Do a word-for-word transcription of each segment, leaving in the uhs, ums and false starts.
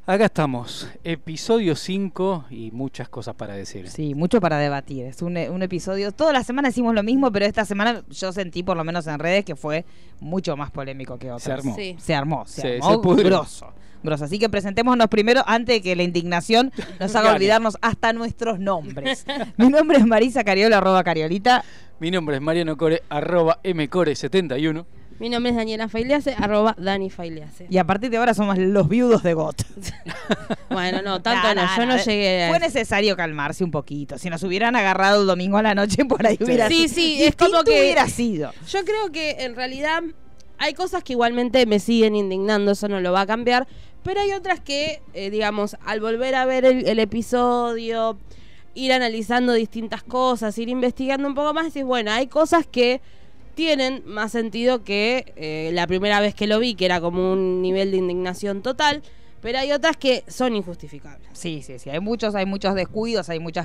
Acá estamos, episodio cinco y muchas cosas para decir. Sí, mucho para debatir. Es un, un episodio, toda la semana decimos lo mismo, pero esta semana yo sentí, por lo menos en redes, que fue mucho más polémico que otras. Se armó. Sí. Se armó, se, se armó se pudrió. grosso, grosso. Así que presentémonos primero antes de que la indignación nos haga olvidarnos hasta nuestros nombres. Mi nombre es Marisa Cariola, arroba Cariolita. Mi nombre es Mariano Core, arroba mcore setenta y uno. Mi nombre es Daniela Failease, arroba Dani Failease. Y a partir de ahora somos los viudos de G O T. Bueno, no, tanto nah, no, nah, yo nah, no llegué a Fue eso. necesario calmarse un poquito. Si nos hubieran agarrado el domingo a la noche, por ahí hubiera Sí, sido. sí, es como que hubiera sido. Yo creo que en realidad hay cosas que igualmente me siguen indignando, eso no lo va a cambiar, pero hay otras que, eh, digamos, al volver a ver el, el episodio, ir analizando distintas cosas, ir investigando un poco más, decís, bueno, hay cosas que tienen más sentido que eh, la primera vez que lo vi, que era como un nivel de indignación total, pero hay otras que son injustificables. Sí, sí, sí, hay muchos, hay muchos descuidos, hay muchas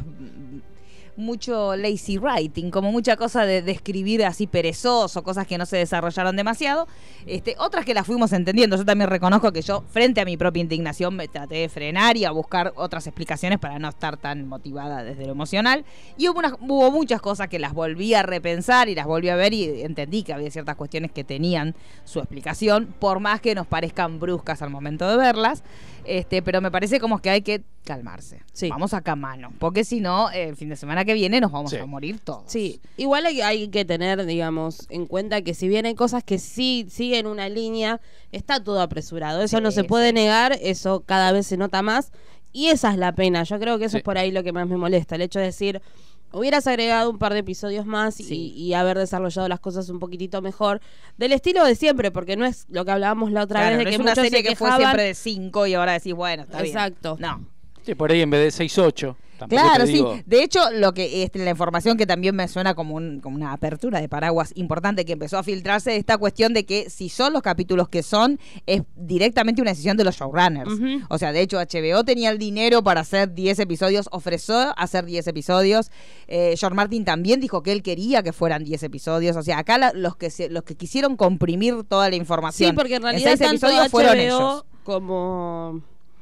mucho lazy writing, como mucha cosa de, de escribir así perezoso, cosas que no se desarrollaron demasiado, este, otras que las fuimos entendiendo. Yo también reconozco que yo, frente a mi propia indignación, me traté de frenar y a buscar otras explicaciones para no estar tan motivada desde lo emocional, y hubo, unas, hubo muchas cosas que las volví a repensar y las volví a ver y entendí que había ciertas cuestiones que tenían su explicación, por más que nos parezcan bruscas al momento de verlas. Este, pero me parece como que hay que calmarse. Sí. Vamos acá a mano, porque si no, el fin de semana que viene nos vamos sí. a morir todos. Sí, igual hay, hay que tener, digamos, en cuenta que si bien hay cosas que sí siguen una línea, está todo apresurado. Eso sí, no se puede sí. negar, eso cada vez se nota más. Y esa es la pena. Yo creo que eso sí. es por ahí lo que más me molesta. El hecho de decir, hubieras agregado un par de episodios más sí. y, y haber desarrollado las cosas un poquitito mejor, del estilo de siempre, porque no es lo que hablábamos la otra Claro, vez de no que es una muchos serie se que fue quejaban. siempre de cinco y ahora decís, bueno, está Exacto. bien. No. Sí, por ahí en vez de seis ocho. Claro, te sí. digo. De hecho, lo que este, la información que también me suena como, un, como una apertura de paraguas importante que empezó a filtrarse de esta cuestión de que si son los capítulos que son, es directamente una decisión de los showrunners. Uh-huh. O sea, de hecho, H B O tenía el dinero para hacer diez episodios, ofreció hacer diez episodios. Eh, George Martin también dijo que él quería que fueran diez episodios. O sea, acá la, los que se, los que quisieron comprimir toda la información Sí, porque en realidad en seis tanto episodios fueron H B O ellos. como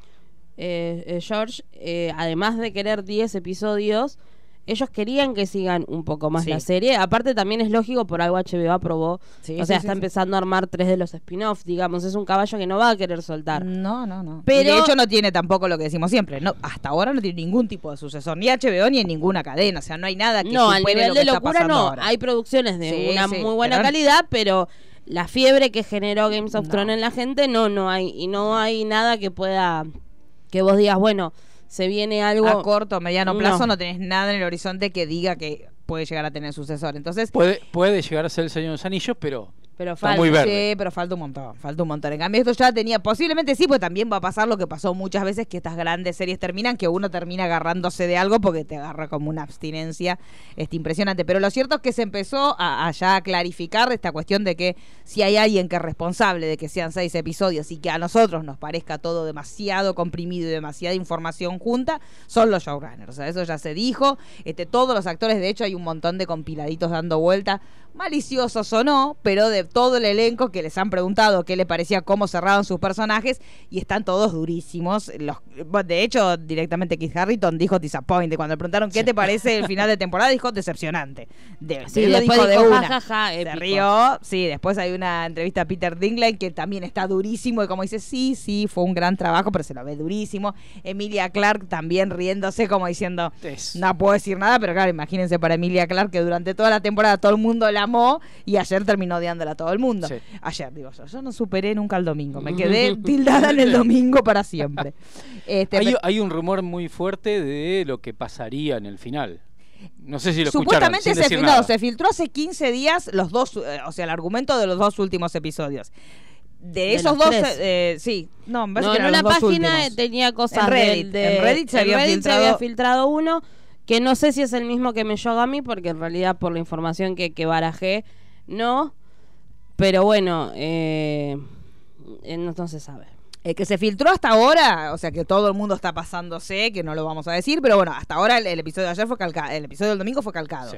eh, eh, George, eh, además de querer diez episodios, ellos querían que sigan un poco más Sí. la serie. Aparte también es lógico, por algo H B O aprobó. Sí, o sea, sí, está sí, sí. empezando a armar tres de los spin-offs, digamos. Es un caballo que no va a querer soltar. No, no, no. Pero- Y de hecho no tiene tampoco lo que decimos siempre. No, hasta ahora no tiene ningún tipo de sucesor, ni H B O ni en ninguna cadena. O sea, no hay nada que No, al supere nivel lo que de está locura pasando no. ahora. Hay producciones de Sí, una sí, muy buena pero- calidad, pero la fiebre que generó Games of No. Thrones en la gente, no, no hay. Y no hay nada que pueda, que vos digas, bueno, se viene algo. A corto o mediano No. plazo no tenés nada en el horizonte que diga que puede llegar a tener sucesor. Entonces, Puede, puede llegar a ser el Señor de los Anillos, pero Pero está falta. muy verde. sí, pero falta un montón, falta un montón. En cambio, esto ya tenía, posiblemente sí, pues también va a pasar lo que pasó muchas veces, que estas grandes series terminan, que uno termina agarrándose de algo porque te agarra como una abstinencia este, impresionante. Pero lo cierto es que se empezó a, a ya clarificar esta cuestión de que si hay alguien que es responsable de que sean seis episodios y que a nosotros nos parezca todo demasiado comprimido y demasiada información junta, son los showrunners. O sea, eso ya se dijo. Este, todos los actores, de hecho, hay un montón de compiladitos dando vuelta, maliciosos o no, pero de todo el elenco que les han preguntado qué le parecía, cómo cerraban sus personajes, y están todos durísimos. Los, de hecho, directamente Keith Harrington dijo disappointed. Cuando le preguntaron qué Sí. te parece el final de temporada, dijo decepcionante. De, Sí, él lo después dijo de dijo, una. ja, ja, ja, Se épico. rió. Sí, después hay una entrevista a Peter Dinklage que también está durísimo y como dice, sí, sí, fue un gran trabajo, pero se lo ve durísimo. Emilia Clarke también riéndose como diciendo, Es- no puedo decir nada, pero claro, imagínense para Emilia Clarke que durante toda la temporada todo el mundo la amó y ayer terminó odiándola a todo el mundo. Sí. Ayer, digo yo, yo no superé nunca el domingo, me quedé tildada en el domingo para siempre. Este, hay, pero- hay un rumor muy fuerte de lo que pasaría en el final. No sé si lo Supuestamente escucharon, sin se, decir no, nada. se filtró hace quince días los dos, eh, o sea, el argumento de los dos últimos episodios. De, De esos los dos, tres. eh, sí, no, me parece No, que en eran una los dos página últimos. tenía cosas En Reddit, del- de, en Reddit se había filtrado- había filtrado uno que no sé si es el mismo que me llegó a mí, porque en realidad por la información que, que barajé, no. Pero bueno, eh, eh, no, no se sabe. El que se filtró hasta ahora, o sea que todo el mundo está pasándose, que no lo vamos a decir, pero bueno, hasta ahora el, el episodio de ayer fue calcado, el episodio del domingo fue calcado. Sí.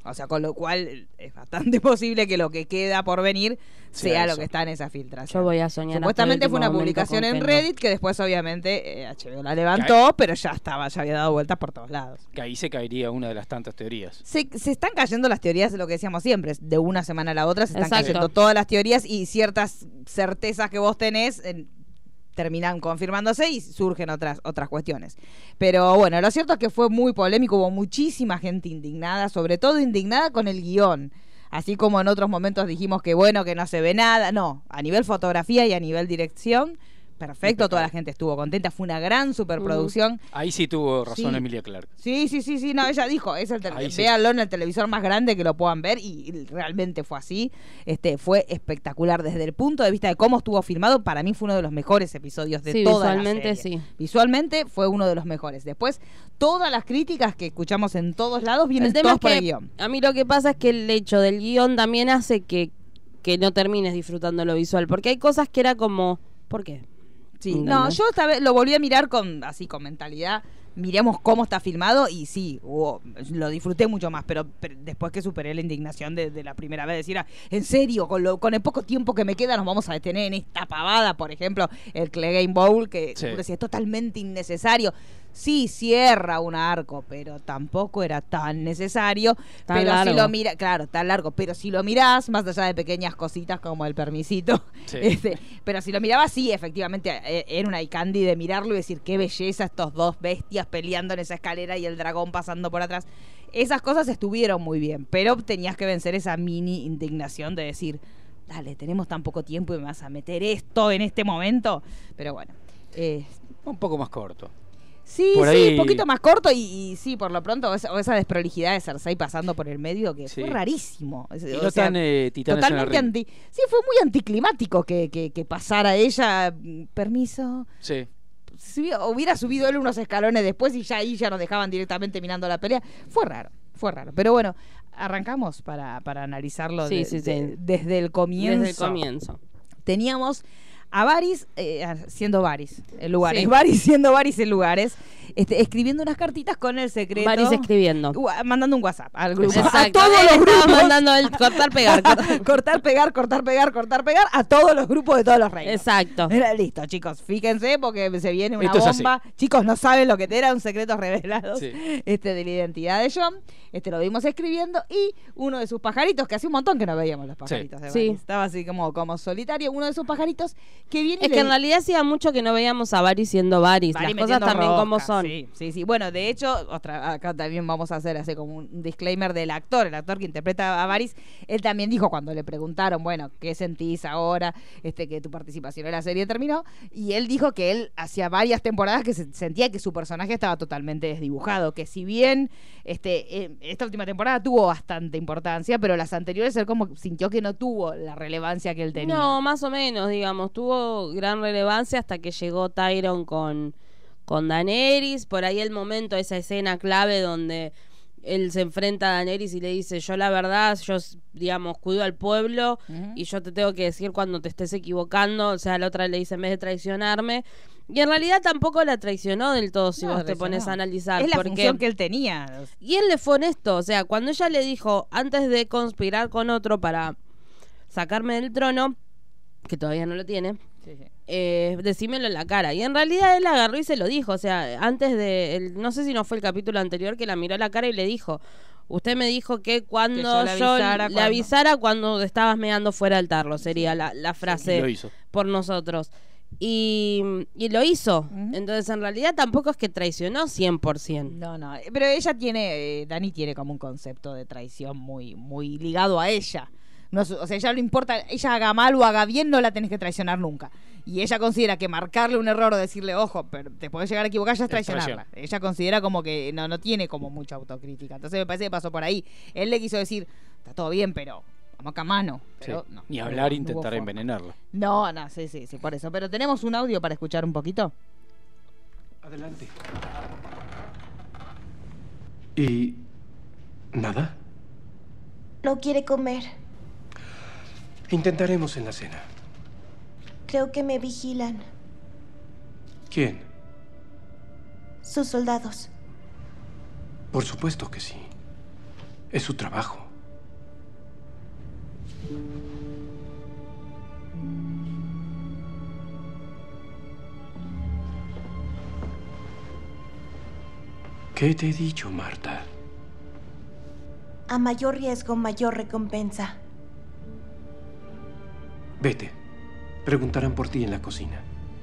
O sea, con lo cual es bastante posible que lo que queda por venir Sea sea eso. lo que está en esa filtración. Yo voy a soñar. Supuestamente hasta el fue una último momento publicación con en que no. Reddit que después obviamente eh, H B O la levantó, pero ya estaba, ya había dado vueltas por todos lados. Que ahí se caería una de las tantas teorías. Se, se están cayendo las teorías de lo que decíamos siempre, de una semana a la otra se están Exacto. cayendo todas las teorías y ciertas certezas que vos tenés eh, terminan confirmándose y surgen otras otras cuestiones. Pero bueno, lo cierto es que fue muy polémico, hubo muchísima gente indignada, sobre todo indignada con el guión. Así como en otros momentos dijimos que bueno, que no se ve nada, no, a nivel fotografía y a nivel dirección, perfecto, toda la gente estuvo contenta, fue una gran superproducción. Ahí sí tuvo razón Sí. Emilia Clarke. Sí, sí, sí, sí, no, ella dijo, es el tele- Ahí sí. véanlo en el televisor más grande que lo puedan ver y, y realmente fue así. Este fue espectacular desde el punto de vista de cómo estuvo filmado, para mí fue uno de los mejores episodios de Sí, toda la visualmente serie. sí. Visualmente fue uno de los mejores. Después, todas las críticas que escuchamos en todos lados vienen El tema todas es por que el guión. a mí lo que pasa es que el hecho del guión también hace que, que no termines disfrutando lo visual, porque hay cosas que era como, ¿por qué? Sí, ¿Entendés? no, yo esta vez lo volví a mirar con así con mentalidad. Miremos cómo está filmado y sí, hubo- lo disfruté mucho más, pero, pero después que superé la indignación de, de la primera vez, decir, ah, en serio, con, lo, con el poco tiempo que me queda nos vamos a detener en esta pavada, por ejemplo, el Clay Game Bowl, que Sí. es totalmente innecesario. Sí, cierra un arco, pero tampoco era tan necesario. Tan pero largo. si lo mira, claro, tan largo, pero si lo mirás, más allá de pequeñas cositas como el permisito, Sí. este, pero si lo mirabas, sí, efectivamente, eh, era una iCandy de mirarlo y decir, qué belleza estos dos bestias peleando en esa escalera y el dragón pasando por atrás. Esas cosas estuvieron muy bien, pero tenías que vencer esa mini indignación de decir, dale, tenemos tan poco tiempo y me vas a meter esto en este momento. Pero bueno, eh, Un poco más corto. sí, Por sí, ahí- un poquito más corto y, y sí, por lo pronto, esa, o esa desprolijidad de Cersei pasando por el medio que Sí. fue rarísimo. Es- Y o no sea, tan eh, titanes en el totalmente ring. anti. Sí, fue muy anticlimático que, que, que pasara ella. mm, Permiso. Sí. Si hubiera subido él unos escalones después y ya ahí ya nos dejaban directamente mirando la pelea. Fue raro, fue raro. Pero bueno, arrancamos para, para analizarlo Sí, de- sí, sí. de- desde el comienzo. Desde el comienzo. Teníamos a Varys eh, siendo Varys en lugares. Sí. Varys siendo Varys en lugares. Este, escribiendo unas cartitas con el secreto. Varys escribiendo. Gua- mandando un WhatsApp al grupo. Exacto. A todos Él los estaba grupos. mandando el cortar, pegar. cortar- cortar, pegar, cortar, pegar, cortar, pegar a todos los grupos de todos los reinos. Exacto. Era listo, chicos. Fíjense porque se viene una Esto es así. bomba. Chicos, no saben lo que te eran secretos revelados Sí. este, de la identidad de Jon. Este lo vimos escribiendo. Y uno de sus pajaritos, que hace un montón que no veíamos los pajaritos de Sí. Varys. Estaba así como, como solitario. Uno de sus pajaritos que viene y Es le- que en realidad hacía mucho que no veíamos a Varys siendo Varys. Varys Las cosas metiendo también como rosca, son. Sí, sí, sí. Bueno, de hecho, otra, acá también vamos a hacer así como un disclaimer del actor, el actor que interpreta a Varys. Él también dijo cuando le preguntaron, bueno, ¿qué sentís ahora este que tu participación en la serie terminó? Y él dijo que él hacía varias temporadas que se sentía que su personaje estaba totalmente desdibujado, que si bien este eh, esta última temporada tuvo bastante importancia, pero las anteriores él como sintió que no tuvo la relevancia que él tenía. No, más o menos, digamos. Tuvo gran relevancia hasta que llegó Tyrion con, con Daenerys. Por ahí el momento, esa escena clave donde él se enfrenta a Daenerys y le dice, yo la verdad, yo, digamos, cuido al pueblo Ujú. y yo te tengo que decir cuando te estés equivocando. O sea, la otra le dice, en vez de traicionarme. Y en realidad tampoco la traicionó del todo, si No, vos te traicionó. pones a analizar. Es la porque... función que él tenía. Y él le fue honesto, o sea, cuando ella le dijo, antes de conspirar con otro para sacarme del trono, que todavía no lo tiene, Sí, sí. eh, decímelo en la cara. Y en realidad él agarró y se lo dijo, o sea, antes de, el- no sé si no fue el capítulo anterior que la miró a la cara y le dijo, usted me dijo que cuando Que yo le yo avisara le cuando- avisara cuando estabas meando fuera del tarro, sería la, la Y frase lo hizo. por nosotros. Y, y lo hizo. Ujú. Entonces, en realidad tampoco es que traicionó cien por ciento. No, no, eh, pero ella tiene, eh, Dani tiene como un concepto de traición muy, muy ligado a ella. No, es- o sea, ella no importa, ella haga mal o haga bien, no la tenés que traicionar nunca. Y ella considera que marcarle un error o decirle, ojo, pero te podés llegar a equivocar, ya es Es traición. traicionarla. Ella considera como que no, no tiene como mucha autocrítica. Entonces me parece que pasó por ahí. Él le quiso decir, está todo bien, pero vamos acá a mano. Sí. Pero no, Ni no hablar hubo- e no hubo intentar forma. envenenarlo. No, no, sí, sí, sí, por eso. Pero tenemos un audio para escuchar un poquito. Adelante. ¿Y nada? No quiere comer. Intentaremos en la cena. Creo que me vigilan. ¿Quién? Sus soldados. Por supuesto que sí. Es su trabajo. ¿Qué te he dicho, Marta? A mayor riesgo, mayor recompensa. Vete. Preguntarán por ti en la cocina.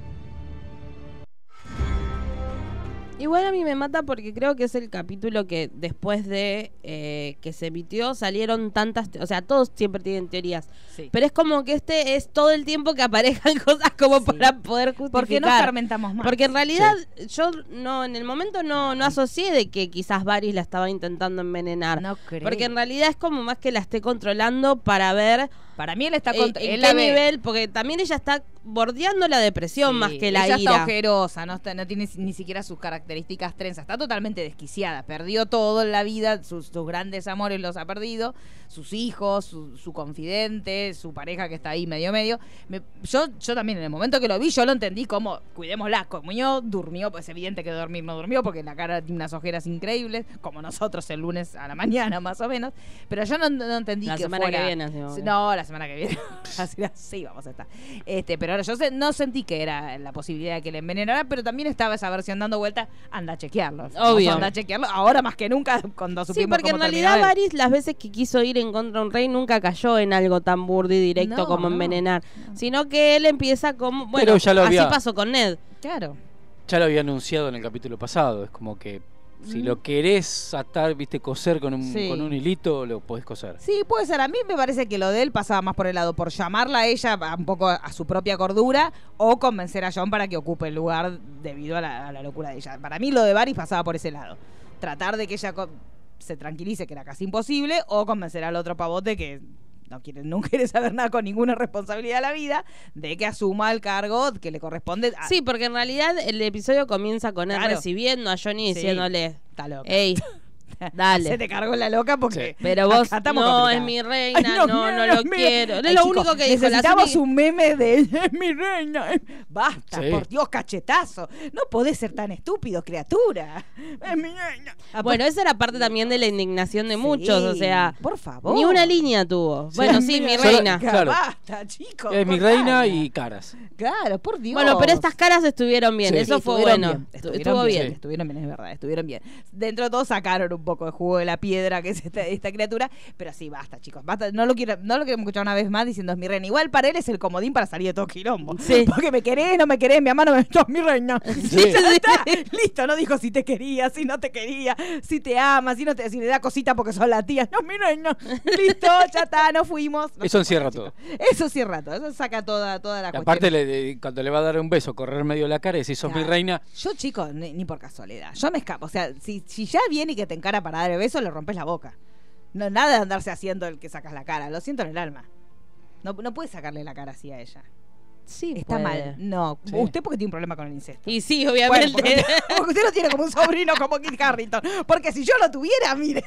Igual a mí me mata porque creo que es el capítulo que después de eh, que se emitió salieron tantas, te- o sea, todos siempre tienen teorías, Sí. pero es como que este es todo el tiempo que aparezcan cosas como Sí. para poder justificar. ¿Por qué nos fermentamos más? Porque en realidad yo no en el momento no, no asocié de que quizás Varys la estaba intentando envenenar. No creo. Porque en realidad es como más que la esté controlando para ver Para mí él está eh, contra... en él qué la ve- nivel, porque también ella está bordeando la depresión Sí, más que la ella ira. está ojerosa, no, está, no tiene ni siquiera sus características trenzas, está totalmente desquiciada, perdió todo en la vida, sus, sus grandes amores los ha perdido, sus hijos, su, su confidente, su pareja que está ahí medio medio. Me- yo, yo también en el momento que lo vi, yo lo entendí como, cuidémosla, comió, durmió, pues es evidente que dormir no durmió porque la cara tiene unas ojeras increíbles, como nosotros el lunes a la mañana más o menos, pero yo no, no entendí La que semana fuera... que viene, así vamos a ver. No, la semana que viene. así, así vamos a estar. Este, pero ahora yo sé- no sentí que era la posibilidad de que le envenenara, pero también estaba esa versión dando vuelta. Anda a chequearlo. Obvio. Anda a chequearlo. Ahora más que nunca, cuando Sí, supimos porque en cómo realidad terminó él. Varys las veces que quiso ir en contra de un rey nunca cayó en algo tan burdo y directo No, como no, envenenar, no. sino que él empieza como, bueno, Pero ya lo así había- pasó con Ned. Claro. Ya lo había anunciado en el capítulo pasado. Es como que si Mm. lo querés atar, viste, coser con un, Sí. con un hilito, lo podés coser. Sí, puede ser. A mí me parece que lo de él pasaba más por el lado, por llamarla a ella a un poco a su propia cordura o convencer a Jon para que ocupe el lugar debido a la, a la locura de ella. Para mí lo de Varys pasaba por ese lado. Tratar de que ella co- se tranquilice, que era casi imposible, o convencer al otro pavote que no quiere, no quiere saber nada con ninguna responsabilidad de la vida, de que asuma el cargo que le corresponde. A, Sí, porque en realidad el episodio comienza con él Claro. recibiendo a Johnny Sí. diciéndole, Está loca. ey, dale. Se te cargó la loca porque. Sí. Pero vos acá estamos no complicados. es mi reina, Ay, no, no, mira, lo mira. quiero. Es Ay, lo chicos, único que dijo. Las necesitamos únicas- un meme de ella es mi reina. Basta, Sí. por Dios, cachetazo. No podés ser tan estúpido, criatura. Es mi reina. Ah, Bueno, esa era parte también de la indignación de muchos, o sí, sea, por favor. ni una línea tuvo. Bueno, sí, mi Mira, reina. Claro. Basta, chicos. Es mi cortala. reina y caras. Claro, por Dios. Bueno, pero estas caras estuvieron bien, Sí. eso Sí, fue estuvieron bueno. bien, Estu- estuvieron Estuvo bien, bien. Estuvieron bien, es verdad, estuvieron bien. Dentro de todo sacaron un poco de jugo de la piedra que es esta, esta criatura, pero sí, basta, chicos, basta. No lo quiero, no lo queremos escuchar una vez más diciendo es mi reina. Igual para él es el comodín para salir de todo quilombo. Sí. Porque me querés, no me querés, mi mamá no me sos mi reina. Sí. Ya está. Listo, no dijo si te quería, si no te quería, si te ama, si no te, si le da cosita porque sos la tía. No, mi reina. Listo, ya está, nos fuimos. No Eso sé, encierra chicos. todo. Eso cierra todo, eso saca toda, toda la Y cuestión. aparte, le- de- cuando le va a dar un beso, correr medio la cara y decir, sos mi Claro. reina. Yo, chicos, ni, ni por casualidad. Yo me escapo. O sea, si, si ya viene y que te encara para dar el beso, le rompes la boca. No, nada de andarse haciendo el que sacas la cara. Lo siento en el alma. No, no puedes sacarle la cara así a ella. Sí, Está puede. mal. No, Sí. usted porque tiene un problema con el incesto. Y sí, Bueno, obviamente. porque, porque usted lo tiene como un sobrino como Kit Harington. Porque si yo lo tuviera, mire.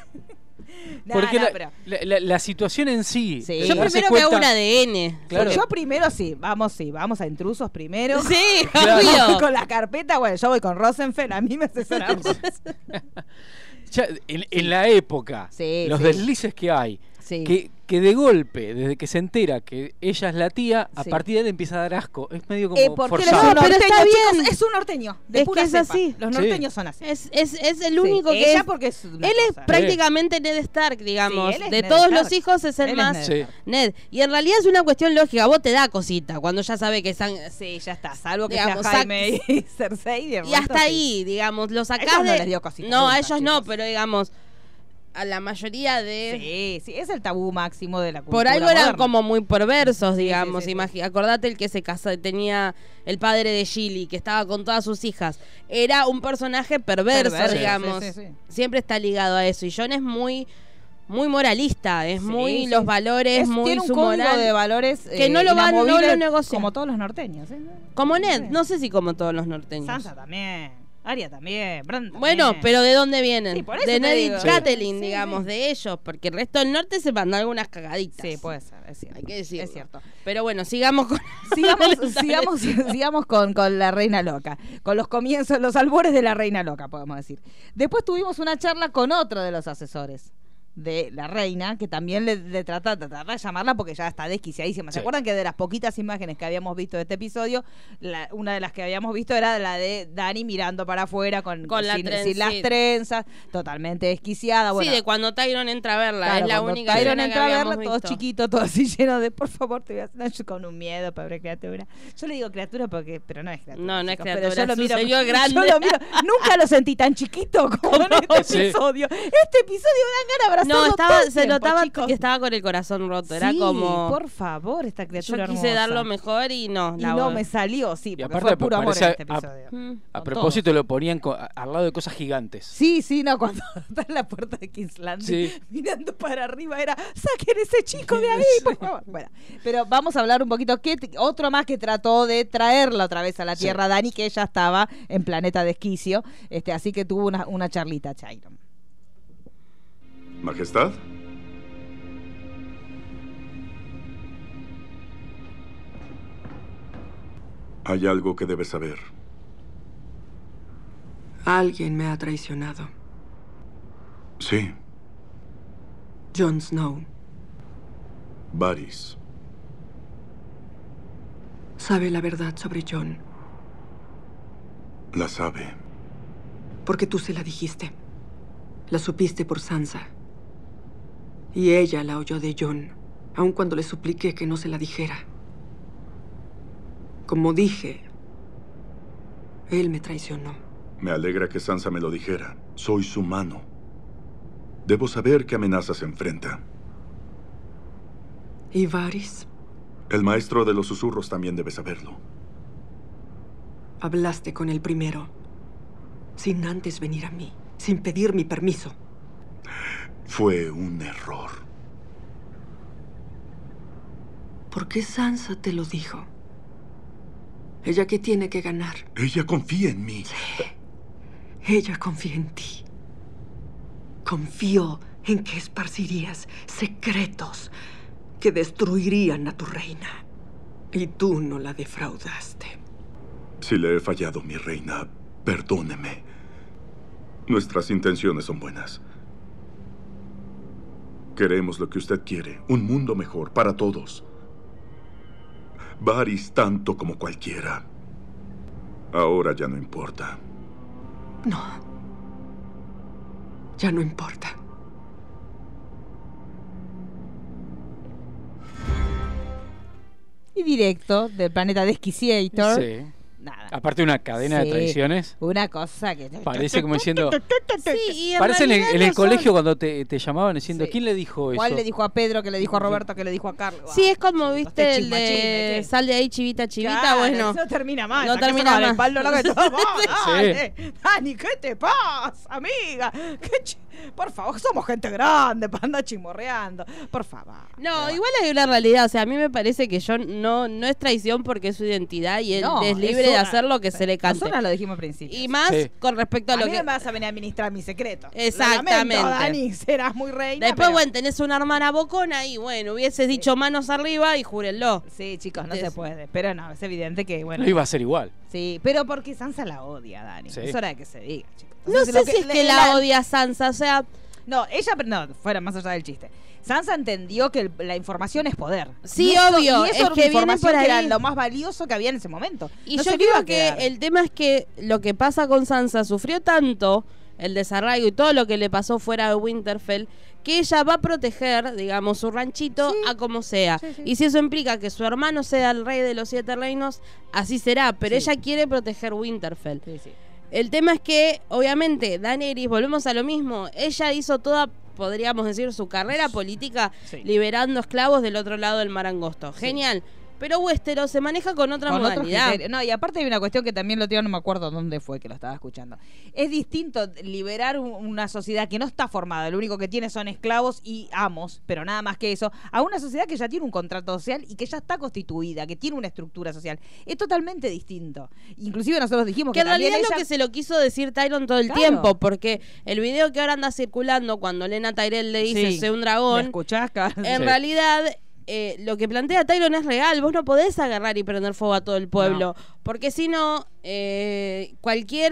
Nah, Porque nah, la, pero- la- la- la situación en sí. Sí. te Yo das primero me hago un cuenta- A D N. Claro. Yo primero sí, vamos, sí, vamos a intrusos primero. Sí, Claro. obvio. Con la carpeta, bueno, yo voy con Rosenfeld, a mí me asesoramos. Ya, en, en la época, Sí, los sí. deslices que hay, Sí. que, que de golpe, desde que se entera que ella es la tía, a Sí. partir de ahí le empieza a dar asco. Es medio como Eh, porque él es forzado. un No, pero norteño, está chicos, bien. es un norteño. De Es pura que es cepa. así. Los Sí. norteños son así. Es, es, es el Sí, único que ella es. porque es una Él es cosa. prácticamente Ned Stark, digamos. Sí, él es de Ned todos Stark. los hijos es el Él es más Ned Sí. Stark. Ned. Y en realidad es una cuestión lógica. Vos te da cosita cuando ya sabe que están. Sí, ya está. Salvo que Digamos, sea Jaime y Cersei. de Y resto, hasta sí. ahí, digamos, lo sacás ellos no de. les dio cosita no, a nunca, ellos no, chicos. pero digamos, a la mayoría de. Sí, sí, es el tabú máximo de la cultura Por algo eran moderna. como muy perversos, Sí, sí, digamos. sí, sí. Imagi- Acordate el que se casa, tenía el padre de Gilly, que estaba con todas sus hijas. Era un personaje perverso, Perverso, digamos. sí, sí, sí. Siempre está ligado a eso. Y Jon es muy, muy moralista, es Sí, muy sí. los valores, Es- muy tiene un su código moral. de valores que no eh, lo van- no inamovible, lo negocia. como todos los norteños. ¿eh? Como Ned, Sí. no sé si como todos los norteños. Sansa también, Arya también, Bran también. Bueno, pero ¿de dónde vienen? Sí, por eso de te Ned y digo. Catelyn, Sí, digamos, sí. de ellos, porque el resto del norte se mandó algunas cagaditas. Sí, puede ser, es cierto. Hay que decirlo. Es cierto. Pero bueno, sigamos con... Sigamos, sigamos, sigamos con, con la Reina Loca, con los comienzos, los albores de la Reina Loca, podemos decir. Después tuvimos una charla con otro de los asesores, de la reina, que también le, le trata, trata de llamarla porque ya está desquiciadísima. ¿Se Sí. acuerdan que de las poquitas imágenes que habíamos visto de este episodio, la, una de las que habíamos visto era la de Dani mirando para afuera con, Con la sin, tren- sin las sí. trenzas, totalmente desquiciada? Bueno, sí, de cuando Tyron entra a verla, claro, es la cuando única Tyron escena que entra a verla, habíamos todo visto. chiquito, todo así lleno de, por favor, te voy a hacer con un miedo, pobre criatura. Yo le digo criatura porque, pero no es criatura. No, no es chicos, criatura, pero yo lo es un miro, señor yo grande. lo miro, nunca lo sentí tan chiquito como en este Sí. episodio. Este episodio me dan ganas de No, abrazarlo estaba, todo el se tiempo, notaba chicos. que estaba con el corazón roto. Era Sí, como. por favor, esta Yo criatura quise hermosa. dar lo mejor y no. Y la no voz. me salió, sí, Y porque aparte fue puro amor parece en este a- episodio. Mm. A Con propósito lo ponían co- a- al lado de cosas gigantes. Sí, sí, no, cuando está en la puerta de King's Landing, Sí. mirando para arriba, era, saquen ese chico de ahí, por favor. Bueno, pero vamos a hablar un poquito, ¿qué, otro más que trató de traerla otra vez a la Sí. Tierra, Dani, que ella estaba en Planeta Desquicio, este, así que tuvo una, una charlita, Tyron. Majestad. Hay algo que debes saber. Alguien me ha traicionado. Sí, Jon Snow. Varys. Sabe la verdad sobre Jon, La sabe. porque tú se la dijiste. La supiste por Sansa. Y ella la oyó de Jon, aun cuando le supliqué que no se la dijera. Como dije, él me traicionó. Me alegra que Sansa me lo dijera. Soy su mano. Debo saber qué amenazas enfrenta. ¿Y Varys? El maestro de los susurros también debe saberlo. Hablaste con el primero, sin antes venir a mí, sin pedir mi permiso. Fue un error. ¿Por qué Sansa te lo dijo? ¿Ella qué tiene que ganar? Ella confía en mí. Ella confía en ti. Confió en que esparcirías secretos que destruirían a tu reina. Y tú no la defraudaste. Si le he fallado, mi reina, perdóneme. Nuestras intenciones son buenas. Queremos lo que usted quiere, un mundo mejor para todos. Varys tanto como cualquiera. Ahora ya no importa. No. Ya no importa. Y directo del planeta Desquiciator. Sí. Nada. Aparte de una cadena Sí. de traiciones. Una cosa que... Parece como diciendo. Sí, y en Parece en el, realidad en el no son- colegio cuando te, te llamaban diciendo, Sí. ¿quién le dijo eso? ¿Cuál le dijo a Pedro, que le dijo a Roberto, que le dijo a Carlos? Sí, es como, Ah, viste, este el de chisme, ¿qué? sal de ahí, chivita, chivita, Claro, bueno. No termina más. No esa termina cosa con el más. palo loco que todo. Sí. Dale, Dani, ¿qué te pasa, amiga? ¿Qué ch- Por favor, somos gente grande para andar chimorreando. Por favor. No, igual hay una realidad, o sea, a mí me parece que Jon no, no es traición porque es su identidad y él No, es es libre de una- hacer lo que se le cante. Nosotros lo dijimos al principio. Y más Sí. con respecto a a lo mí que... me vas a venir a administrar mi secreto. Exactamente. Lo lamento, Dani, serás muy reina. Después, pero- bueno, tenés una hermana bocona y bueno, hubieses dicho manos arriba y júrenlo. Sí, chicos, no Es- se puede. Pero no, es evidente que, bueno. No iba a ser igual. Sí, pero porque Sansa la odia, Dani. Sí. Es hora de que se diga, chicos. No Entonces, sé lo si es le- que la odia Sansa, o sea... No, ella, no, fuera más allá del chiste. Sansa entendió que el- la información es poder. Sí, Y eso- obvio, Y eso es era una que viene información por que era ahí. lo más valioso que había en ese momento. Y No yo se le iba creo a que quedar. el tema es que lo que pasa con Sansa sufrió tanto el desarraigo y todo lo que le pasó fuera de Winterfell que ella va a proteger, digamos, su ranchito Sí. a como sea. Sí, sí. Y si eso implica que su hermano sea el rey de los siete reinos, así será. Pero Sí. ella quiere proteger Winterfell. Sí, sí. El tema es que, obviamente, Daenerys, volvemos a lo mismo, ella hizo toda, podríamos decir, su carrera política Sí. liberando esclavos del otro lado del mar angosto. Sí. Genial. Pero Westeros se maneja con otra Con otros modalidad. criterios. No, y aparte hay una cuestión que también lo tengo, no me acuerdo dónde fue que lo estaba escuchando. Es distinto liberar un- una sociedad que no está formada, lo único que tiene son esclavos y amos, pero nada más que eso, a una sociedad que ya tiene un contrato social y que ya está constituida, que tiene una estructura social. Es totalmente distinto. Inclusive nosotros dijimos Que que, en realidad también es lo ella- que se lo quiso decir Tyrion todo el Claro. tiempo, porque el video que ahora anda circulando cuando Lena Tyrell le dice Sí. sé un ¿Me dragón, escuchás, Carlos? en Sí. realidad eh, lo que plantea Tyrion es real. Vos no podés agarrar y prender fuego a todo el pueblo, porque si no, eh, cualquier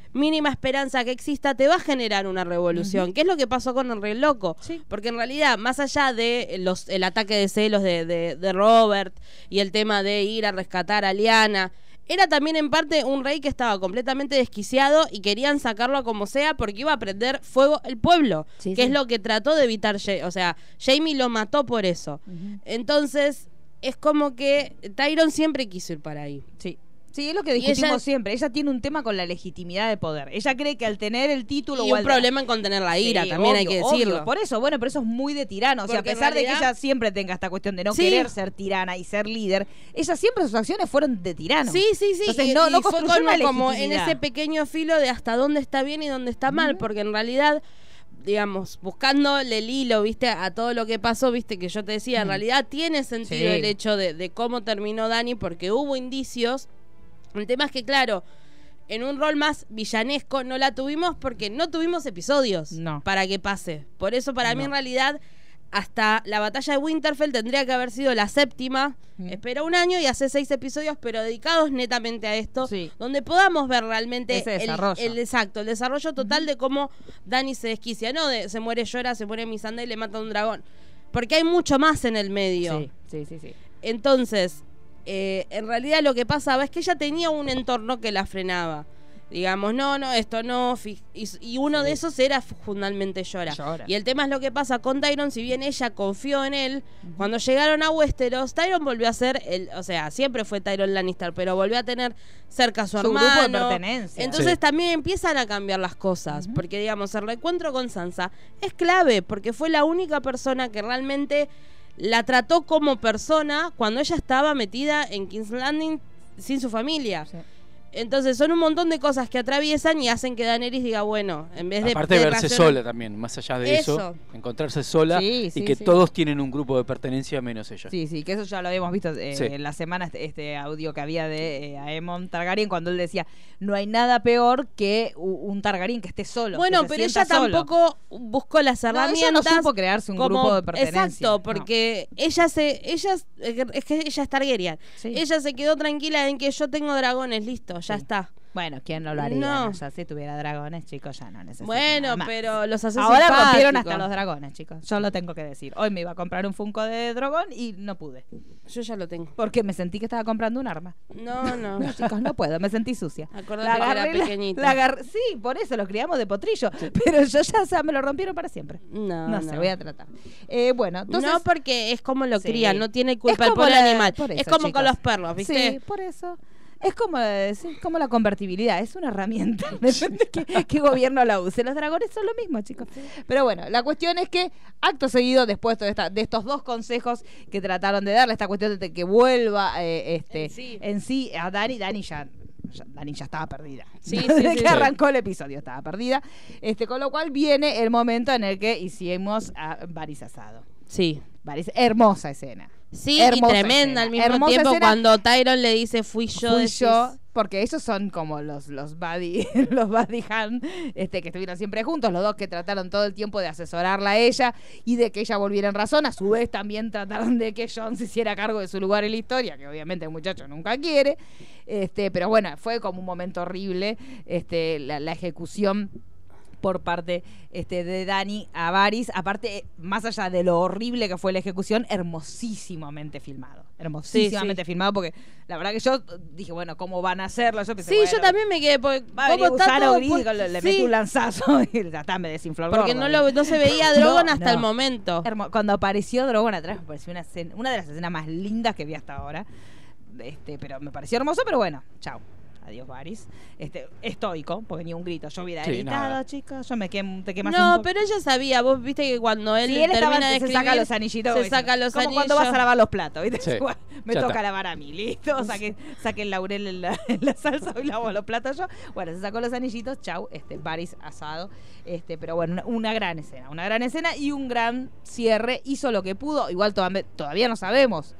mínima esperanza que exista, te va a generar una revolución, uh-huh. que es lo que pasó con el Rey Loco. Sí. Porque en realidad, más allá de los el ataque de celos de, de, de Robert y el tema de ir a rescatar a Lyanna, era también en parte un rey que estaba completamente desquiciado y querían sacarlo como sea porque iba a prender fuego el pueblo, sí, que sí. es lo que trató de evitar, o sea, Jaime lo mató por eso. Uh-huh. Entonces, es como que Tyrion siempre quiso ir para ahí. Sí. Sí, es lo que discutimos ella, siempre. Ella tiene un tema con la legitimidad de poder. Ella cree que al tener el título... Y o un al problema en contener la ira, sí, también obvio, hay que decirlo. Obvio. Por eso, bueno, pero eso es muy de tirano. Porque o sea, a pesar realidad, de que ella siempre tenga esta cuestión de no sí. querer ser tirana y ser líder, ella siempre sus acciones fueron de tirano. Sí, sí, sí. Entonces y, no, y no fue construyó con, una como en ese pequeño filo de hasta dónde está bien y dónde está mal, uh-huh. porque en realidad... digamos, buscándole el hilo, viste, a todo lo que pasó, viste, que yo te decía, mm. en realidad tiene sentido sí. el hecho de, de cómo terminó Dany, porque hubo indicios. El tema es que, claro, en un rol más villanesco no la tuvimos porque no tuvimos episodios no. para que pase. Por eso, para no. mí, en realidad, hasta la batalla de Winterfell tendría que haber sido la séptima. Mm. Espera un año y hace seis episodios, pero dedicados netamente a esto, sí. donde podamos ver realmente ese desarrollo. El, el exacto, el desarrollo total mm. de cómo Dany se desquicia, no de se muere Jorah, se muere Missandei y le mata a un dragón, porque hay mucho más en el medio. Sí, sí, sí, sí. Entonces, eh, en realidad lo que pasaba es que ella tenía un entorno que la frenaba. Digamos, no, no, esto no. Y, y uno sí. de esos era fundamentalmente Jorah. Jorah. Y el tema es lo que pasa con Tyrion. Si bien ella confió en él, uh-huh. cuando llegaron a Westeros, Tyrion volvió a ser, el, o sea, siempre fue Tyrion Lannister, pero volvió a tener cerca a su, su hermano. Grupo de pertenencia. Entonces sí. también empiezan a cambiar las cosas. Uh-huh. Porque, digamos, el reencuentro con Sansa es clave, porque fue la única persona que realmente la trató como persona cuando ella estaba metida en King's Landing sin su familia. Sí. Entonces son un montón de cosas que atraviesan y hacen que Daenerys diga, bueno, en vez de... Aparte de, de verse racionar... sola también, más allá de eso, eso encontrarse sola sí, sí, y que sí. todos tienen un grupo de pertenencia menos ella. Sí, sí, que eso ya lo habíamos visto eh, sí. en la semana, este, este audio que había de eh, Aemon Targaryen, cuando él decía, no hay nada peor que un Targaryen que esté solo. Bueno, que pero ella solo. tampoco buscó las herramientas. No, ella no supo crearse un como, grupo de pertenencia. Exacto, porque no. ella se... ella es que ella es Targaryen. Sí. Ella se quedó tranquila en que yo tengo dragones, listo, ya sí. está. Bueno, ¿quién no lo haría? No. No, ya si tuviera dragones, chicos, ya no necesito. Bueno, nada pero los hace Ahora simpáticos. rompieron hasta los dragones, chicos. Yo lo tengo que decir. Hoy me iba a comprar un Funko de dragón y no pude. Yo ya lo tengo. Porque me sentí que estaba comprando un arma. No, no. No, chicos, no puedo. Me sentí sucia. Acordate que era pequeñita. La, la agarré, sí, por eso lo criamos de potrillo. Sí. Pero yo ya, o sea, me lo rompieron para siempre. No, no. No sé, voy a tratar. Eh, bueno, entonces... No, porque es como lo sí. crían. No tiene culpa el pobre animal. Eso, es como chicos. Con los perros, ¿viste? Sí, por eso... Es como, es como la convertibilidad, es una herramienta, depende de qué, qué gobierno la use. Los dragones son lo mismo, chicos. Pero bueno, la cuestión es que, acto seguido, después de, esta, de estos dos consejos que trataron de darle, esta cuestión de que vuelva eh, este, en, sí. en sí a Dany, Dany ya... Ya, Dany ya estaba perdida. Sí, sí, Desde sí, que sí. arrancó el episodio estaba perdida. Este, con lo cual viene el momento en el que hicimos a Varys asado. Sí. Varys, hermosa escena. Sí, hermosa y tremenda escena. al mismo hermosa tiempo escena. Cuando Tyrion le dice fui yo. Fui decís... yo, porque ellos son como los los buddy, los buddy hand, este, que estuvieron siempre juntos, los dos que trataron todo el tiempo de asesorarla a ella y de que ella volviera en razón. A su vez también trataron de que Jon se hiciera cargo de su lugar en la historia, que obviamente el muchacho nunca quiere. Este, pero bueno, fue como un momento horrible, este, la, la ejecución por parte este, de Dany a Varys. Aparte, más allá de lo horrible que fue la ejecución, hermosísimamente filmado. Hermosísimamente sí, sí. filmado, porque la verdad que yo dije, bueno, ¿cómo van a hacerlo? Yo pensé, sí, bueno, yo también me quedé, porque va a venir Gusano Gris, pues, le, le sí. metí un lanzazo y ya está, me desinfló el Porque gordo, no, lo, no se veía Drogon no, hasta no. el momento. Hermo- Cuando apareció Drogon atrás, me pareció una, escena, una de las escenas más lindas que vi hasta ahora. Este, pero me pareció hermoso, pero bueno, chao. Adiós, Varys. Este, estoico, porque ni un grito. Yo hubiera sí, editado, nada. chicos. Yo me quem, te quemas No, un poco. pero ella sabía, vos viste que cuando él, Sí, él termina estaba, de se escribir, saca los anillitos. se saca los como anillos. cuando vas a lavar los platos, ¿viste? Sí, Bueno, me ya toca está. lavar a mí, listo. Saque, saque el laurel en la, en la salsa y lavo los platos yo. Bueno, se sacó los anillitos, chau, este, Varys asado. Este, pero bueno, una, una gran escena, una gran escena y un gran cierre. Hizo lo que pudo. Igual todavía, todavía no sabemos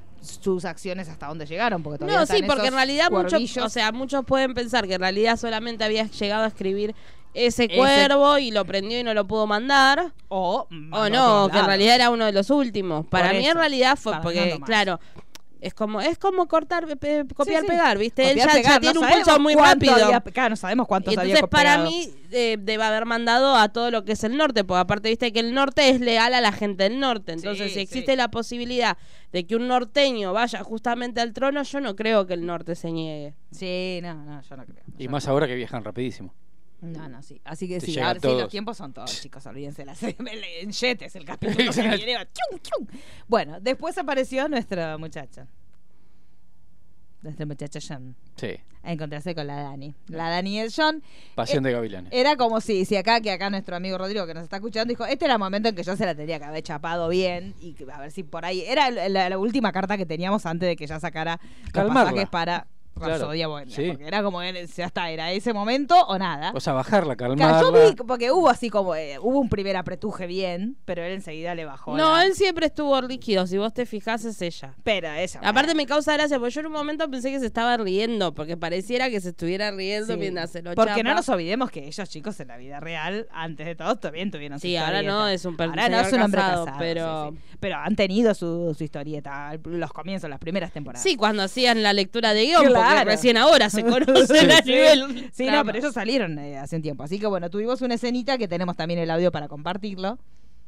sus acciones hasta dónde llegaron, porque todavía No, sí, están porque esos en realidad muchos, cuervillos. o sea, muchos pueden pensar que en realidad solamente había llegado a escribir ese cuervo ese... y lo prendió y no lo pudo mandar. O, o no, que en realidad era uno de los últimos. Para Por mí eso, en realidad fue para porque, más. claro, Es como es como cortar, pe, copiar, Sí, sí. pegar, ¿viste? Copiar, Él ya, pegar, ya tiene no un sabemos pulso muy cuánto rápido. había- claro, no sabemos cuántos Entonces, había para pegado. mí, eh, debe haber mandado a todo lo que es el norte, porque aparte, viste que el norte es leal a la gente del norte. Entonces, Sí, si existe sí. la posibilidad de que un norteño vaya justamente al trono, yo no creo que el norte se niegue. Sí, no, no, yo no creo. Y Yo más no. ahora que viajan rapidísimo. No, no, sí. Así que Te sí, llega ahora sí, todo. los tiempos son todos, chicos, olvídense. La serie, en Jetes, el capítulo que Exacto. viene, va, chum, chum. Bueno, después apareció nuestra muchacha. Nuestra muchacha John. Sí, A encontrarse con la Dani. La Dani y el John. Pasión Eh, de Gavilanes. Era como si, si acá, que acá nuestro amigo Rodrigo que nos está escuchando, dijo, este era el momento en que yo se la tenía que haber chapado bien y que- a ver si por ahí. Era la, la- la última carta que teníamos antes de que ya sacara los Calmarla. pasajes para Claro, Rapsodia Bohemia. sí. Porque era como, que ya está, era ese momento o nada. O sea, bajarla, Claro, calmarla. yo vi, porque hubo así como, eh, hubo un primer apretuje bien, pero él enseguida le bajó. No, la- él siempre estuvo líquido, si vos te fijás es ella. Pero ella. Aparte me causa gracia, porque yo en un momento pensé que se estaba riendo, porque pareciera que se estuviera riendo Sí. mientras se lo Porque chapa. no nos olvidemos que ellos, chicos, en la vida real, antes de todo, también tuvieron su Sí, ahora historieta. no, es un per- Ahora no señor es un hombre casado, casado, pero- sí, sí. Pero han tenido su, su historieta, los comienzos, las primeras temporadas. Sí, cuando hacían la lectura de guión, porque Claro. recién ahora se conocen a Sí. nivel Sí, no, trama. pero ellos salieron eh, hace un tiempo. Así que bueno, tuvimos una escenita que tenemos también el audio para compartirlo.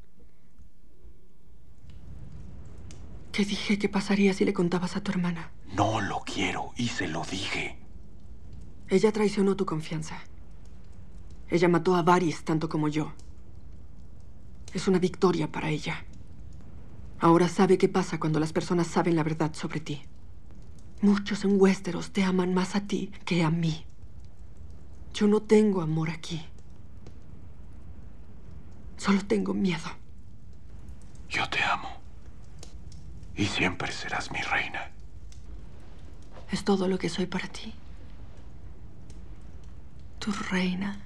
¿Qué dije que pasaría si le contabas a tu hermana? No lo quiero y se lo dije. Ella traicionó tu confianza. Ella mató a Varys tanto como yo. Es una victoria para ella. Ahora sabe qué pasa cuando las personas saben la verdad sobre ti. Muchos en Westeros te aman más a ti que a mí. Yo no tengo amor aquí. Solo tengo miedo. Yo te amo. Y siempre serás mi reina. Es todo lo que soy para ti. Tu reina.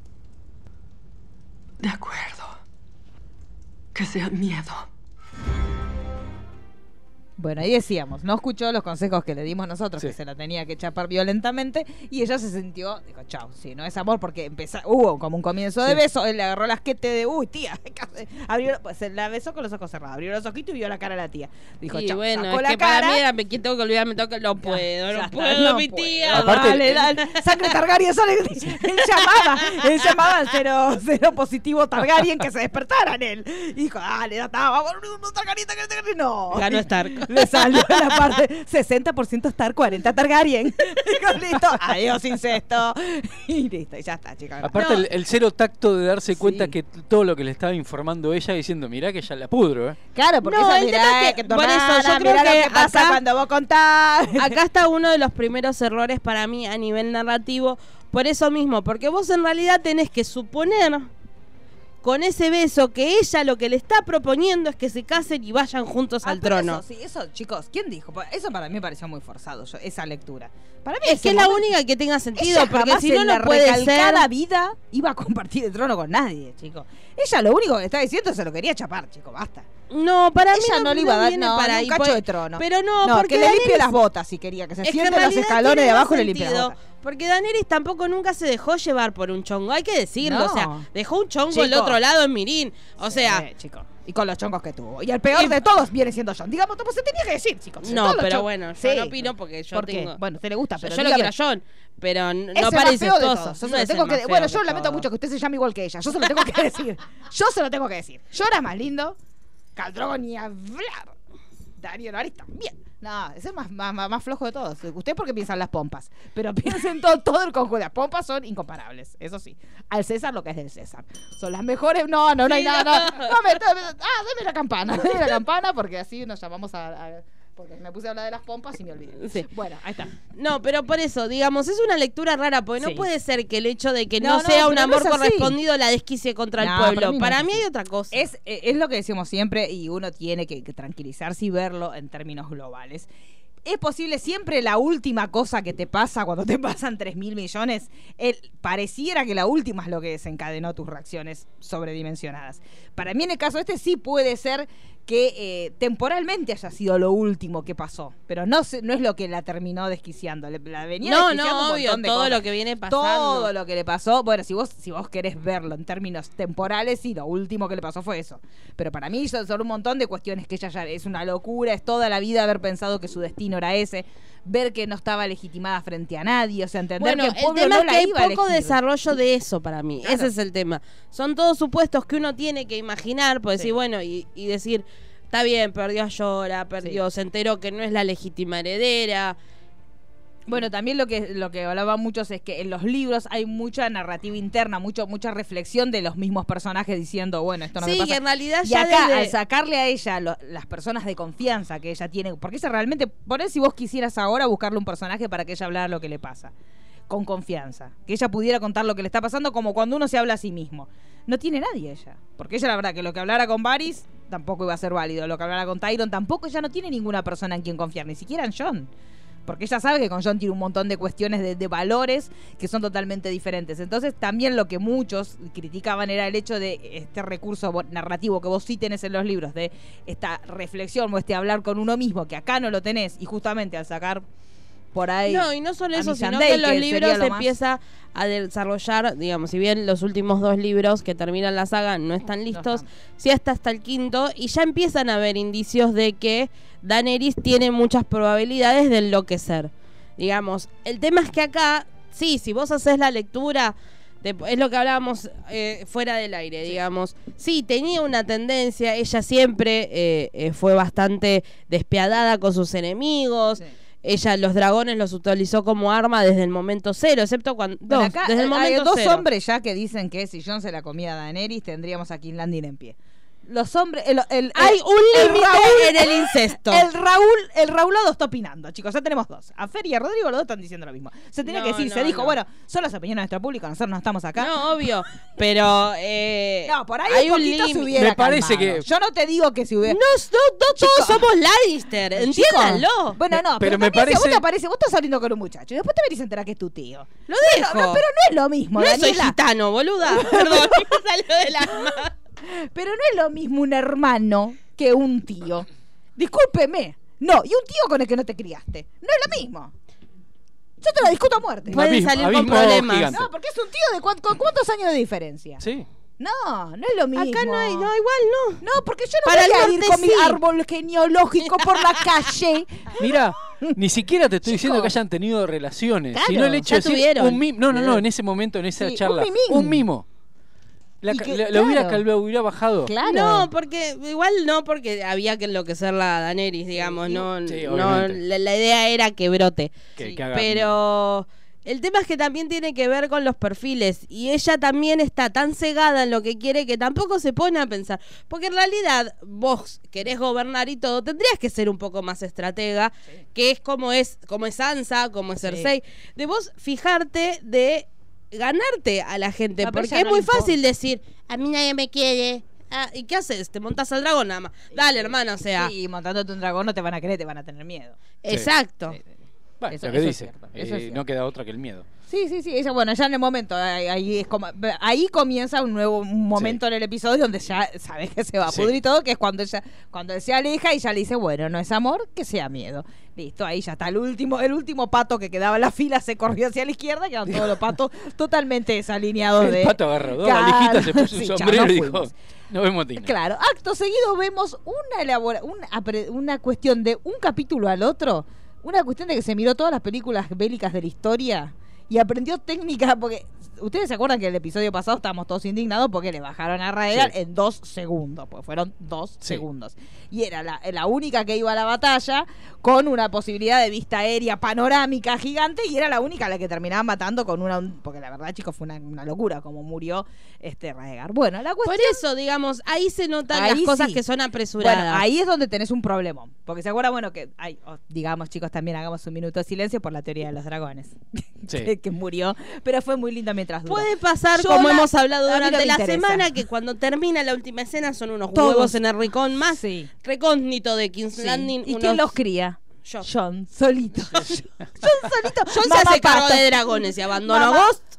De acuerdo. Que sea miedo. Bueno, ahí decíamos, no escuchó los consejos que le dimos nosotros, Sí. que se la tenía que chapar violentamente, y ella se sintió, dijo, chao, sí, no es amor, porque empezó, hubo como un comienzo de Sí. beso, él le agarró las quete de, uy, tía, ¿qué hace? abrió, pues, se la besó con los ojos cerrados, abrió los ojitos y vio la cara de la tía. Dijo, Y chao, bueno, sacó es la que cara. para mí era, me tengo que olvidar, me toca, no puedo, Ya no está, puedo, no mi puedo. tía. Aparte- Dale, dale, sangre Targaryen, sale. Él llamaba, él llamaba al cero, cero positivo Targaryen que se despertara en él. Y dijo, dale, ya está, vamos, no, Targaryen, Targaryen, Targaryen. No. Ganó Stark. Le salió la parte sesenta por ciento Stark, cuarenta Targaryen. Dijo, listo, adiós incesto. Y listo, y ya está, chicos. Aparte, No. el, el cero tacto de darse cuenta Sí. que t- todo lo que le estaba informando ella diciendo, mirá que ya la pudro, ¿eh? Claro, porque No, esa el mirá, tema es que- que tu por eso, hermana, yo creo mirá que lo que pasa acá- cuando vos contás. Acá está uno de los primeros errores para mí a nivel narrativo, por eso mismo, porque vos en realidad tenés que suponer con ese beso que ella lo que le está proponiendo es que se casen y vayan juntos Ah, al pero trono. Eso, sí, eso, chicos, ¿quién dijo? Pues, eso para mí me pareció muy forzado, yo- esa lectura. Para mí Es ese que es la momento- única que tenga sentido, Ella porque jamás si en no, la no puede ser. recalcada vida iba a compartir el trono con nadie, chicos. Ella lo único que está diciendo se lo quería chapar, chicos, basta. No, para mí Ella no, le iba a dar viene no, para ni ahí, un cacho pues- de trono. Pero no, no porque que le limpie Daenerys- las botas si quería, que se Es que siente en en los realidad escalones tiene de más abajo y le limpie las sentido, botas. Porque Daenerys tampoco nunca se dejó llevar por un chongo, hay que decirlo, No. o sea, dejó un chongo Chico. el otro lado en Mirín, o sea, Eh, chicos. Y con los chongos que tuvo. Y el peor Y- de todos viene siendo John. Digamos, pues se tenía que decir, chicos. no, Todos los pero chongos- bueno, yo Sí. no opino porque yo ¿Por qué? tengo... Bueno, te le gusta, yo, pero yo lo dígame. quiero a John, pero n- Es no el más parece feo de esposo. todos. Yo se no lo es tengo el que, más bueno, feo yo de lamento todos. mucho que usted se llame igual que ella. Yo se lo tengo que decir. Yo se lo tengo que decir. Yo era más lindo. Caldrogo ni hablar. Darío Naris también. No, ese es más, más, más, más flojo de todos. Usted porque piensan las pompas. Pero piensen todo, todo el conjunto. Las pompas son incomparables, eso sí. Al César lo que es del César. Son las mejores. No, no, no hay Sí, nada. no. No, no me, ah, deme la campana. Deme la campana porque así nos llamamos a... a- porque me puse a hablar de las pompas y me olvidé. Sí. Bueno, ahí está. No, pero por eso, digamos, es una lectura rara, porque Sí. no puede ser que el hecho de que no, No, no, sea un pero no amor es así. correspondido la desquicie contra No, el pueblo. para mí no Para es mí así. hay otra cosa. Es, eh, es lo que decimos siempre y uno tiene que, que tranquilizarse y verlo en términos globales. Es posible siempre la última cosa que te pasa cuando te pasan tres mil millones, el, pareciera que la última es lo que desencadenó tus reacciones sobredimensionadas. Para mí en el caso este sí puede ser que eh, temporalmente haya sido lo último que pasó, pero no se, no es lo que la terminó desquiciando, le, la venía No, desquiciando no, un obvio, montón de todo cosas. lo que viene pasando. Todo lo que le pasó, bueno, si vos si vos querés verlo en términos temporales, sí, lo último que le pasó fue eso. Pero para mí son, son un montón de cuestiones que ella ya es una locura, es toda la vida haber pensado que su destino era ese, ver que no estaba legitimada frente a nadie, o sea, entender Bueno, que el pueblo el tema no es la que hay iba a poco elegir. desarrollo de eso para mí. Claro. Ese es el tema. Son todos supuestos que uno tiene que imaginar, pues Sí. decir, bueno, y, y decir, está bien, perdió a Llora, perdió, Sí. se enteró que no es la legítima heredera. Bueno, también lo que lo que hablaban muchos es que en los libros hay mucha narrativa interna, mucho mucha reflexión de los mismos personajes diciendo, bueno, esto no Sí, me pasa. y en realidad Y ya acá, desde- al sacarle a ella lo- las personas de confianza que ella tiene, porque ella realmente, por eso si vos quisieras ahora buscarle un personaje para que ella hablara lo que le pasa, con confianza, que ella pudiera contar lo que le está pasando como cuando uno se habla a sí mismo. No tiene nadie ella, porque ella la verdad que lo que hablara con Varys tampoco iba a ser válido, lo que hablara con Tyrion tampoco, ella no tiene ninguna persona en quien confiar, ni siquiera en Jon. Porque ella sabe que con Jon tiene un montón de cuestiones de, de valores que son totalmente diferentes. Entonces también lo que muchos criticaban era el hecho de este recurso vo- narrativo que vos sí tenés en los libros, de esta reflexión o este hablar con uno mismo, que acá no lo tenés, y justamente al sacar por ahí... No, y no solo a eso, Miss sino Sunday, que en los que libros sería se lo más- empieza a desarrollar, digamos, si bien los últimos dos libros que terminan la saga no están listos, están. sí hasta hasta el quinto, y ya empiezan a haber indicios de que Daenerys tiene muchas probabilidades de enloquecer. Digamos, el tema es que acá, sí, si vos haces la lectura, de- es lo que hablábamos eh, fuera del aire, digamos. Sí, tenía una tendencia, ella siempre eh, eh, fue bastante despiadada con sus enemigos. Sí. Ella los dragones los utilizó como arma desde el momento cero, excepto cuando... Bueno, no, acá desde el hay momento dos cero. hombres ya que dicen que si Jon se la comía a Daenerys tendríamos a King's Landing en pie. Los hombres... El, el- Hay el- un el límite Raúl- en el incesto. El Raúl, el Raulado está opinando, chicos, ya tenemos dos. A Fer y a Rodrigo los dos están diciendo lo mismo. Se tenía No, que decir, no, se dijo, no. bueno, son las opiniones de nuestro público, nosotros no estamos acá. No, obvio, pero... Eh, No, por ahí hay un poquito se límite. hubiera Me parece calmado. que- Yo no te digo que se hubiera... No, no, no todos somos Lannister, entiéndanlo. Chicos, bueno, no, pero, Pero me también si a vos parece- te parece, vos estás saliendo con un muchacho y después te venís a enterar que es tu tío. Lo No, dejo. no, pero no es lo mismo, No soy Daniela. gitano, boluda. Perdón, me salió del alma. Pero no es lo mismo un hermano que un tío. Discúlpeme. No, y un tío con el que no te criaste. No es lo mismo. Yo te lo discuto a muerte. Pueden Abismo- salir con abismo problemas. gigante. No, porque es un tío de cuán- con cuántos años de diferencia. Sí. No, no es lo mismo. Acá no hay, no, igual no. No, porque yo no Para voy el a ir norte con mi sí. árbol genealógico por la calle. Mira, ni siquiera te estoy diciendo que Chicos. hayan tenido relaciones, Claro, sino el hecho ya de decir tuvieron. un mimo. No, no, no, en ese momento, en esa Sí, un charla. mimín. Un mimo. La, Y ca- que- la- la hubiera, claro. cal- hubiera bajado. Claro. No, porque igual no, porque había que enloquecerla a Daenerys, digamos, no, Sí, no obviamente. la, la idea era que brote. Que- Sí. que haga- Pero el tema es que también tiene que ver con los perfiles y ella también está tan cegada en lo que quiere que tampoco se pone a pensar. Porque en realidad vos querés gobernar y todo, tendrías que ser un poco más estratega, que es como es como es Sansa, como es Sí. Cersei, de vos fijarte de ganarte a la gente, No, pero porque ella es no muy le fácil importa. decir, a mí nadie me quiere. Ah, ¿y qué haces? Te montas al dragón nada más. Dale, hermana, o sea. Sí, montándote un dragón no te van a querer, te van a tener miedo. Exacto. Sí, sí. Bueno, Eso- lo que eso es dice. cierto, Eh, eso es cierto. no queda otra que el miedo. Sí, sí, sí, ella, bueno, ya en el momento, ahí, ahí es como, ahí comienza un nuevo un momento en el episodio donde ya sabes que se va a Sí. pudrir todo, que es cuando ella, cuando él se aleja y ya le dice, bueno, no es amor, que sea miedo. Listo, ahí ya está el último, el último pato que quedaba en la fila se corrió hacia la izquierda, quedaron todos los patos totalmente desalineados de. El pato agarró dos Claro, valijitas, se puso un sí, chao, sombrero nos y dijo, fuimos. nos vemos, Tina. Claro, acto seguido vemos una elabora, una, apre- una cuestión de un capítulo al otro, una cuestión de que se miró todas las películas bélicas de la historia y aprendió técnica, porque ustedes se acuerdan que el episodio pasado estábamos todos indignados porque le bajaron a Raegal Sí. en dos segundos, pues fueron dos Sí. segundos. Y era la, la única que iba a la batalla con una posibilidad de vista aérea panorámica gigante y era la única a la que terminaban matando con una, un- porque la verdad chicos fue una, una locura como murió este Raegar. Bueno, la cuestión... Por eso, digamos, ahí se notan Ahí las cosas sí. que son apresuradas. Bueno, ahí es donde tenés un problemón. Porque se acuerda, bueno, que hay, oh, digamos, chicos, también hagamos un minuto de silencio por la teoría de los dragones. Sí. que, que murió. Pero fue muy linda mientras duró. Puede pasar, Yo como la- hemos hablado a mí no durante me la interesa. semana, que cuando termina la última escena son unos Todos. huevos en el rincón más Sí. recógnito de King's Sí. Landing. ¿Y unos- quién los cría? Yo. John, solito. John solito. John se Mamá hace cargo pato. de dragones y abandona a Mamá- Ghost.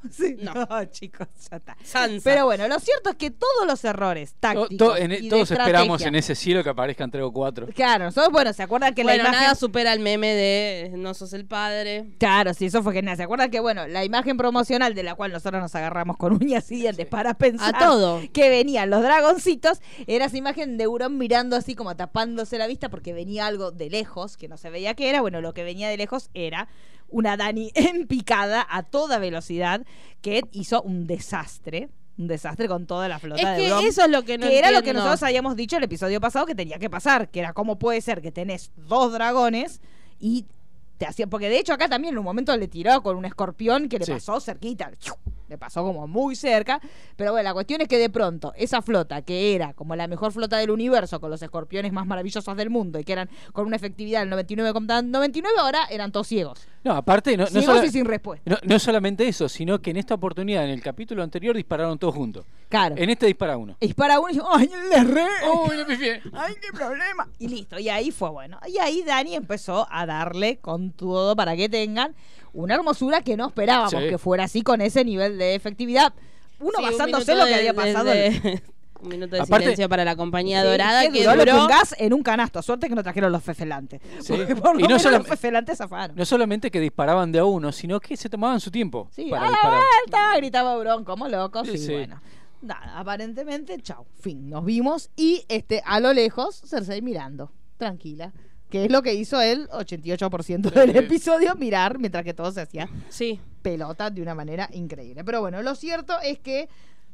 Sí. No. No, chicos, ya está. Sansa. Pero bueno, lo cierto es que todos los errores To- tácticos to- en- y de todos esperamos estrategia- en ese cielo que aparezcan tres o cuatro. Claro, nosotros, bueno, ¿se acuerdan que bueno, la imagen... nada supera el meme de no sos el padre. Claro, sí, eso fue genial. ¿Se acuerdan que, bueno, la imagen promocional de la cual nosotros nos agarramos con uñas y dientes para pensar A todo. que venían los dragoncitos, era esa imagen de Euron mirando así como tapándose la vista porque venía algo de lejos, que no se veía qué era? Bueno, lo que venía de lejos era una Dani en picada a toda velocidad que hizo un desastre. Un desastre con toda la flota Es de que Euron. eso es lo que no que era lo que entiendo. nosotros habíamos dicho el episodio pasado que tenía que pasar, que era cómo puede ser que tenés dos dragones y te hacía, porque de hecho acá también en un momento le tiró con un escorpión que le Sí. pasó cerquita, le pasó como muy cerca, pero bueno, la cuestión es que de pronto esa flota que era como la mejor flota del universo con los escorpiones más maravillosos del mundo y que eran con una efectividad del noventa y nueve coma noventa y nueve, ahora eran todos ciegos, No, aparte, no, no, ciegos solo- y sin respuesta. no- no solamente eso, sino que en esta oportunidad, en el capítulo anterior, dispararon todos juntos. Claro. En este dispara uno. Dispara uno y dice, ¡ay, le erré! ¡Uy, le pifié! ¡Ay, qué problema! Y listo, y ahí fue bueno. Y ahí Dani empezó a darle con todo para que tengan una hermosura que no esperábamos Sí. que fuera así con ese nivel de efectividad. Uno Sí, un basándose en minuto lo que de- había de- pasado. de- un minuto de Aparte- silencio para la compañía Sí, dorada que que duró lo que duró. un gas en un canasto. Suerte que no trajeron los fefelantes. Sí. Porque por lo Y no menos solam- los fefelantes zafaron. No solamente que disparaban de a uno, sino que se tomaban su tiempo Sí, para ¡a la disparar. vuelta! Gritaba Bron como loco. Sí, Sí, sí. bueno. Nada, aparentemente, chau. Fin, nos vimos y este a lo lejos, Cersei mirando, tranquila. Que es lo que hizo el ochenta y ocho por ciento del Sí. episodio, mirar mientras que todo se hacía Sí. pelota de una manera increíble. Pero bueno, lo cierto es que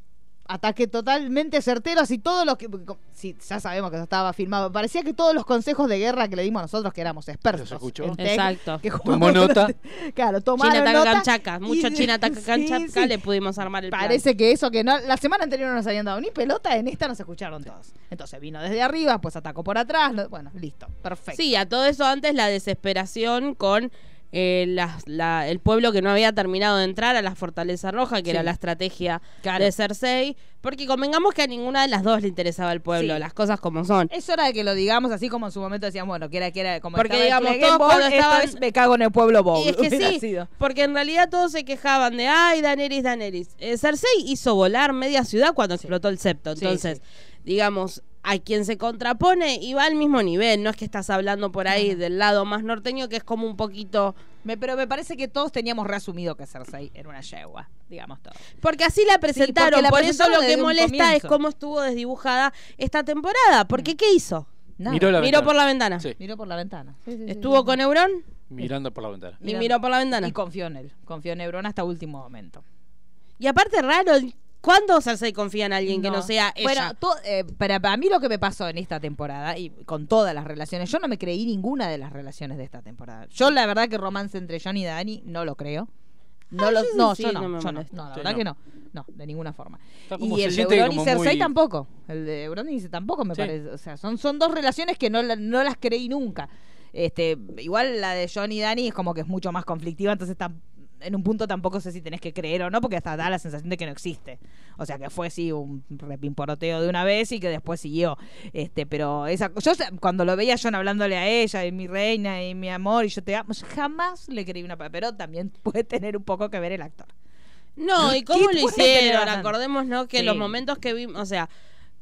ataque totalmente certero, así todos los que... Sí, ya sabemos que eso estaba filmado. Parecía que todos los consejos de guerra que le dimos nosotros, que éramos expertos. Los escuchó. en tech, Exacto. que Tomó jugamos nota. durante- Claro, tomaron China ataca nota Kamchatka. Mucho y- China ataca Sí, Kamchatka. sí. Le pudimos armar el plan. Parece que eso que no, la semana anterior no nos habían dado ni pelota, en esta nos escucharon todos. Entonces vino desde arriba, pues atacó por atrás, lo- bueno, listo, perfecto. Sí, a todo eso antes la desesperación con eh, las- la- el pueblo que no había terminado de entrar a la Fortaleza Roja, que Sí. era la estrategia Claro. de Cersei, porque convengamos que a ninguna de las dos le interesaba el pueblo, Sí. las cosas como son. Es hora de que lo digamos así como en su momento decíamos, bueno, que era, que era como Porque, estaba el digamos, Clegane todos Bowl, cuando esto estaban- es me cago en el pueblo Bowl. Y es que hubiera sí, sido. porque en realidad todos se quejaban de, ay, Daenerys, Daenerys. Eh, Cersei hizo volar media ciudad cuando explotó el septo. Sí, Entonces, digamos, a quien se contrapone y va al mismo nivel. No es que estás hablando por ahí Ajá. del lado más norteño, que es como un poquito... Me- pero me parece que todos teníamos reasumido que Cersei era una yegua, digamos todo. Porque así la presentaron, porque la por presentaron eso lo que desde un molesta comienzo. es cómo estuvo desdibujada esta temporada. Porque ¿qué hizo? Nada. Miró la Miró ventana. por la ventana. Sí, Miró por la ventana. Sí, sí, sí, Estuvo sí. con Euron mirando por la ventana. y miró por la ventana. Y confió en él, confió en Euron hasta último momento. Y aparte raro, ¿cuándo Cersei confía en alguien que no sea ella? Bueno, to- eh, para, para mí lo que me pasó en esta temporada y con todas las relaciones, yo no me creí ninguna de las relaciones de esta temporada. Yo la verdad que romance entre Jon y Dani no lo creo. No, Ah, lo, yo no, sí, yo no no, me yo no, molesta. no, la Sí, verdad no. que no, no, de ninguna forma. Está como Y se el de siente Euron y como Cersei muy- tampoco, el de Euron y Cersei tampoco me Sí. parece, o sea, son, son dos relaciones que no, la- no las creí nunca. Este, igual la de Jon y Dani es como que es mucho más conflictiva, entonces tam- en un punto tampoco sé si tenés que creer o no, porque hasta da la sensación de que no existe. O sea, que fue sí un repimporoteo de una vez y que después siguió. Este, pero esa yo cuando lo veía Jon hablándole a ella, y mi reina y mi amor y yo te amo, yo jamás le creí una palabra, pero también puede tener un poco que ver el actor. No, ¿y ¿Qué cómo lo puede tener hicieron? bastante? Acordémonos que Sí. los momentos que vimos, o sea,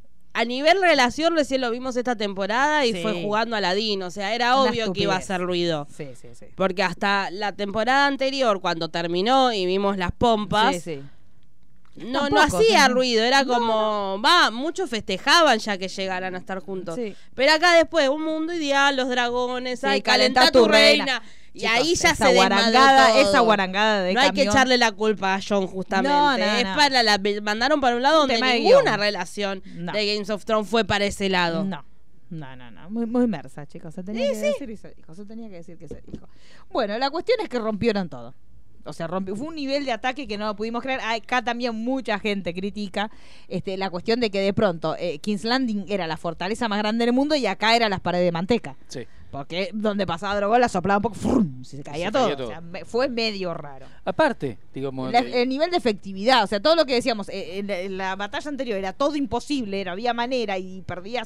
a nivel relación recién lo vimos esta temporada y Sí. fue jugando a Aladín, o sea, era Una obvio que iba a estupidez. hacer ruido. Sí, sí, sí. Porque hasta la temporada anterior, cuando terminó y vimos las pompas, Sí, sí. no, no Tampoco, hacía sí. ruido, era como, va, muchos festejaban ya que llegaran a estar juntos. Sí. Pero acá después, un mundo ideal, los dragones, Sí, ay, calentá calentá tu tu reina. reina. Y Chicos, ahí ya esa se desmadró guarangada, todo. esa guarangada de No hay que camión. echarle la culpa a John justamente. No, no, es no. para la mandaron para un lado Un donde tema de ninguna guión. relación No. de Games of Thrones fue para ese lado. No. No, no, no. Muy, muy mersa, chicos. Se tenía que decir y se dijo. Se tenía que decir que se dijo. Bueno, la cuestión es que rompieron todo. O sea, rompió, fue un nivel de ataque que no lo pudimos creer. Acá también mucha gente critica este, la cuestión de que de pronto eh, King's Landing era la fortaleza más grande del mundo y acá era las paredes de manteca. Sí. Porque donde pasaba Drogon la soplaba un poco, ¡frum! Se caía, Se todo. caía todo. O sea, me- fue medio raro. Aparte, digamos, La- eh, el nivel de efectividad, o sea, todo lo que decíamos, eh, en, la, en la batalla anterior era todo imposible, no había manera y perdías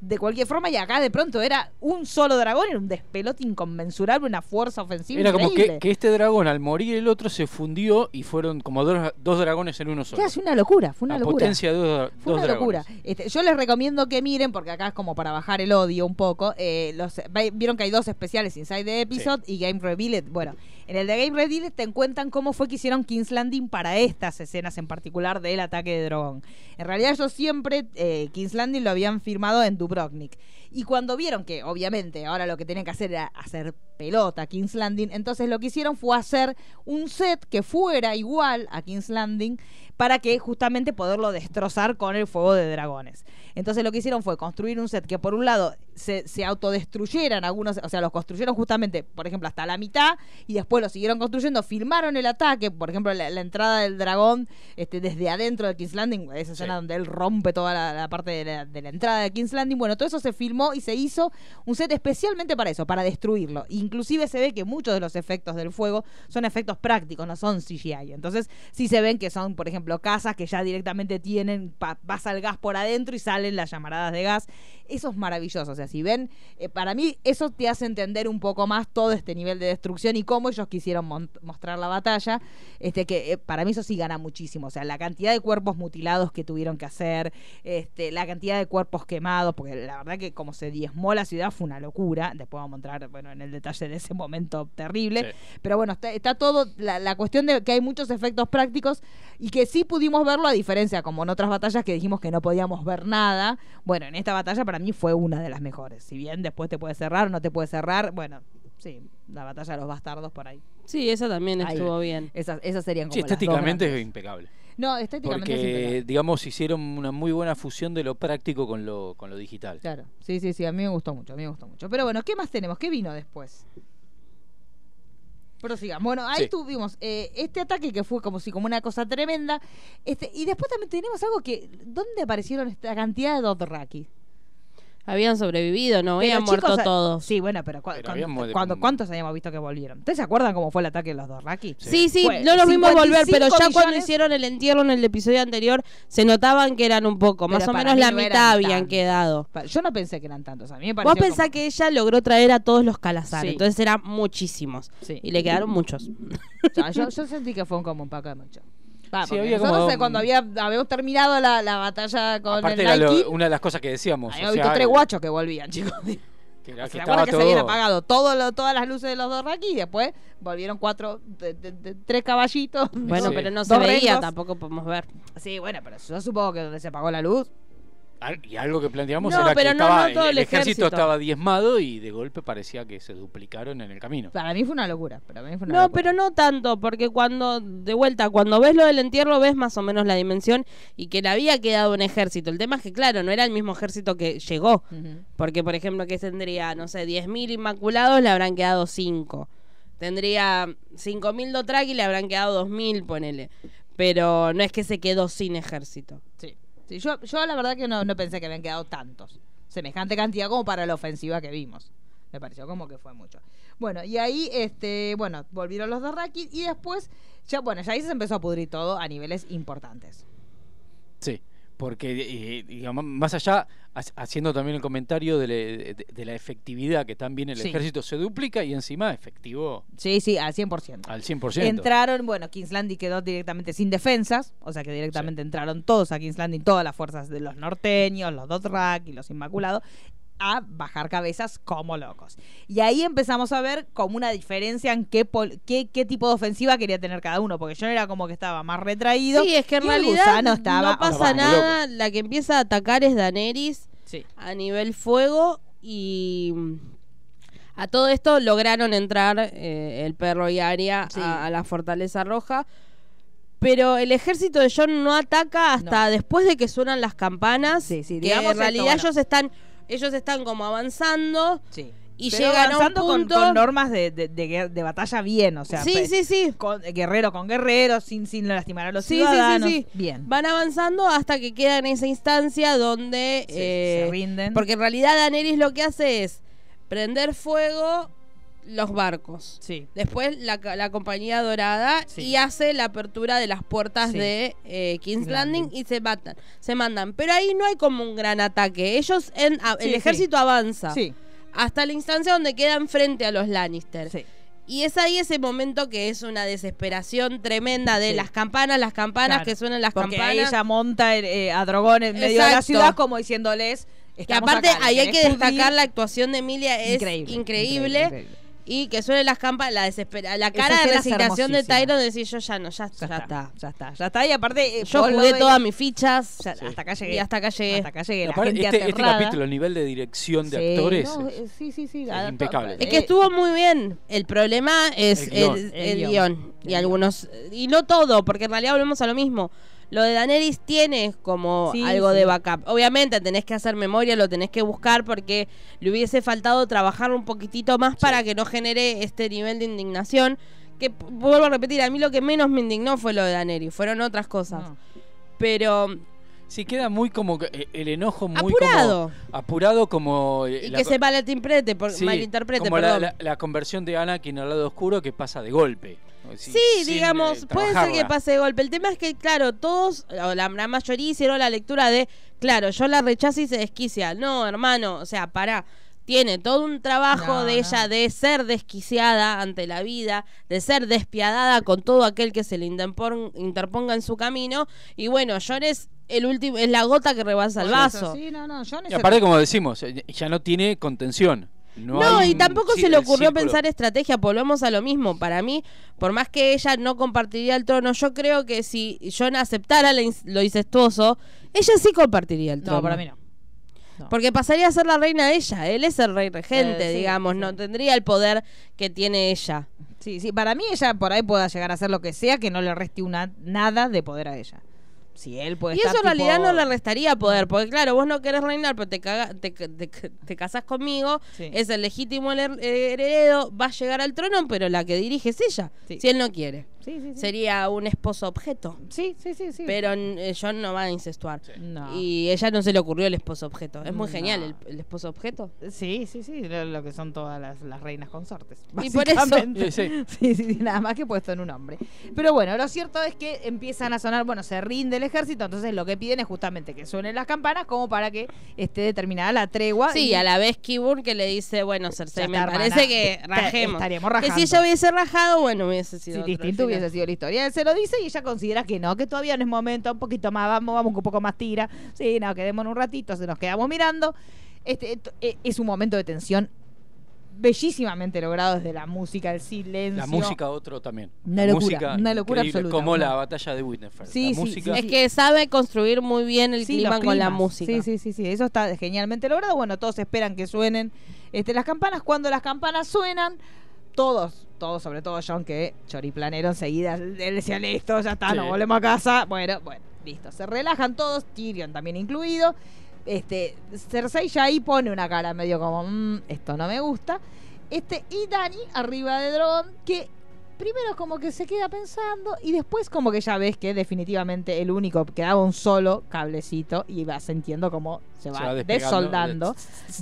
de cualquier forma, y acá de pronto era un solo dragón, era un despelote inconmensurable, una fuerza ofensiva Era como increíble. que, que este dragón, al morir el otro, se fundió y fueron como dos, dos dragones en uno solo. Claro, fue una locura, fue una La locura. potencia de dos, Fue dos una locura. dragones. Este, yo les recomiendo que miren, porque acá es como para bajar el odio un poco. Eh, los, vieron que hay dos especiales, Inside the Episode sí. y Game Revealed. Bueno, en el de Game Revealed te cuentan cómo fue que hicieron King's Landing para estas escenas en particular del ataque de dragón. En realidad ellos siempre, eh, King's Landing lo habían firmado en Dubrovnik. Y cuando vieron que, obviamente, ahora lo que tenían que hacer era hacer pelota a King's Landing, entonces lo que hicieron fue hacer un set que fuera igual a King's Landing para que justamente poderlo destrozar con el fuego de dragones. Entonces lo que hicieron fue construir un set que por un lado se, se autodestruyeran algunos, o sea, los construyeron justamente, por ejemplo, hasta la mitad y después lo siguieron construyendo, filmaron el ataque, por ejemplo, la, la entrada del dragón este, desde adentro de King's Landing, esa escena sí. donde él rompe toda la, la parte de la, de la entrada de King's Landing, bueno, todo eso se filmó y se hizo un set especialmente para eso, para destruirlo. Inclusive se ve que muchos de los efectos del fuego son efectos prácticos, no son C G I. Entonces sí se ven que son, por ejemplo, casas que ya directamente tienen, pa, pasa el gas por adentro y salen las llamaradas de gas. Eso es maravilloso. O sea, si ven, eh, para mí eso te hace entender un poco más todo este nivel de destrucción y cómo ellos quisieron mon- mostrar la batalla. Este que eh, para mí eso sí gana muchísimo. O sea, la cantidad de cuerpos mutilados que tuvieron que hacer, este, la cantidad de cuerpos quemados, porque la verdad que como se diezmó la ciudad fue una locura. Después vamos a entrar, bueno, en el detalle de ese momento terrible. Sí. Pero bueno, está, está todo, la, la cuestión de que hay muchos efectos prácticos y que sí pudimos verlo, a diferencia como en otras batallas que dijimos que no podíamos ver nada. Bueno, en esta batalla para mí fue una de las mejores. Si bien después te puede cerrar o no te puede cerrar, bueno, sí, la batalla de los bastardos por ahí. Sí, esa también ahí. Estuvo bien. Esas, esas serían como sí, estéticamente las dos es impecable. No, estéticamente Porque, es impecable. digamos, hicieron una muy buena fusión de lo práctico con lo, con lo digital. Claro, sí, sí, sí, a mí me gustó mucho, a mí me gustó mucho. Pero bueno, ¿qué más tenemos? ¿Qué vino después? Prosigamos. Bueno, ahí sí. tuvimos eh, este ataque que fue como si como una cosa tremenda. Este, y después también tenemos algo que, ¿dónde aparecieron esta cantidad de Dothraki? Habían sobrevivido, no pero habían chicos, muerto todos. Sí, bueno, pero, cu- pero cuando, cuando, ¿cuántos habíamos visto que volvieron? ¿Ustedes se acuerdan cómo fue el ataque de los Dothraki? Sí, sí, sí Fue no los vimos volver, pero ya millones... cuando hicieron el entierro en el episodio anterior, se notaban que eran un poco, pero más o menos la no mitad habían tantos. Quedado. Yo no pensé que eran tantos, a mí me pareció. Vos pensás como... que ella logró traer a todos los Calazar, sí. entonces eran muchísimos. Sí. Y le quedaron muchos. O sea, yo, yo sentí que fue como un poco de mucho. Ah, sí, había nosotros como... cuando había, habíamos terminado la, la batalla con aparte el era Nike, lo, una de las cosas que decíamos. habíamos o sea, visto tres guachos que volvían, chicos. Que, era, ¿Se que acuerdan que todo... se habían apagado todo lo, todas las luces de los Dothraki y después volvieron cuatro, de, de, de, tres caballitos? Bueno, sí. pero no se veía, rengos. Tampoco podemos ver. Sí, bueno, pero yo supongo que donde se apagó la luz. Y algo que planteamos no, era que no, estaba, no, el, el ejército. ejército estaba diezmado y de golpe parecía que se duplicaron en el camino. Para mí fue una locura. Para mí fue una no, locura. pero no tanto, porque cuando, de vuelta, cuando ves lo del entierro, ves más o menos la dimensión y que le había quedado un ejército. El tema es que, claro, no era el mismo ejército que llegó. Uh-huh. Porque, por ejemplo, que tendría, no sé, diez mil inmaculados, le habrán quedado cinco. Tendría cinco mil Dothraki y le habrán quedado dos mil, ponele. Pero no es que se quedó sin ejército. Sí. Sí, yo, yo la verdad que no, no pensé que habían quedado tantos. Semejante cantidad como para la ofensiva que vimos. Me pareció como que fue mucho. Bueno, y ahí, este, bueno, volvieron los Dothraki y después, ya, bueno, ya ahí se empezó a pudrir todo a niveles importantes. Sí, porque, eh, digamos, más allá, haciendo también el comentario de, le, de, de la efectividad, que también el sí. ejército se duplica y encima efectivo. Sí, sí, al cien por ciento. Al cien por ciento. Entraron, bueno, King's Landing quedó directamente sin defensas, o sea que directamente sí. entraron todos a King's Landing, todas las fuerzas de los norteños, los Dothraki, los Inmaculados, a bajar cabezas como locos. Y ahí empezamos a ver como una diferencia en qué, pol- qué, qué tipo de ofensiva quería tener cada uno, porque yo era como que estaba más retraído. Sí, es que en realidad estaba, no pasa oh, nada, la que empieza a atacar es Daenerys sí. a nivel fuego y a todo esto lograron entrar eh, el perro y Arya sí. a, a la Fortaleza Roja. Pero el ejército de Jon no ataca hasta no. después de que suenan las campanas, sí, sí, que en realidad esto, bueno. ellos están ellos están como avanzando sí. y pero llegan avanzando a un punto con, con normas de, de, de, de batalla bien, o sea, sí, pe- sí, sí. Con, guerrero con guerrero, sin, sin lastimar a los sí, ciudadanos. Sí, sí, sí. Bien. Van avanzando hasta que queda en esa instancia donde sí, eh, se rinden. Porque en realidad Daenerys lo que hace es prender fuego los barcos. Sí. Después la, la compañía dorada Sí. y hace la apertura de las puertas Sí. de eh, King's Landing. Landing y se matan, se mandan. Pero ahí no hay como un gran ataque. Ellos, en, a- Sí, el ejército avanza Sí. hasta la instancia donde quedan frente a los Lannister. Sí. Y es ahí ese momento que es una desesperación tremenda de Sí. las campanas, las campanas, Claro. que suenan las Porque ahí campanas. ella monta eh, a Drogon en medio de la Exacto. ciudad como diciéndoles... Que "Estamos aparte acá, ¿la ahí hay que querés pudrir?". destacar la actuación de Emilia, es increíble. Increíble, increíble. Y que suenen las campanas, la desespera, la Esa cara de escena es resignación de hermosísima. Tyrion de decir yo ya no, ya, Ya, ya está, está. ya está, ya está. Y aparte, eh, Yo vos lo jugué veis- todas mis fichas ya, Sí. hasta acá llegué. y hasta acá llegué. Hasta acá llegué. La Aparte, gente este, este aterrada. capítulo, el nivel de dirección de Sí, actores. no, es- eh, sí, sí, sí. es Ah, impecable. Es que eh, estuvo muy bien. El problema es El el, guión. el El guión. guión. Y El algunos. Y no todo, porque en realidad volvemos a lo mismo. Lo de Daenerys tiene como Sí, algo sí. de backup. Obviamente tenés que hacer memoria, lo tenés que buscar porque le hubiese faltado trabajar un poquitito más para que no genere este nivel de indignación. Que p- vuelvo a repetir, a mí lo que menos me indignó fue lo de Daenerys, fueron otras cosas. No. Pero. Sí, queda muy como que, eh, el enojo muy Apurado. como apurado como eh, Y la que co- se malinterprete, por, sí, malinterprete, como la, perdón. la- la conversión de Anakin al lado oscuro que pasa de golpe. Sin- Sí, sin, digamos, eh, puede ser que trabajarla. pase de golpe. El tema es que, claro, todos, o la, la mayoría hicieron la lectura de, claro, yo la rechazo y se desquicia. No, hermano, o sea, pará. Tiene todo un trabajo No, de no. ella de ser desquiciada ante la vida, de ser despiadada con todo aquel que se le interpon- interponga en su camino. Y bueno, Jon es el último, es la gota que rebasa el Por eso, vaso. Sí, no, no, yo en Y ese- aparte, como decimos, eh, ya no tiene contención. No, No, hay y un tampoco ci- se le el ocurrió círculo. pensar estrategia, volvemos a lo mismo. Para mí, por más que ella no compartiría el trono, yo creo que si Jon aceptara la ins- lo incestuoso, ella sí compartiría el trono. No, para mí no. No. Porque pasaría a ser la reina ella, él es el rey regente, Eh, sí, digamos, sí. no tendría el poder que tiene ella. Sí, sí, para mí ella por ahí pueda llegar a hacer lo que sea que no le reste una nada de poder a ella. Si él puede Y estar eso en realidad tipo- no le restaría poder, porque claro, vos no querés reinar, pero te, caga- te, te, te casás conmigo, Sí. es el legítimo her- heredero, va a llegar al trono, pero la que dirige es ella, Sí. si él no quiere. Sí, sí, sí. Sería un esposo objeto. Sí, sí, sí, sí. Pero eh, Jon no va a incestuar. No. Y ella no se le ocurrió el esposo objeto. Es muy No. genial el, el esposo objeto. Sí, sí, sí, lo, lo que son todas las, las reinas consortes. Y por eso- básicamente. Sí, sí. Sí, sí, sí, nada más que puesto en un hombre. Pero bueno, lo cierto es que empiezan a sonar, bueno, se rinde el ejército, entonces lo que piden es justamente que suenen las campanas como para que esté determinada la tregua. Sí, y- a la vez Qyburn que le dice, bueno, Cersei, Ya me está, hermana. parece que Está- rajemos. estaríamos Que rajando. si ella hubiese rajado, bueno, hubiese sido Sí, otro distinto final. hubiese sido la historia. Él se lo dice y ella considera que no, que todavía no es momento, un poquito más, vamos, vamos un poco más tira. Sí, no, quedémonos un ratito, se nos quedamos mirando. Este esto, eh, es un momento de tensión bellísimamente logrado desde la música, el silencio. La música, otro también. Una La locura, música una locura increíble, absoluta, Como una- la batalla de Winterfell. Sí, la sí, música. Es que sabe construir muy bien el Sí, clima los con la climas. música. Sí, sí, sí, sí, eso está genialmente logrado. Bueno, todos esperan que suenen este, las campanas. Cuando las campanas suenan, todos, todos, sobre todo Jon, que choriplanero enseguida, él decía, listo, ya está, Sí. nos volvemos a casa. Bueno, bueno, listo. Se relajan todos, Tyrion también incluido. Este, Cersei ya ahí pone una cara medio como, "Mm, esto no me gusta. Este, y Dany arriba de Drogon, que primero como que se queda pensando y después como que ya ves que definitivamente el único, quedaba un solo cablecito y vas sintiendo como se va, Se va despegando. desoldando.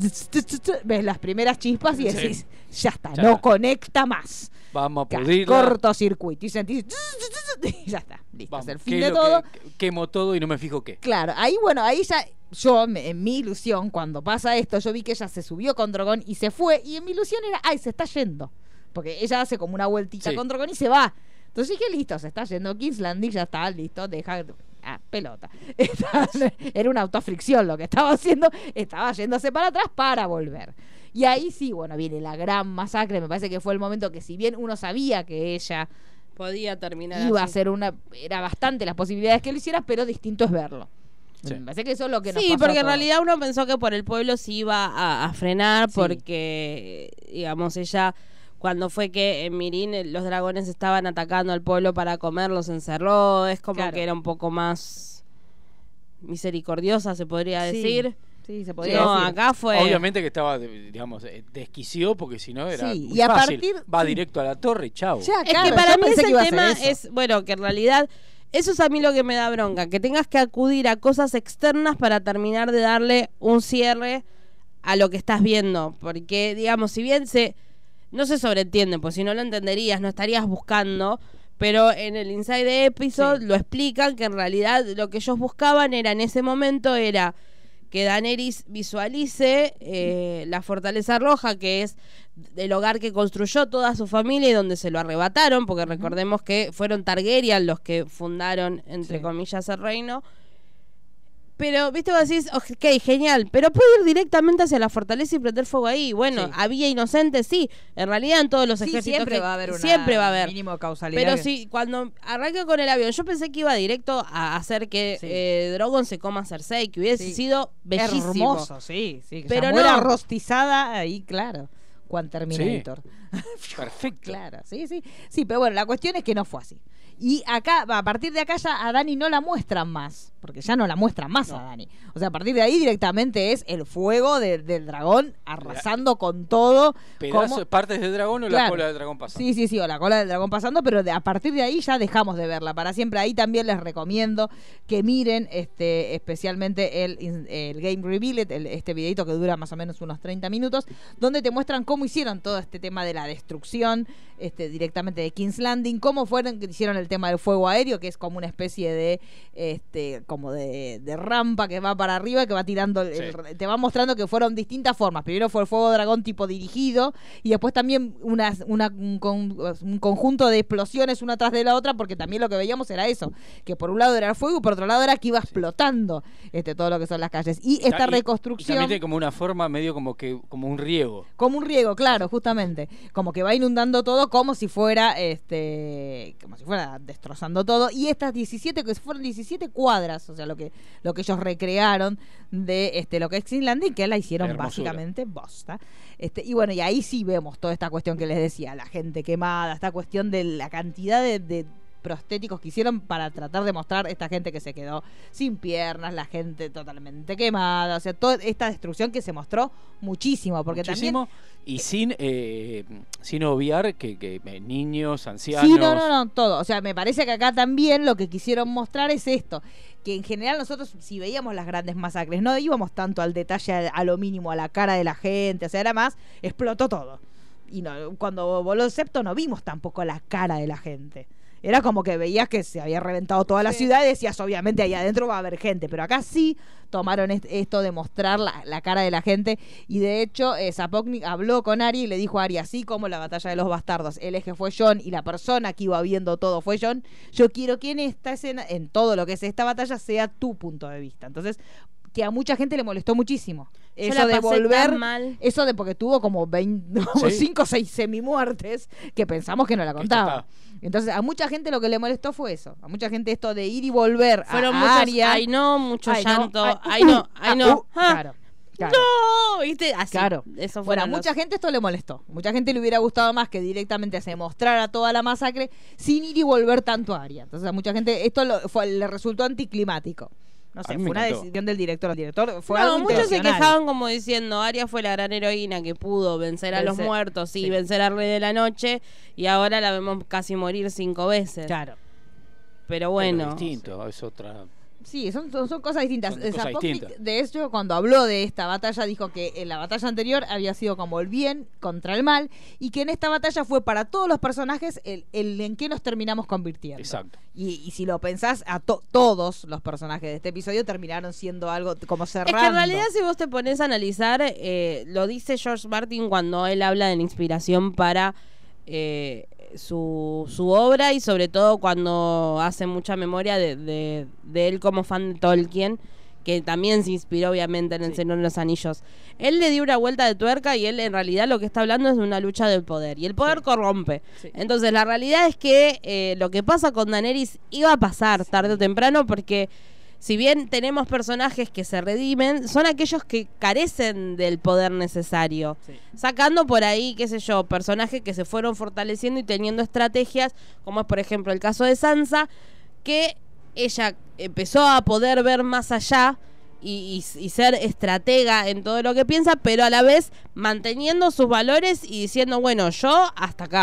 Ves las primeras chispas y Sí. decís, ya está, Ya. no conecta más. Vamos a Ca- pudrirla. Cortocircuito y sentís y ya está, listo, Vamos, es el fin ¿qué de es lo todo. que- quemo todo y no me fijo qué. Claro, ahí bueno, ahí ya yo, me- en mi ilusión, cuando pasa esto, yo vi que ella se subió con Drogon y se fue, y en mi ilusión era, ay, se está yendo. Porque ella hace como una vueltita Sí. con Drogon y se va. Entonces dije, listo, se está yendo King's Landing, ya está, listo, deja... Ah, pelota. Estaba- Era una autofricción lo que estaba haciendo, estaba yéndose para atrás para volver. Y ahí sí, bueno, viene la gran masacre, me parece que fue el momento que si bien uno sabía que ella Podía terminar iba a así. ser una... Era bastante las posibilidades que lo hiciera, pero distinto es verlo. Sí. Me parece que eso es lo que nos Sí, pasó porque a en todos. realidad uno pensó que por el pueblo se iba a, a frenar Sí. porque, digamos, ella cuando fue que en Mirin eh, los dragones estaban atacando al pueblo para comer, los encerró, es como Claro. que era un poco más misericordiosa, se podría Sí, decir. Sí, se podría No, decir. acá fue... Obviamente que estaba, de- digamos, eh, desquició porque si no era Sí, muy y a fácil. partir- Va sí. directo a la torre y chau. Ya, Es claro, que para yo mí pensé ese que iba a ser tema eso. es, bueno, que en realidad eso es a mí lo que me da bronca, que tengas que acudir a cosas externas para terminar de darle un cierre a lo que estás viendo, porque digamos, si bien se no se sobreentiende, pues si no lo entenderías, no estarías buscando, pero en el Inside Episode sí. lo explican que en realidad lo que ellos buscaban era en ese momento era que Daenerys visualice eh, la Fortaleza Roja, que es el hogar que construyó toda su familia y donde se lo arrebataron, porque uh-huh. recordemos que fueron Targaryen los que fundaron, entre sí. comillas, el reino. Pero, viste, vos decís, ok, genial, pero puede ir directamente hacia la fortaleza y prender fuego ahí. Bueno, sí. había inocentes, sí. En realidad en todos los sí, ejércitos siempre que, va a haber una siempre va a haber mínimo causalidad. Pero que... sí, cuando arranca con el avión, yo pensé que iba directo a hacer que sí. eh, Drogon se coma a Cersei, que hubiese sí. sido bellísimo. Hermoso, sí, sí. Que pero se muera no. rostizada ahí, claro. Juan Terminator. Sí. Perfecto. Claro, sí, sí. Sí, pero bueno, la cuestión es que no fue así. Y acá, a partir de acá ya a Dani no la muestran más, porque ya no la muestran más no. a Dani. O sea, a partir de ahí directamente es el fuego de, del dragón arrasando con todo. Pedazos, como... partes del dragón o claro. la cola del dragón pasando. Sí, sí, sí, o la cola del dragón pasando, pero de, a partir de ahí ya dejamos de verla para siempre. Ahí también les recomiendo que miren este especialmente el, el Game Reveal, el, este videito que dura más o menos unos treinta minutos, donde te muestran cómo hicieron todo este tema de la destrucción este directamente de King's Landing, cómo fueron que hicieron el tema del fuego aéreo, que es como una especie de este como de, de rampa que va para arriba, que va tirando el, sí. el, te va mostrando que fueron distintas formas. Primero fue el fuego dragón tipo dirigido y después también una, una, un, con, un conjunto de explosiones una tras de la otra, porque también lo que veíamos era eso, que por un lado era el fuego y por otro lado era que iba explotando este todo lo que son las calles. Y esta y, reconstrucción... Y también tiene como una forma medio como que como un riego. Como un riego, claro, justamente. Como que va inundando todo como si fuera este como si fuera destrozando todo. Y estas diecisiete, que fueron diecisiete cuadras, o sea, lo que lo que ellos recrearon de este lo que es King's Landing, que la hicieron básicamente bosta. Este, y bueno, y ahí sí vemos toda esta cuestión que les decía, la gente quemada, esta cuestión de la cantidad de, de prostéticos que hicieron para tratar de mostrar esta gente que se quedó sin piernas, la gente totalmente quemada, o sea, toda esta destrucción que se mostró muchísimo, porque muchísimo, también y sin eh, sin obviar que, que eh, niños, ancianos. Sí, no, no, no, todo. O sea, me parece que acá también lo que quisieron mostrar es esto, que en general nosotros si veíamos las grandes masacres no íbamos tanto al detalle, a, a lo mínimo, a la cara de la gente, o sea, era más, explotó todo. Y no, cuando voló el septo no vimos tampoco la cara de la gente. Era como que veías que se había reventado toda la sí. ciudad y decías, obviamente, ahí adentro va a haber gente. Pero acá sí tomaron est- esto de mostrar la, la cara de la gente. Y de hecho, eh, Zapotnik habló con Ari y le dijo a Ari, así como la batalla de los bastardos, el eje fue Jon y la persona que iba viendo todo fue Jon, yo quiero que en esta escena, en todo lo que es esta batalla, sea tu punto de vista. Entonces, que a mucha gente le molestó muchísimo. Yo eso de volver, mal. eso de porque tuvo como cinco o seis semimuertes que pensamos que no la contaba. Entonces a mucha gente lo que le molestó fue eso. A mucha gente esto de ir y volver Fueron a, muchos, a Arya. Ay no, mucho ay, llanto. No, ay, ay no, ay no. Uh, uh, ah, claro, claro. No, ¿viste? Así. Claro. Eso bueno, a los... mucha gente esto le molestó. Mucha gente le hubiera gustado más que directamente se mostrara toda la masacre sin ir y volver tanto a Arya. Entonces a mucha gente esto lo, fue, le resultó anticlimático. No sé, fue una decisión del director. El director fue no, algo muchos se quejaban como diciendo, Arya fue la gran heroína que pudo vencer a vencer, los muertos, sí, sí, vencer al Rey de la Noche, y ahora la vemos casi morir cinco veces. Claro. Pero bueno. Es distinto, es otra... Sí, son, son, son cosas distintas. Son cosas distintas. De hecho, cuando habló de esta batalla, dijo que en la batalla anterior había sido como el bien contra el mal y que en esta batalla fue para todos los personajes el, el en qué nos terminamos convirtiendo. Exacto. Y, y si lo pensás, a to- todos los personajes de este episodio terminaron siendo algo como cerrando. Es que en realidad, si vos te pones a analizar, eh, lo dice George Martin cuando él habla de la inspiración para... Eh, Su, su obra y sobre todo cuando hace mucha memoria de, de, de él como fan de Tolkien, que también se inspiró obviamente en El sí. Señor de los Anillos. Él le dio una vuelta de tuerca y él en realidad lo que está hablando es de una lucha del poder y el poder sí. corrompe. Sí. Entonces la realidad es que eh, lo que pasa con Daenerys iba a pasar sí. tarde o temprano, porque si bien tenemos personajes que se redimen, son aquellos que carecen del poder necesario. Sí. Sacando por ahí, qué sé yo, personajes que se fueron fortaleciendo y teniendo estrategias, como es por ejemplo el caso de Sansa, que ella empezó a poder ver más allá y, y, y ser estratega en todo lo que piensa, pero a la vez manteniendo sus valores y diciendo, bueno, yo hasta acá.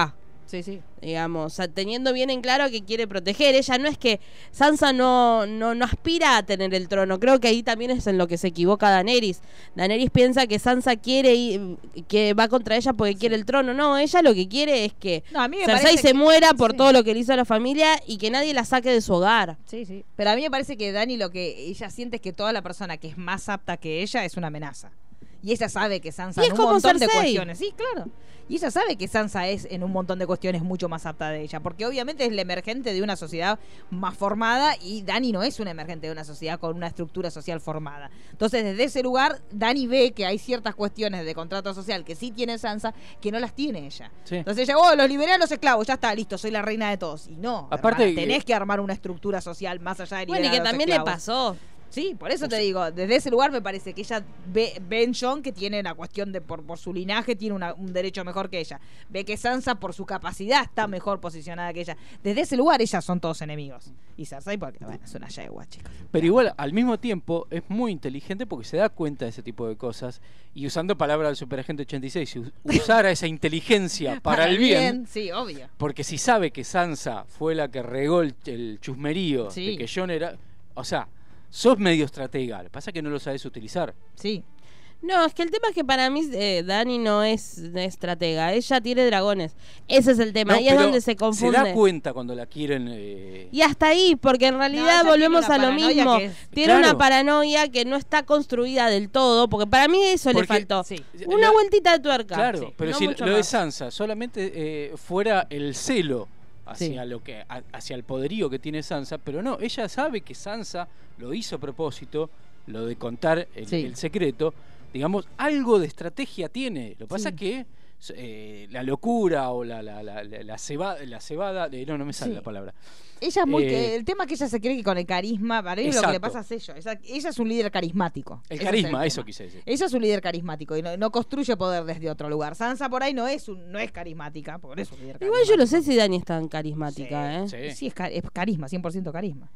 Sí, sí. Digamos, o sea, teniendo bien en claro que quiere proteger. Ella no es que Sansa no, no, no aspira a tener el trono. Creo que ahí también es en lo que se equivoca Daenerys. Daenerys piensa que Sansa quiere ir, que va contra ella porque sí. quiere el trono. No, ella lo que quiere es que no, a mí me Cersei se que... muera por sí. todo lo que le hizo a la familia y que nadie la saque de su hogar. Sí, sí. Pero a mí me parece que Dani lo que ella siente es que toda la persona que es más apta que ella es una amenaza. Y ella sabe que Sansa en un montón Cersei. de cuestiones. Sí, claro. Y ella sabe que Sansa es en un montón de cuestiones mucho más apta de ella, porque obviamente es la emergente de una sociedad más formada y Dani no es una emergente de una sociedad con una estructura social formada. Entonces, desde ese lugar, Dani ve que hay ciertas cuestiones de contrato social que sí tiene Sansa, que no las tiene ella. Sí. Entonces ella, oh, los liberé a los esclavos, ya está, listo, soy la reina de todos. Y no, aparte hermana, tenés que armar una estructura social más allá de liberar bueno, y que a los también esclavos. le pasó. Sí, por eso te digo, desde ese lugar me parece que ella ve, ve en Jon que tiene la cuestión de por, por su linaje tiene una, un derecho mejor que ella. Ve que Sansa por su capacidad está mejor posicionada que ella. Desde ese lugar ellas son todos enemigos. Y Cersei porque, bueno, es una yegua, chicos. Pero igual, al mismo tiempo, es muy inteligente porque se da cuenta de ese tipo de cosas. Y usando palabras del Superagente ochenta y seis, usara esa inteligencia para, para el bien, bien. Sí, obvio. Porque si sabe que Sansa fue la que regó el, el chusmerío sí. de que Jon era... O sea... Sos medio estratega, lo que pasa es que no lo sabes utilizar. Sí. No, es que el tema es que para mí eh, Dani no es estratega, ella tiene dragones. Ese es el tema, no, ahí es donde se confunde. Se da cuenta cuando la quieren... Eh... Y hasta ahí, porque en realidad no, volvemos a lo mismo. Es... Tiene claro. una paranoia que no está construida del todo, porque para mí eso porque, le faltó. Sí. Una lo... vueltita de tuerca. Claro, sí, pero no si lo más. de Sansa solamente eh, fuera el celo hacia sí. lo que a, hacia el poderío que tiene Sansa, pero no, ella sabe que Sansa lo hizo a propósito, lo de contar el, sí. el secreto, digamos, algo de estrategia tiene. Lo que pasa es sí. que eh, la locura o la la la, la, la cebada, la cebada eh, no, no me sale sí. la palabra. Ella es muy eh, que, el tema es que ella se cree que con el carisma, para ella lo que le pasa es ello. Ella, ella es un líder carismático. El carisma, es el eso quise decir. Ella es un líder carismático y no, no construye poder desde otro lugar. Sansa por ahí no es un, no es carismática, por eso es un líder igual yo no sé si Dani es tan carismática, sí, ¿eh? Sí, sí es, es carisma, cien por ciento carisma.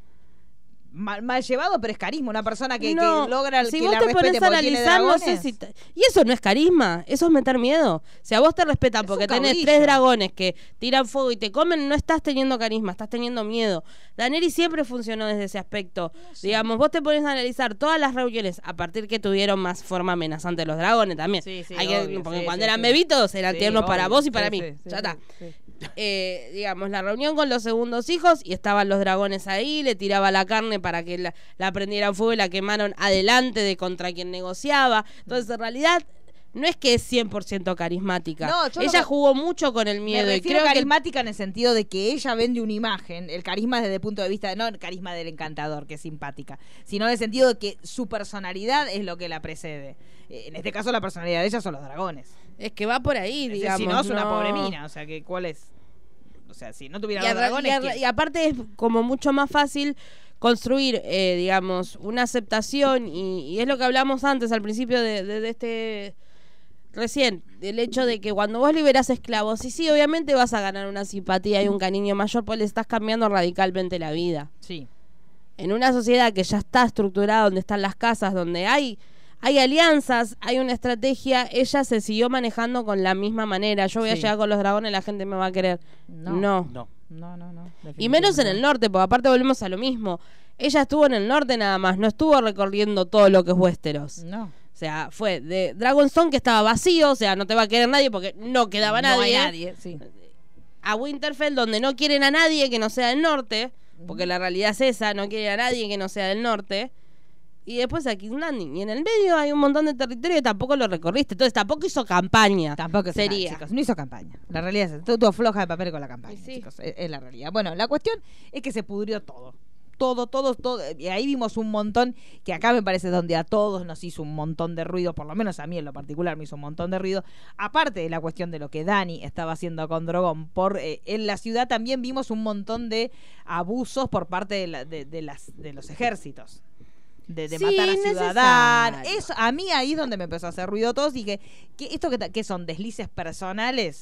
Mal, mal llevado, pero es carisma. Una persona que, no, que logra si que vos la te respete pones a analizar, no sé si te... Y eso no es carisma, eso es meter miedo. Si a vos te respetan es porque tenés tres dragones que tiran fuego y te comen, no estás teniendo carisma, estás teniendo miedo. Daenerys siempre funcionó desde ese aspecto. No sé. Digamos, vos te pones a analizar todas las reuniones a partir que tuvieron más forma amenazante los dragones también. Sí, sí, Hay obvio, que, porque sí, cuando sí, eran sí. bebitos eran sí, tiernos obvio. Para vos y para sí, mí. Sí, sí, ya está. Sí, sí. Eh, digamos, la reunión con los segundos hijos y estaban los dragones ahí, le tiraba la carne para que la, la prendieran fuego y la quemaron adelante de contra quien negociaba. Entonces, en realidad, no es que es cien por ciento carismática. No, ella me, jugó mucho con el miedo. Me y creo carismática que en el sentido de que ella vende una imagen, el carisma desde el punto de vista, de, no el carisma del encantador, que es simpática, sino en el sentido de que su personalidad es lo que la precede. En este caso, la personalidad de ella son los dragones. Es que va por ahí, digamos. Si no, es una no. pobre mina, o sea, que ¿cuál es? O sea, si no tuviera y, los dragones... Y, a, y aparte es como mucho más fácil construir, eh, digamos, una aceptación, y, y es lo que hablamos antes, al principio de, de, de este... Recién, el hecho de que cuando vos liberás esclavos, y sí, obviamente vas a ganar una simpatía y un cariño mayor, pues le estás cambiando radicalmente la vida. Sí. En una sociedad que ya está estructurada, donde están las casas, donde hay... Hay alianzas, hay una estrategia. Ella se siguió manejando con la misma manera. Yo voy sí. a llegar con los dragones, la gente me va a querer. No. No, no, no, no, no y menos en el norte, porque aparte volvemos a lo mismo. Ella estuvo en el norte nada más, no estuvo recorriendo todo lo que es Westeros. No. O sea, fue de Dragonstone, que estaba vacío, o sea, no te va a querer nadie porque no quedaba no nadie. Hay nadie sí. A Winterfell, donde no quieren a nadie que no sea del norte, porque la realidad es esa, no quieren a nadie que no sea del norte. Y después a King's Landing. Y en el medio hay un montón de territorio que tampoco lo recorriste. Entonces tampoco hizo campaña. Tampoco sería. Nada, chicos. No hizo campaña. La realidad es que tuvo floja de papel con la campaña, sí. chicos. Es, es la realidad. Bueno, la cuestión es que se pudrió todo. Todo, todo, todo. Y ahí vimos un montón, que acá me parece donde a todos nos hizo un montón de ruido, por lo menos a mí en lo particular me hizo un montón de ruido. Aparte de la cuestión de lo que Dani estaba haciendo con Drogon, por eh, en la ciudad también vimos un montón de abusos por parte de, la, de, de, las, de los ejércitos. De, de sí, matar a ciudadanos. Eso, a mí ahí es donde me empezó a hacer ruido todos y que, que esto que, que son deslices personales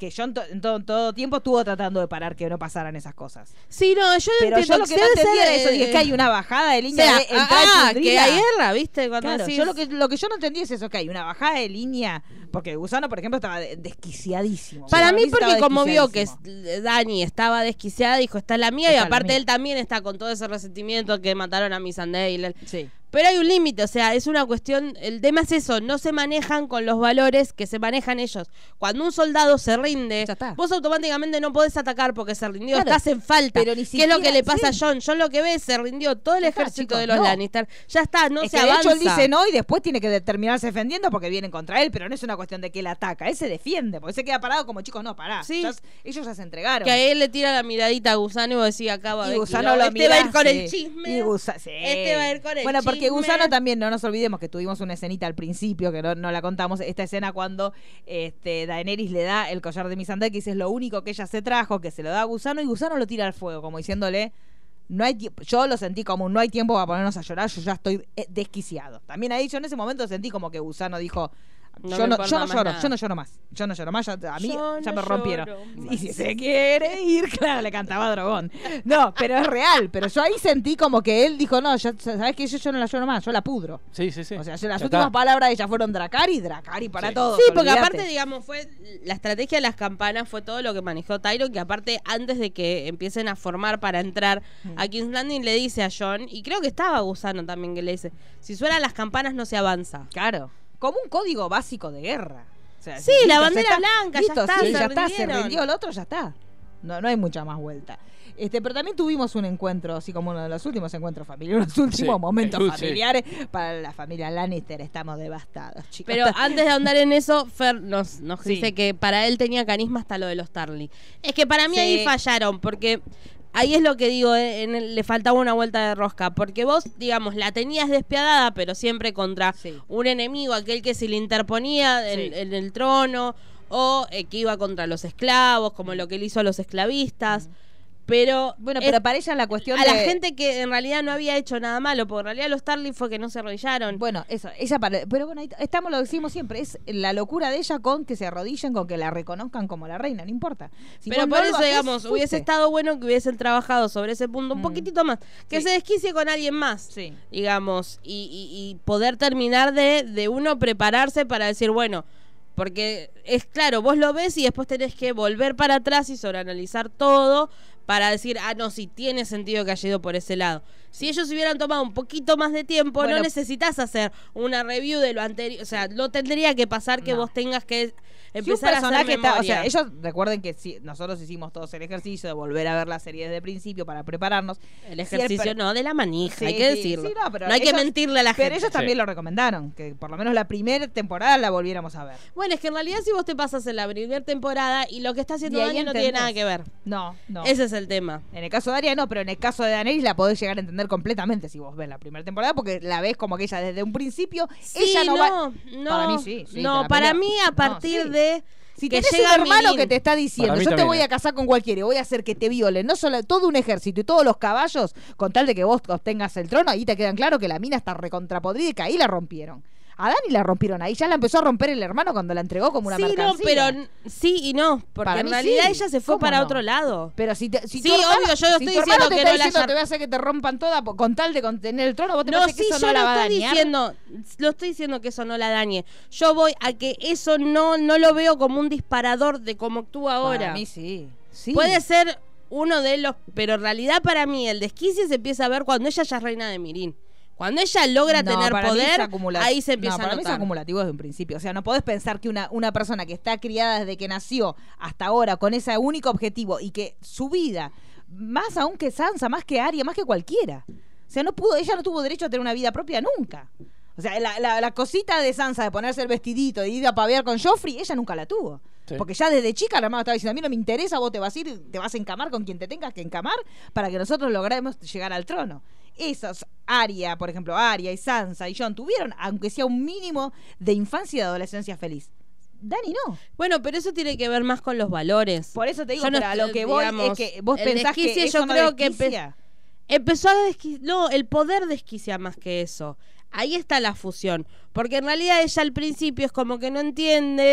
que Jon to- en todo, todo tiempo estuvo tratando de parar que no pasaran esas cosas. Sí, no, yo Pero yo entiendo lo que no debe entendía ser, era eso, eh, dije que hay una bajada de o línea sea, de entrar ah, y que hay guerra, ¿viste? Cuando Claro, decís- yo lo que, lo que yo no entendí es eso, que hay una bajada de línea, porque Gusano, por ejemplo, estaba de- desquiciadísimo. Para Para mí, porque estaba como vio que desquiciadísimo. Dani estaba desquiciada, dijo, esta es la mía, y Esta es la aparte mía. él también está con todo ese resentimiento que mataron a Missandei. Sí. Pero hay un límite, o sea, es una cuestión, el tema es eso, no se manejan con los valores que se manejan ellos. Cuando un soldado se rinde, Ya está. vos automáticamente no podés atacar porque se rindió, Claro, estás en falta. pero ni ¿Qué es lo que siquiera- le pasa sí. a Jon? Jon lo que ve, se rindió todo el Ya está, ejército chicos, de los no. Lannister. Ya está, no es se que de avanza. hecho él dice no y después tiene que terminarse defendiendo porque vienen contra él, pero no es una cuestión de que él ataca, él se defiende, porque se queda parado como chicos, no, pará. Sí. Ya- ellos ya se entregaron. Que a él le tira la miradita a Gusano y vos decís, acaba Y de Gusano lo este mira, va a ir con sí. el chisme. Y Gusa- sí. Este va a ir con el Bueno, porque chisme. Gusano también, no nos olvidemos que tuvimos una escenita al principio, que no, no la contamos, esta escena cuando este, Daenerys le da el collar de Missandei, que dice es lo único que ella se trajo, que se lo da a Gusano, y Gusano lo tira al fuego, como diciéndole, no hay tiempo. Yo lo sentí como un no hay tiempo para ponernos a llorar, yo ya estoy eh, desquiciado. También ahí yo en ese momento sentí como que Gusano dijo, No yo, me no, importa yo no más lloro, nada. yo no lloro más, yo no lloro más, ya- a mí Yo ya no me rompieron. lloro Y si más. se quiere ir, claro, le cantaba Dragón. No, pero es real, pero yo ahí sentí como que él dijo, no, ya, ¿sabes qué? Yo, yo no la lloro más, yo la pudro. Sí, sí, sí. O sea, yo- las Ya últimas está. palabras de ella fueron Dracari, Dracari para Sí. todos. Sí, porque olvídate. aparte, digamos, fue la estrategia de las campanas fue todo lo que manejó Tyrion, que aparte, antes de que empiecen a formar para entrar a King's Landing, le dice a Jon, y creo que estaba Gusano también, que le dice, si suenan las campanas no se avanza. Claro, como un código básico de guerra. O sea, Sí, listo, la se bandera está- blanca, ya listo, está, sí, se ya está, se rindieron. rindió el otro, ya está. No, no hay mucha más vuelta. Este, pero también tuvimos un encuentro, así como uno de los últimos encuentros familiares, los últimos Sí, momentos sí. familiares para la familia Lannister. Estamos devastados, chicos. Pero antes de ahondar en eso, Fer nos, nos Sí. dice que para él tenía carisma hasta lo de los Tarly. Es que para mí Sí. ahí fallaron, porque ahí es lo que digo, eh, en el- le faltaba una vuelta de rosca, porque vos, digamos, la tenías despiadada, pero siempre contra Sí. un enemigo, aquel que se le interponía en, Sí. en el trono, o eh, que iba contra los esclavos, como lo que le hizo a los esclavistas. Pero Bueno, es- pero para ella la cuestión a de... la gente que en realidad no había hecho nada malo, porque en realidad los Tarly fue que no se arrodillaron. Bueno, eso, ella para, pero bueno, ahí estamos, lo decimos siempre, es la locura de ella con que se arrodillen, con que la reconozcan como la reina, no importa. Si Pero vos por no lo eso, haces, digamos, hubiese fuiste. estado bueno que hubiesen trabajado sobre ese punto un Mm. poquitito más. Que Sí. se desquicie con alguien más, Sí. digamos, y, y- y poder terminar de, de uno prepararse para decir, bueno, porque es claro, vos lo ves y después tenés que volver para atrás y sobreanalizar todo para decir, ah, no, si tiene sentido que haya ido por ese lado. Si ellos hubieran tomado un poquito más de tiempo, Bueno, no necesitas hacer una review de lo anterior. O sea, no tendría que pasar que No. vos tengas que Si un empezar a hacer personaje está, o memoria. sea, ellos recuerden que si nosotros hicimos todos el ejercicio de volver a ver la serie desde el principio para prepararnos. El Si ejercicio per- no de la manija, Sí, hay que sí, decirlo. sí, no, pero hay que ellos- mentirle a la Pero gente. ellos también Sí. lo recomendaron, que por lo menos la primera temporada la volviéramos a ver. Bueno, es que en realidad si vos te pasas en la primera temporada y lo que está haciendo Y ahí Dani no tiene entendés. nada que ver. No, no. Ese es el tema. En el caso de Arya no, pero en el caso de Daenerys la podés llegar a entender completamente si vos ves la primera temporada, porque la ves como que ella desde un principio, Sí, ella no, no, va... no. Para mí sí, sí, te no, la para peleo. mí a No, partir sí. de Si que tenés un llega hermano Mirin. que te está diciendo, Para mí yo te también, voy eh. a casar con cualquiera y voy a hacer que te violen, no solo todo un ejército y todos los caballos, con tal de que vos obtengas el trono, ahí te quedan claro que la mina está recontrapodrida y que ahí la rompieron. A Dani la rompieron ahí, ya la empezó a romper el hermano cuando la entregó como una Sí, no, mercancía. pero n- sí y no, porque Para en mí realidad sí. ella se fue ¿Cómo para no? otro lado. Pero si, te, si Sí, tu hermano, obvio, yo no si estoy tu hermano diciendo te que está no la diciendo haya- te voy a hacer que te rompan toda po- con tal de contener el trono, vos te No, parece sí, que eso yo no la no va a estoy dañar. diciendo, lo estoy diciendo que eso no la dañe. Yo voy a que eso no, no lo veo como un disparador de cómo actúa ahora. Para mí sí. sí. Puede ser uno de los, pero en realidad para mí el desquicie se empieza a ver cuando ella ya es reina de Mirin. Cuando ella logra No, tener para mí es poder, acumula- ahí se empieza no, a para mí es notar. acumulativo desde un principio. O sea, no podés pensar que una, una persona que está criada desde que nació hasta ahora con ese único objetivo y que su vida, más aún que Sansa, más que Arya, más que cualquiera. O sea, no pudo, ella no tuvo derecho a tener una vida propia nunca. O sea, la, la, la cosita de Sansa de ponerse el vestidito y ir a pavear con Joffrey, ella nunca la tuvo. Sí. Porque ya desde chica la hermana estaba diciendo, a mí no me interesa, vos te vas a ir, te vas a encamar con quien te tengas que encamar para que nosotros logremos llegar al trono. Esos, Arya, por ejemplo, Arya y Sansa y Jon tuvieron, aunque sea un mínimo de infancia y de adolescencia feliz. Dani no. Bueno, pero eso tiene que ver más con los valores. Por eso te digo, Yo no pero a lo estoy, que voy digamos, es que vos el pensás que desquicie eso yo no creo que desquicia. Empezó a desquiciar. No, el poder desquicia más que eso. Ahí está la fusión. Porque en realidad ella al principio es como que no entiende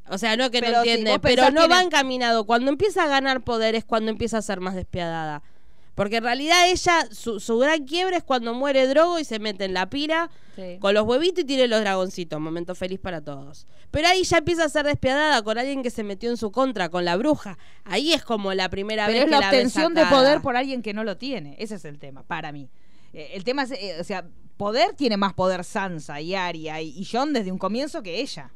O sea, no que Pero no si entiende, vos pero pensás no que va la- encaminado. Cuando empieza a ganar poder es cuando empieza a ser más despiadada. Porque en realidad ella, su, su gran quiebre es cuando muere Drogo y se mete en la pira Sí. con los huevitos y tiene los dragoncitos. Momento feliz para todos. Pero ahí ya empieza a ser despiadada con alguien que se metió en su contra, con la bruja. Ahí es como la primera Pero vez es que la la ve obtención de sacada. poder por alguien que no lo tiene. Ese es el tema, para mí. Eh, el tema es, eh, o sea, poder tiene más poder Sansa y Arya y, y Jon desde un comienzo que ella.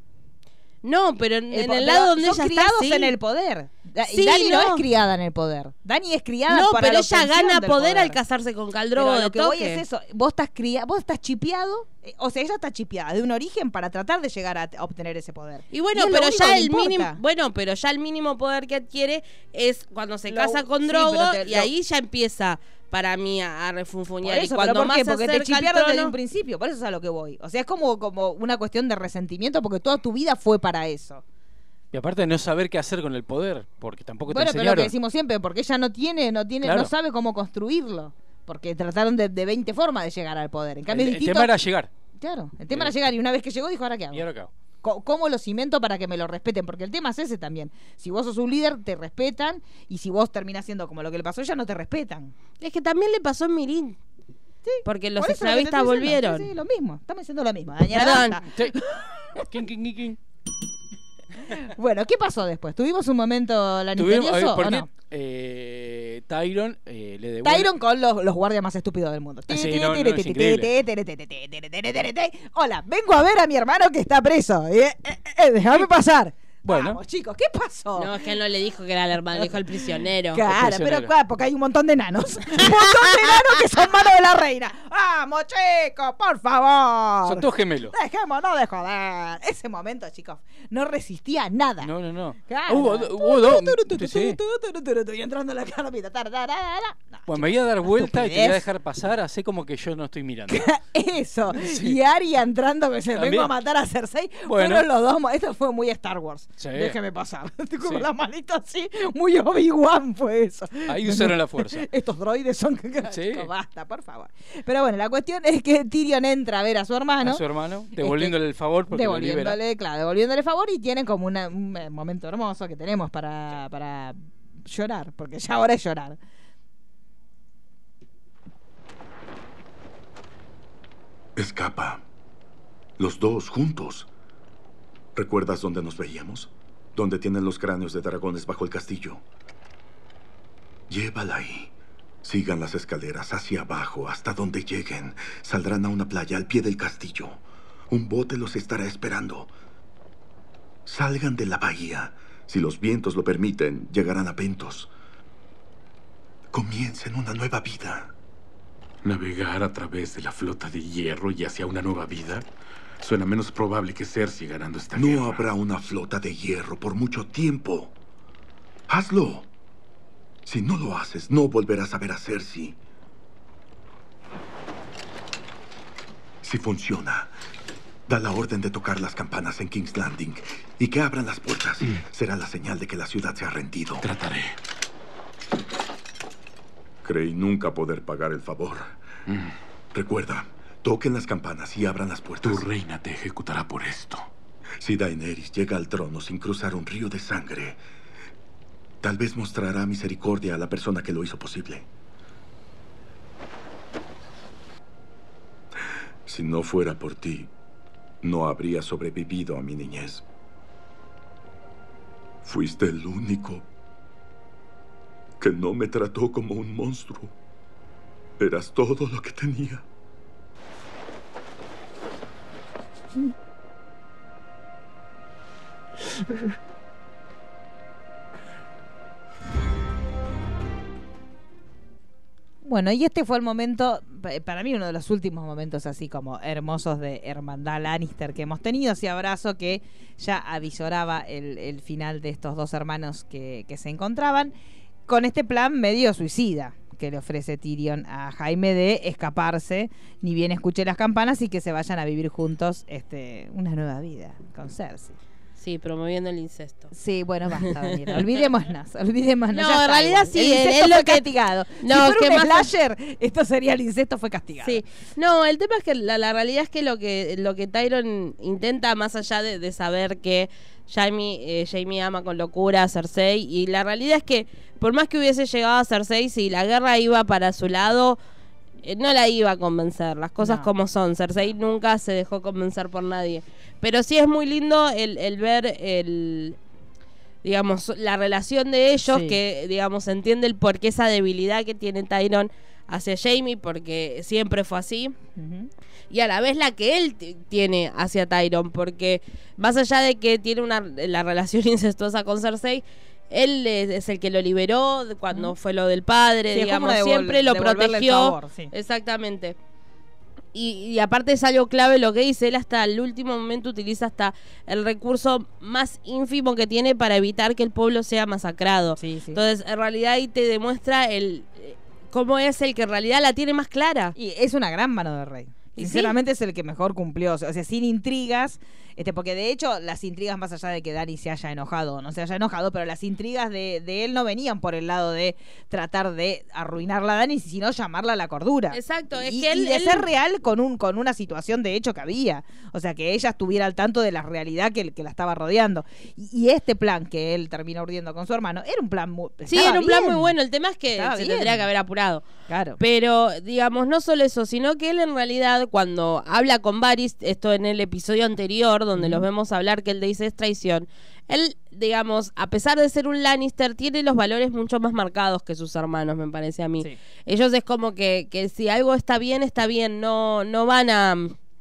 No, pero en, El en po- el pero lado donde son ella está, criados sí. en el poder. Da- Sí, y Dani no. no. es criada en el poder. Dani es criada No, para pero la ella obtención gana del poder, al casarse con Khal Drogo Pero de lo que voy toque. es eso. Vos estás cría, vos estás chipeado, eh, o sea, ella está chipeada de un origen para tratar de llegar a, t- a obtener ese poder. Y bueno, es lo pero único ya que el importa. mínimo, bueno, pero ya el mínimo poder que adquiere es cuando se Lo- casa con sí, Drogo pero te- y lo- ahí ya empieza para mí a, a Por refunfuñar. eso, y cuando ¿pero por más qué? se Porque te acerca al chipearon desde trono- un principio, por eso es a lo que voy. O sea, es como, como una cuestión de resentimiento porque toda tu vida fue para eso. Y aparte de no saber qué hacer con el poder, porque tampoco te Bueno, pero lo enseñaron. que decimos siempre, porque ella no tiene, no tiene, Claro. no sabe cómo construirlo. Porque trataron de, de veinte formas de llegar al poder. En cambio, el, es el distinto. tema era llegar. Claro, el tema Eh. era llegar y una vez que llegó dijo, ¿ahora qué hago? Y ahora acá. Co- ¿Cómo lo cimento para que me lo respeten? Porque el tema es ese también. Si vos sos un líder, te respetan. Y si vos terminás siendo como lo que le pasó a ella, no te respetan. Es que también le pasó en Mirín. Sí, Porque los por eso es lo que te esclavistas estoy diciendo. volvieron. Sí, sí, lo mismo. Estamos diciendo lo mismo. Dañar Perdón. basta. Sí. King, king, king, king. Bueno, ¿qué pasó después? ¿Tuvimos un momento Tuvimos, a ver, lannisterioso ¿por o qué? no? Eh, Tyron eh, le devuelve. Tyron con los, los guardias más estúpidos del mundo. Ah, sí, no, no, es increíble. Hola, vengo a ver a mi hermano que está preso. Eh, eh, eh, déjame pasar. Bueno. Vamos, chicos, ¿qué pasó? No, es que él no le dijo que era el hermano, le dijo el prisionero. Claro, prisionero. pero claro, porque hay un montón de enanos. Un montón de enanos que son manos de la reina. ¡Vamos, chicos, por favor! Son todos gemelos. Dejémonos de joder. Ese momento, chicos, no resistía a nada. No, no, no. Claro. Hubo, hubo dos. Sí. Y entrando en la carpita. No, Bueno, me voy a dar vuelta y te voy a estupidez. dejar pasar, así como que yo no estoy mirando. Eso. Sí. Y Arya entrando que se También. vengo a matar a Cersei. Bueno. Fueron los dos. mo- Esto fue muy Star Wars. Sí. Déjeme pasar. Estoy como Sí. la manita así. Muy Obi-Wan fue eso. Ahí usaron la fuerza. Estos droides son. Sí. Chicos, basta, por favor. Pero bueno, la cuestión es que Tyrion entra a ver a su hermano. A su hermano, devolviéndole el favor porque lo libera. Devolviéndole, claro, devolviéndole favor y tienen como una- un eh, momento hermoso que tenemos para, para llorar, porque ya ahora es llorar. Escapa. Los dos juntos. ¿Recuerdas dónde nos veíamos? Donde tienen los cráneos de dragones bajo el castillo. Llévala ahí. Sigan las escaleras hacia abajo hasta donde lleguen. Saldrán a una playa al pie del castillo. Un bote los estará esperando. Salgan de la bahía. Si los vientos lo permiten, llegarán a Pentos. Comiencen una nueva vida. ¿Navegar a través de la flota de hierro y hacia una nueva vida? Suena menos probable que Cersei ganando esta No guerra. habrá una flota de hierro por mucho tiempo. Hazlo. Si no lo haces, no volverás a ver a Cersei. Si funciona, da la orden de tocar las campanas en King's Landing y que abran las puertas. Será la señal de que la ciudad se ha rendido. Trataré. Creí nunca poder pagar el favor. Recuerda, toquen las campanas y abran las puertas. Tu reina te ejecutará por esto. Si Daenerys llega al trono sin cruzar un río de sangre, tal vez mostrará misericordia a la persona que lo hizo posible. Si no fuera por ti, no habría sobrevivido a mi niñez. Fuiste el único que no me trató como un monstruo. Eras todo lo que tenía. Bueno, y este fue el momento, pa- para mí uno de los últimos momentos así como hermosos de hermandad Lannister que hemos tenido, ese abrazo que ya avisoraba el, el final de estos dos hermanos que, que se encontraban, con este plan medio suicida que le ofrece Tyrion a Jaime de escaparse, ni bien escuche las campanas y que se vayan a vivir juntos este, una nueva vida con Cersei. Sí, promoviendo el incesto. Sí, bueno, basta, Daniela. Olvidémonos, olvidémonos. No, ya está, en realidad igual. sí, El él- incesto él lo fue que- castigado. No, si es fuera que un más- slasher, esto sería el incesto fue castigado. Sí, no, el tema es que la, la realidad es que lo que lo que Tyrion intenta, más allá de, de saber que Jaime, eh, Jaime ama con locura a Cersei, y la realidad es que por más que hubiese llegado a Cersei, si la guerra iba para su lado, eh, no la iba a convencer, las cosas No. como son. Cersei nunca se dejó convencer por nadie. Pero sí es muy lindo el, el ver el... digamos, la relación de ellos, Sí. que, digamos, se entiende el por qué esa debilidad que tiene Tyrion hacia Jaime, porque siempre fue así, Ujú. y a la vez la que él t- tiene hacia Tyrion, porque más allá de que tiene una la relación incestuosa con Cersei, él es, es el que lo liberó de cuando fue lo del padre, Sí, es como digamos, devol- siempre lo devolverle el protegió. favor, sí. Exactamente. Y, y aparte es algo clave lo que dice, él hasta el último momento utiliza hasta el recurso más ínfimo que tiene para evitar que el pueblo sea masacrado. Sí, sí. Entonces, en realidad ahí te demuestra el eh, cómo es el que en realidad la tiene más clara. Y es una gran mano de rey. Y Sinceramente es el que mejor cumplió, o sea, sin intrigas, este, porque de hecho las intrigas, más allá de que Dani se haya enojado o no se haya enojado, pero las intrigas de, de él no venían por el lado de tratar de arruinarla a Dani, sino llamarla a la cordura. Exacto, es y, que él- y de él- ser real con un con una situación de hecho que había, o sea, que ella estuviera al tanto de la realidad que, que la estaba rodeando. Y, y este plan que él terminó urdiendo con su hermano, era un plan muy... Sí, estaba era un plan bien. muy bueno. El tema es que Estaba se bien. tendría que haber apurado. Claro. Pero, digamos, no solo eso, sino que él en realidad, cuando habla con Varys, esto en el episodio anterior, donde los vemos hablar que él le dice es traición, él, digamos, a pesar de ser un Lannister, tiene los valores mucho más marcados que sus hermanos, me parece a mí. Sí. Ellos es como que, que si algo está bien, está bien, no, no van a...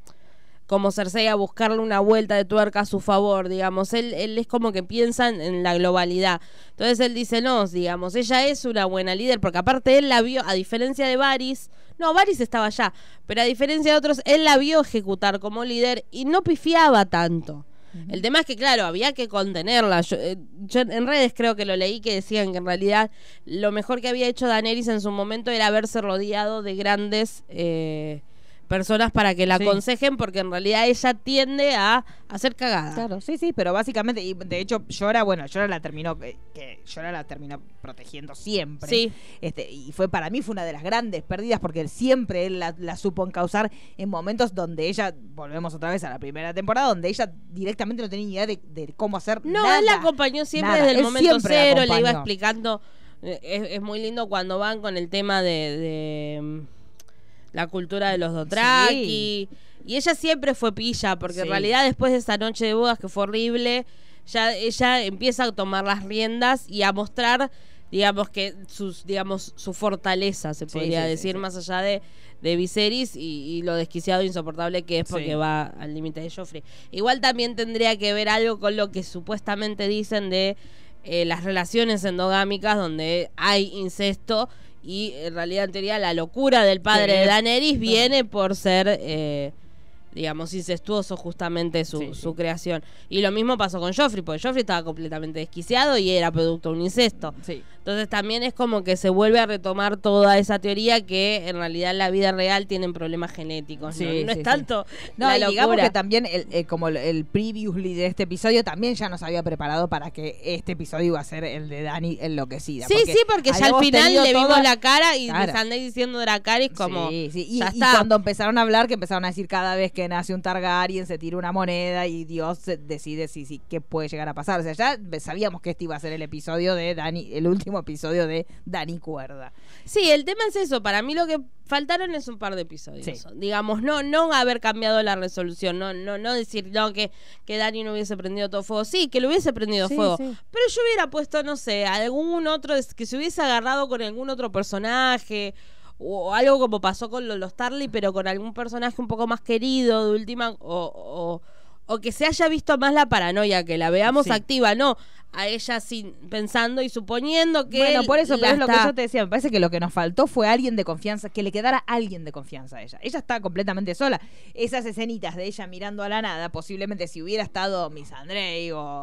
como Cersei a buscarle una vuelta de tuerca a su favor, digamos, él, él es como que piensa en, en la globalidad. Entonces él dice, no, digamos, ella es una buena líder, porque aparte él la vio, a diferencia de Varys, no, Varys estaba allá, pero a diferencia de otros, él la vio ejecutar como líder y no pifiaba tanto. El tema es que, claro, había que contenerla. Yo, eh, yo en redes creo que lo leí que decían que en realidad lo mejor que había hecho Daenerys en su momento era haberse rodeado de grandes... Eh, personas para que la Sí. aconsejen, porque en realidad ella tiende a hacer cagada. Claro, sí, sí, pero básicamente, y de hecho, Llora, bueno, Llora la terminó, eh, que Llora la terminó protegiendo siempre. Sí. Este, y fue para mí fue una de las grandes pérdidas, porque él siempre él la, la supo encauzar en momentos donde ella, volvemos otra vez a la primera temporada, donde ella directamente no tenía ni idea de, de cómo hacer No, nada. él la acompañó siempre nada. desde el Él momento siempre la cero, le iba acompañó. explicando. eh, Es, es muy lindo cuando van con el tema de, de, mm, la cultura de los Dothraki. Y ella siempre fue pilla, porque Sí. en realidad después de esa noche de bodas que fue horrible, ya ella empieza a tomar las riendas y a mostrar, digamos, que sus, digamos, su fortaleza, se Sí, podría sí, sí, decir, sí. más allá de, de Viserys y, y lo desquiciado e insoportable que es porque Sí. va al límite de Joffrey. Igual también tendría que ver algo con lo que supuestamente dicen de eh, las relaciones endogámicas donde hay incesto, y en realidad en teoría la locura del padre Sí. de Daenerys viene por ser eh, digamos incestuoso justamente su, Sí, sí. su creación. Y lo mismo pasó con Joffrey, porque Joffrey estaba completamente desquiciado y era producto de un incesto. Sí. Entonces también es como que se vuelve a retomar toda esa teoría que en realidad en la vida real tienen problemas genéticos. Sí, no, no sí, es sí. tanto No, la y digamos locura. que también el, el- como el, el previously de este episodio también ya nos había preparado para que este episodio iba a ser el de Dani enloquecida. Sí, sí, porque ya al habíamos final tenido le vimos toda- la cara y Claro. les andé diciendo Dracarys como Sí, sí. Y, ya y está. cuando empezaron a hablar, que empezaron a decir cada vez que nace un Targaryen se tira una moneda y Dios se- decide si, si qué puede llegar a pasar. O sea, ya sabíamos que este iba a ser el episodio de Dani, el último episodio de Dani Cuerda. Sí, el tema es eso. Para mí lo que faltaron es un par de episodios. Sí. Digamos, no no haber cambiado la resolución, no no no decir no que, que Dani no hubiese prendido todo fuego. Sí, que lo hubiese prendido Sí, fuego. sí. Pero yo hubiera puesto, no sé, algún otro, que se hubiese agarrado con algún otro personaje. O algo como pasó con lo- los Tarly, pero con algún personaje un poco más querido de última. O, o, o que se haya visto más la paranoia, que la veamos Sí. activa, no. A ella sin, pensando y suponiendo que. Bueno, por eso, la pero es lo que está- yo te decía. Me parece que lo que nos faltó fue alguien de confianza, que le quedara alguien de confianza a ella. Ella está completamente sola. Esas escenitas de ella mirando a la nada, posiblemente si hubiera estado Miss Andrei o,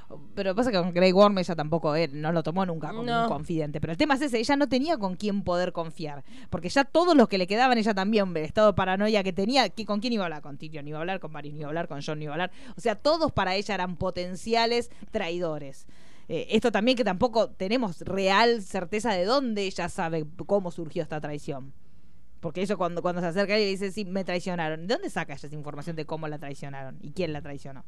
Pero pasa que con Grey Worm ella tampoco eh, no lo tomó nunca como No. un confidente. Pero el tema es ese, ella no tenía con quién poder confiar. Porque ya todos los que le quedaban, ella también, el estado de paranoia que tenía, que ¿con quién iba a hablar? Con Tyrion, iba a hablar con Varys, iba a hablar con Jon, iba a hablar. O sea, todos para ella eran potenciales traidores. Eh, esto también que tampoco tenemos real certeza de dónde ella sabe cómo surgió esta traición. Porque eso cuando, cuando se acerca a ella y dice, sí, me traicionaron. ¿De dónde saca ella esa información de cómo la traicionaron? ¿Y quién la traicionó?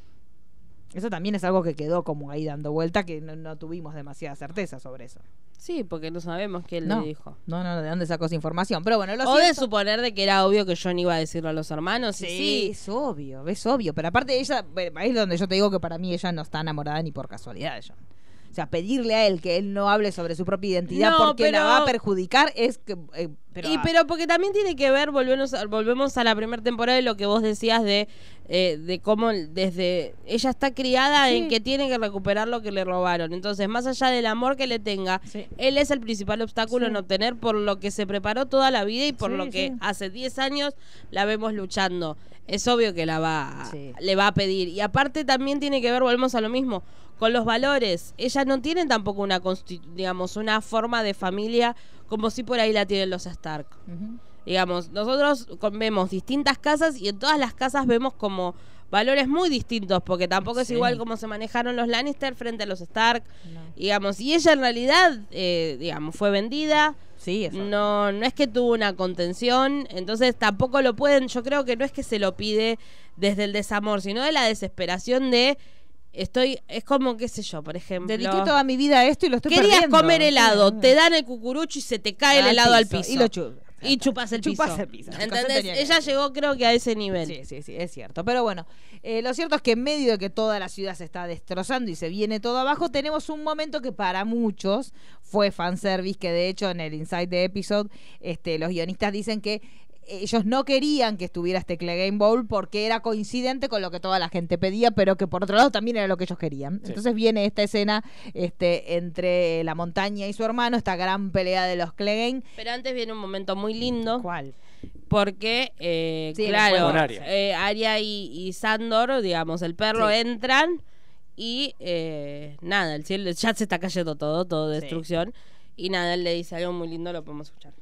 Eso también es algo que quedó como ahí dando vuelta, que no, no tuvimos demasiada certeza sobre eso. Sí, porque no sabemos quién No, le dijo. no, no, de dónde sacó esa información. Pero bueno, lo O de cierto- suponer de que era obvio que Jon iba a decirlo a los hermanos. Sí, y sí. es obvio, es obvio. Pero aparte ella, ahí es donde yo te digo que para mí ella no está enamorada ni por casualidad de Jon. O sea, pedirle a él que él no hable sobre su propia identidad No, porque pero- la va a perjudicar es que... eh, pero, y pero porque también tiene que ver, volvemos a, volvemos a la primera temporada de lo que vos decías de, eh, de cómo desde ella está criada Sí. en que tiene que recuperar lo que le robaron. Entonces, más allá del amor que le tenga, Sí. él es el principal obstáculo Sí. en obtener por lo que se preparó toda la vida y por Sí, lo que sí. hace diez años la vemos luchando. Es obvio que la va Sí. le va a pedir. Y aparte también tiene que ver, volvemos a lo mismo, con los valores. Ella no tiene tampoco una constitu- digamos, una forma de familia como si por ahí la tienen los Stark. Ujú. Digamos, nosotros con- vemos distintas casas y en todas las casas vemos como valores muy distintos, porque tampoco es Sí. igual como se manejaron los Lannister frente a los Stark. No. Digamos, y ella en realidad, eh, digamos, fue vendida. Sí, eso. No, no es que tuvo una contención, entonces tampoco lo pueden, yo creo que no es que se lo pide desde el desamor, sino de la desesperación de estoy, es como, qué sé yo, por ejemplo. Dediqué toda mi vida a esto y lo estoy Querías perdiendo. comer helado, Sí. te dan el cucurucho y se te cae el Al helado al piso, piso. y lo chu- Y chupas el Chupas piso. el piso. ¿Entendés? Entonces tenía que- Ella llegó creo que a ese nivel. Sí, sí, sí, es cierto. Pero bueno, eh, lo cierto es que en medio de que toda la ciudad se está destrozando y se viene todo abajo, tenemos un momento que para muchos fue fanservice, que de hecho en el Inside the Episode este, los guionistas dicen que ellos no querían que estuviera este Clegane Bowl porque era coincidente con lo que toda la gente pedía, pero que por otro lado también era lo que ellos querían. Sí. Entonces viene esta escena este, entre la montaña y su hermano, esta gran pelea de los Clegane. Pero antes viene un momento muy lindo. ¿Cuál? Porque, eh, Sí, el claro, encuentro. Con Arya. eh, Arya y, y Sandor, digamos, el perro, Sí. entran y eh, nada, el cielo ya se está cayendo todo, todo Sí. destrucción. Y nada, él le dice algo muy lindo, lo podemos escuchar.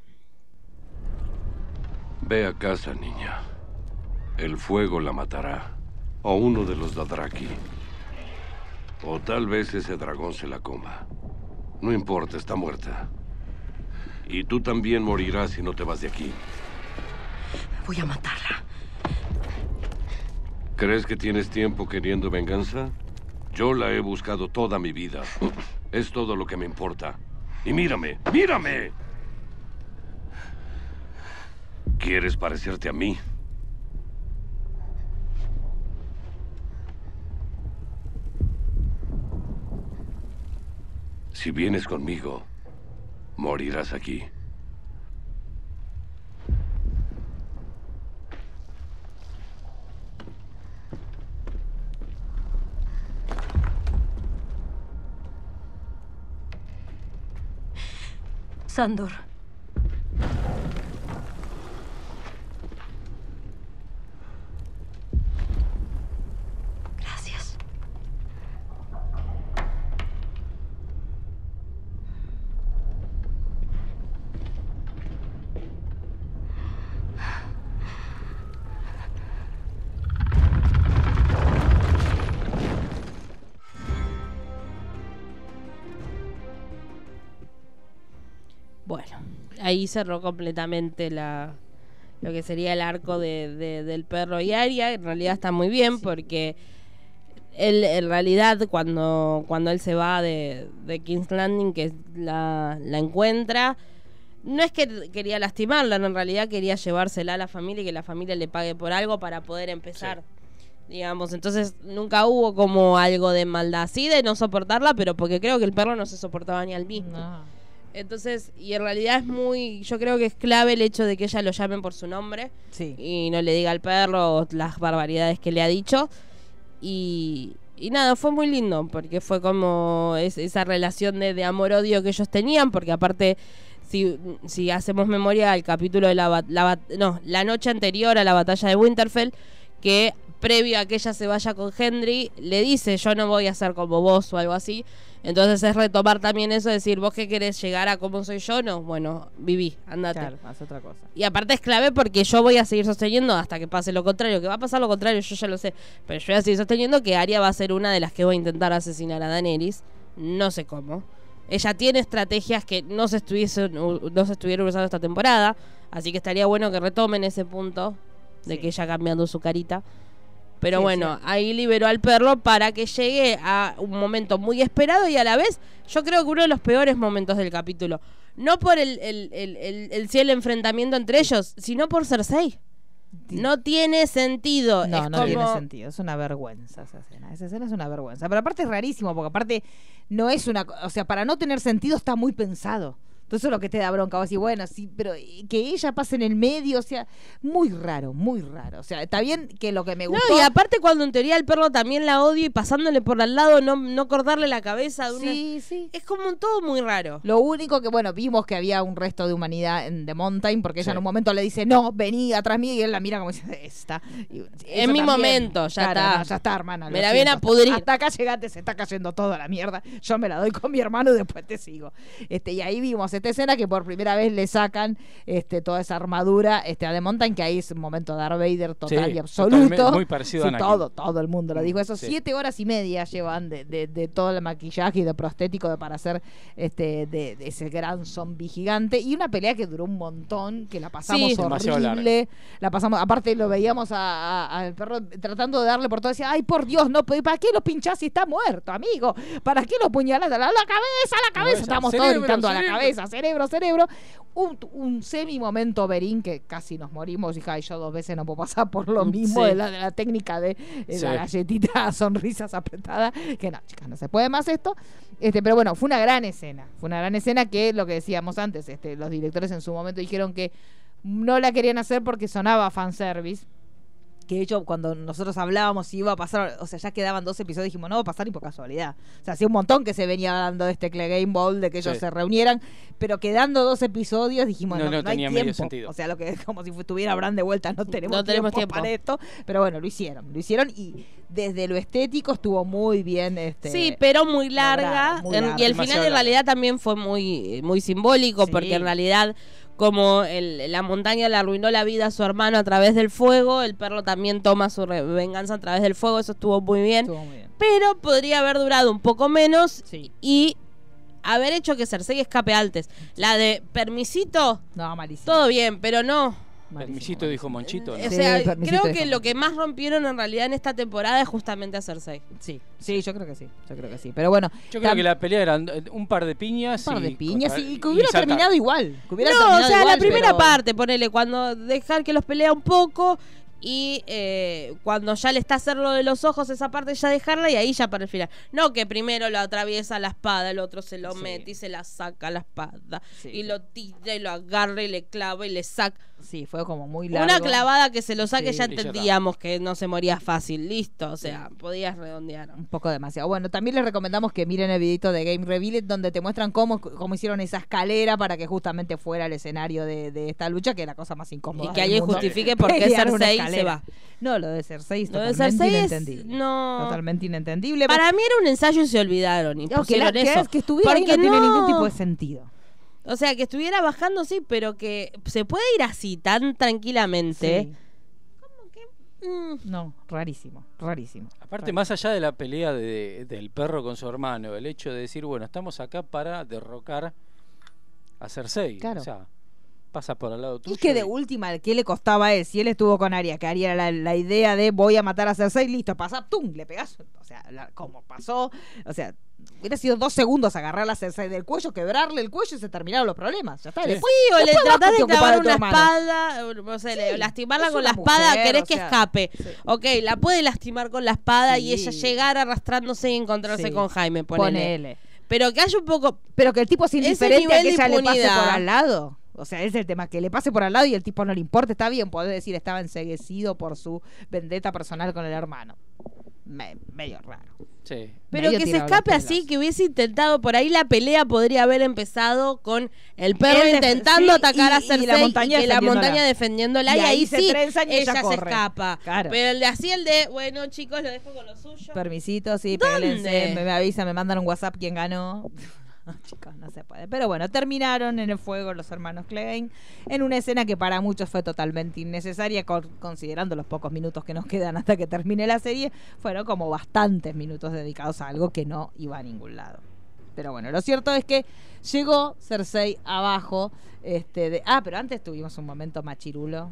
Ve a casa, niña. El fuego la matará. O uno de los Dothraki. O tal vez ese dragón se la coma. No importa, está muerta. Y tú también morirás si no te vas de aquí. Voy a matarla. ¿Crees que tienes tiempo queriendo venganza? Yo la he buscado toda mi vida. Es todo lo que me importa. Y mírame, mírame. ¿Quieres parecerte a mí? Si vienes conmigo, morirás aquí. Sandor. Gracias. Bueno, ahí cerró completamente la lo que sería el arco de, de- del perro y Arya. En realidad está muy bien porque él, en realidad, cuando, cuando él se va de, de King's Landing, que la, la encuentra, no es que quería lastimarla, no, en realidad quería llevársela a la familia y que la familia le pague por algo para poder empezar. Digamos, entonces nunca hubo como algo de maldad, sí, de no soportarla, pero porque creo que el perro no se soportaba ni al mismo. No. Entonces, y en realidad es muy, yo creo que es clave el hecho de que ella lo llamen por su nombre Sí. y no le diga al perro las barbaridades que le ha dicho. Y, y nada, fue muy lindo porque fue como es, esa relación de, de amor-odio que ellos tenían, porque aparte, si, si hacemos memoria al capítulo de la, bat- la bat- no, la noche anterior a la batalla de Winterfell, que previo a que ella se vaya con Henry, le dice, yo no voy a ser como vos o algo así. Entonces es retomar también eso, decir, vos qué querés llegar a cómo soy yo, no, bueno, viví, andate. Claro, haz otra cosa. Y aparte es clave porque yo voy a seguir sosteniendo hasta que pase lo contrario, que va a pasar lo contrario, yo ya lo sé, pero yo voy a seguir sosteniendo que Arya va a ser una de las que va a intentar asesinar a Daenerys, no sé cómo. Ella tiene estrategias que no se estuviesen, no se estuvieron usando esta temporada, así que estaría bueno que retomen ese punto de Sí. que ella cambiando su carita. Pero Sí, bueno, sí. ahí liberó al perro para que llegue a un momento muy esperado y a la vez, yo creo que uno de los peores momentos del capítulo. No por el, el, el, el, el cielo enfrentamiento entre ellos, sino por Cersei. No tiene sentido. No, es no como... tiene sentido. Es una vergüenza esa escena. Esa escena es una vergüenza. Pero aparte es rarísimo, porque aparte no es una... O sea, para no tener sentido está muy pensado. Entonces eso es lo que te da bronca. Vos decís, bueno, sí, pero que ella pase en el medio, o sea, muy raro, muy raro. O sea, está bien que lo que me gustó... No, y aparte cuando en teoría el perro también la odio y pasándole por al lado, no, no cortarle la cabeza. De una... Sí, sí. Es como todo muy raro. Lo único que, bueno, vimos que había un resto de humanidad en The Mountain, porque ella Sí. en un momento le dice, no, vení atrás mío, y él la mira como dice, esta. Y Es eso mi también, momento, ya claro, está. no, ya está, hermana. Me lo la viene siento. a pudrir. Hasta acá llegaste, se está cayendo toda la mierda. Yo me la doy con mi hermano y después te sigo. Este, y ahí vimos esta escena que por primera vez le sacan este, toda esa armadura este, a The Mountain, que ahí es un momento de Darth Vader total Sí, y absoluto. totalmente, muy parecido a Sí, Anakin. todo, todo el mundo lo dijo. Esos Sí. siete horas y media llevan de, de, de todo el maquillaje y de prostético de, para hacer este, de, de ese gran zombie gigante. Y una pelea que duró un montón, que la pasamos Sí. Demasiado horrible. La pasamos, aparte lo veíamos a- a- al perro tratando de darle por todo. Decía, ay, por Dios, no, ¿para qué lo pinchás si está muerto, amigo? ¿Para qué lo puñalás? ¡A la, la cabeza, a la cabeza! Estábamos todos Cerebro, gritando a la cerebro. cabeza, cerebro, cerebro. Un, un semi momento Berín que casi nos morimos. Y ay, yo dos veces no puedo pasar por lo mismo Sí. de, la, de la técnica de eh, Sí. la galletita sonrisas apretadas. Que no, chicas, no se puede más esto. Este, pero bueno, fue una gran escena. Fue una gran escena que lo que decíamos antes, este, los directores en su momento dijeron que no la querían hacer porque sonaba fanservice. Que de hecho, cuando nosotros hablábamos si iba a pasar, o sea, ya quedaban dos episodios, dijimos, no va a pasar ni por casualidad. O sea, hacía un montón que se venía hablando de este Clay Game Ball, de que ellos Sí. se reunieran, pero quedando dos episodios, dijimos, No, no, no no hay tenía medio tiempo. sentido. O sea, lo que es como si estuviera Bran de vuelta, no tenemos, No tenemos tiempo, tiempo. para esto. Pero bueno, lo hicieron, lo hicieron y desde lo estético estuvo muy bien. Este, Sí, pero muy larga. logrado, muy En- larga. y el Demasiado final en larga. realidad también fue muy, muy simbólico, Sí. porque en realidad, como el- la montaña le arruinó la vida a su hermano a través del fuego, el perro también toma su re- venganza a través del fuego, eso estuvo muy bien. estuvo muy bien. Pero podría haber durado un poco menos Sí. y haber hecho que Cersei escape antes. La de permisito, No, malísimo. todo bien, pero no. malísimo, Permisito dijo Monchito, ¿no? O Sí, sea, permisito creo dijo que lo que más rompieron en realidad en esta temporada es justamente a Cersei. Sí, sí, yo creo que sí, yo creo que sí. Pero bueno, Yo creo tam- que la pelea eran eh, un par de piñas. un par de y piñas contra- y que hubiera saltar. terminado igual. Que hubiera No, o terminado sea, la igual, primera pero- parte, ponele, cuando dejar que los pelea un poco y eh, cuando ya le está hacer lo de los ojos, esa parte ya dejarla y ahí ya para el final. No que primero lo atraviesa la espada, el otro se lo Sí. mete y se la saca la espada Sí, y sí. lo tira y lo agarra y le clava y le saca. Sí, fue como muy largo. Una clavada que se lo saque Sí. ya Y ya está. entendíamos que no se moría fácil, listo, o sea, podías redondear. Un poco demasiado. Bueno, también les recomendamos que miren el videito de Game Reveal donde te muestran cómo, cómo hicieron esa escalera para que justamente fuera el escenario de, de esta lucha, que es la cosa más incómoda. Y que del alguien mundo. justifique por qué Pelear una Cersei se escalera. va. No, lo de Cersei es Lo de totalmente Cersei es- inentendible. no. Totalmente inentendible. Para mí era un ensayo y se olvidaron y No, que, la- pusieron que, eso. que estuviera ahí no, Porque tiene no- ningún tipo de sentido. O sea, que estuviera bajando, sí, pero que se puede ir así tan tranquilamente. Sí. Mm, No, rarísimo, rarísimo. Aparte, más allá de la pelea de- del perro con su hermano, el hecho de decir, bueno, estamos acá para derrocar a Cersei. Claro. O sea, pasa por al lado tuyo. Y que de última, ¿qué le costaba a él? Si él estuvo con Arya, que Arya era la, la idea de voy a matar a Cersei, listo, pasa, ¡tum! Le pegás. O sea, la- como pasó, o sea, hubiera sido dos segundos agarrar a Cersei del cuello, quebrarle el cuello y se terminaron los problemas. Ya está. Sí. Después, Sí, o le después vos tratás te de ocupás clavar tu una hermano. espada, o no sé, le- Sí, lastimarla es con una la espada, mujer, querés o que sea, escape. sí. Ok, la puede lastimar con la espada y Sí. ella llegar arrastrándose y encontrarse Sí. con Jaime, ponele. Ponele. Pero que haya un poco... Pero que el tipo sea Ese indiferente a nivel que de ella le pase impunidad. por al lado. O sea, ese es el tema, que le pase por al lado y el tipo no le importa, está bien, podés decir estaba enseguecido por su vendetta personal con el hermano. me, medio raro. Sí. Pero Medio que se tirado escape los así, pelos. que hubiese intentado, por ahí la pelea podría haber empezado con el perro Él def- intentando sí, atacar y- a y Cersei la montaña y que la defendiéndola. montaña defendiéndola, Y y, ahí ahí se sí trenzan y ella ella se corre. escapa. Claro. Pero el de así, el de, bueno chicos, lo dejo con lo suyo. Permisito, sí, ¿Dónde? péguense, me, me avisan, me mandan un WhatsApp quién ganó. Chicos, no se puede. Pero bueno, terminaron en el fuego los hermanos Clegane en una escena que para muchos fue totalmente innecesaria, con- considerando los pocos minutos que nos quedan hasta que termine la serie. Fueron como bastantes minutos dedicados a algo que no iba a ningún lado. Pero bueno, lo cierto es que llegó Cersei abajo. Este, de, ah, pero antes tuvimos un momento machirulo.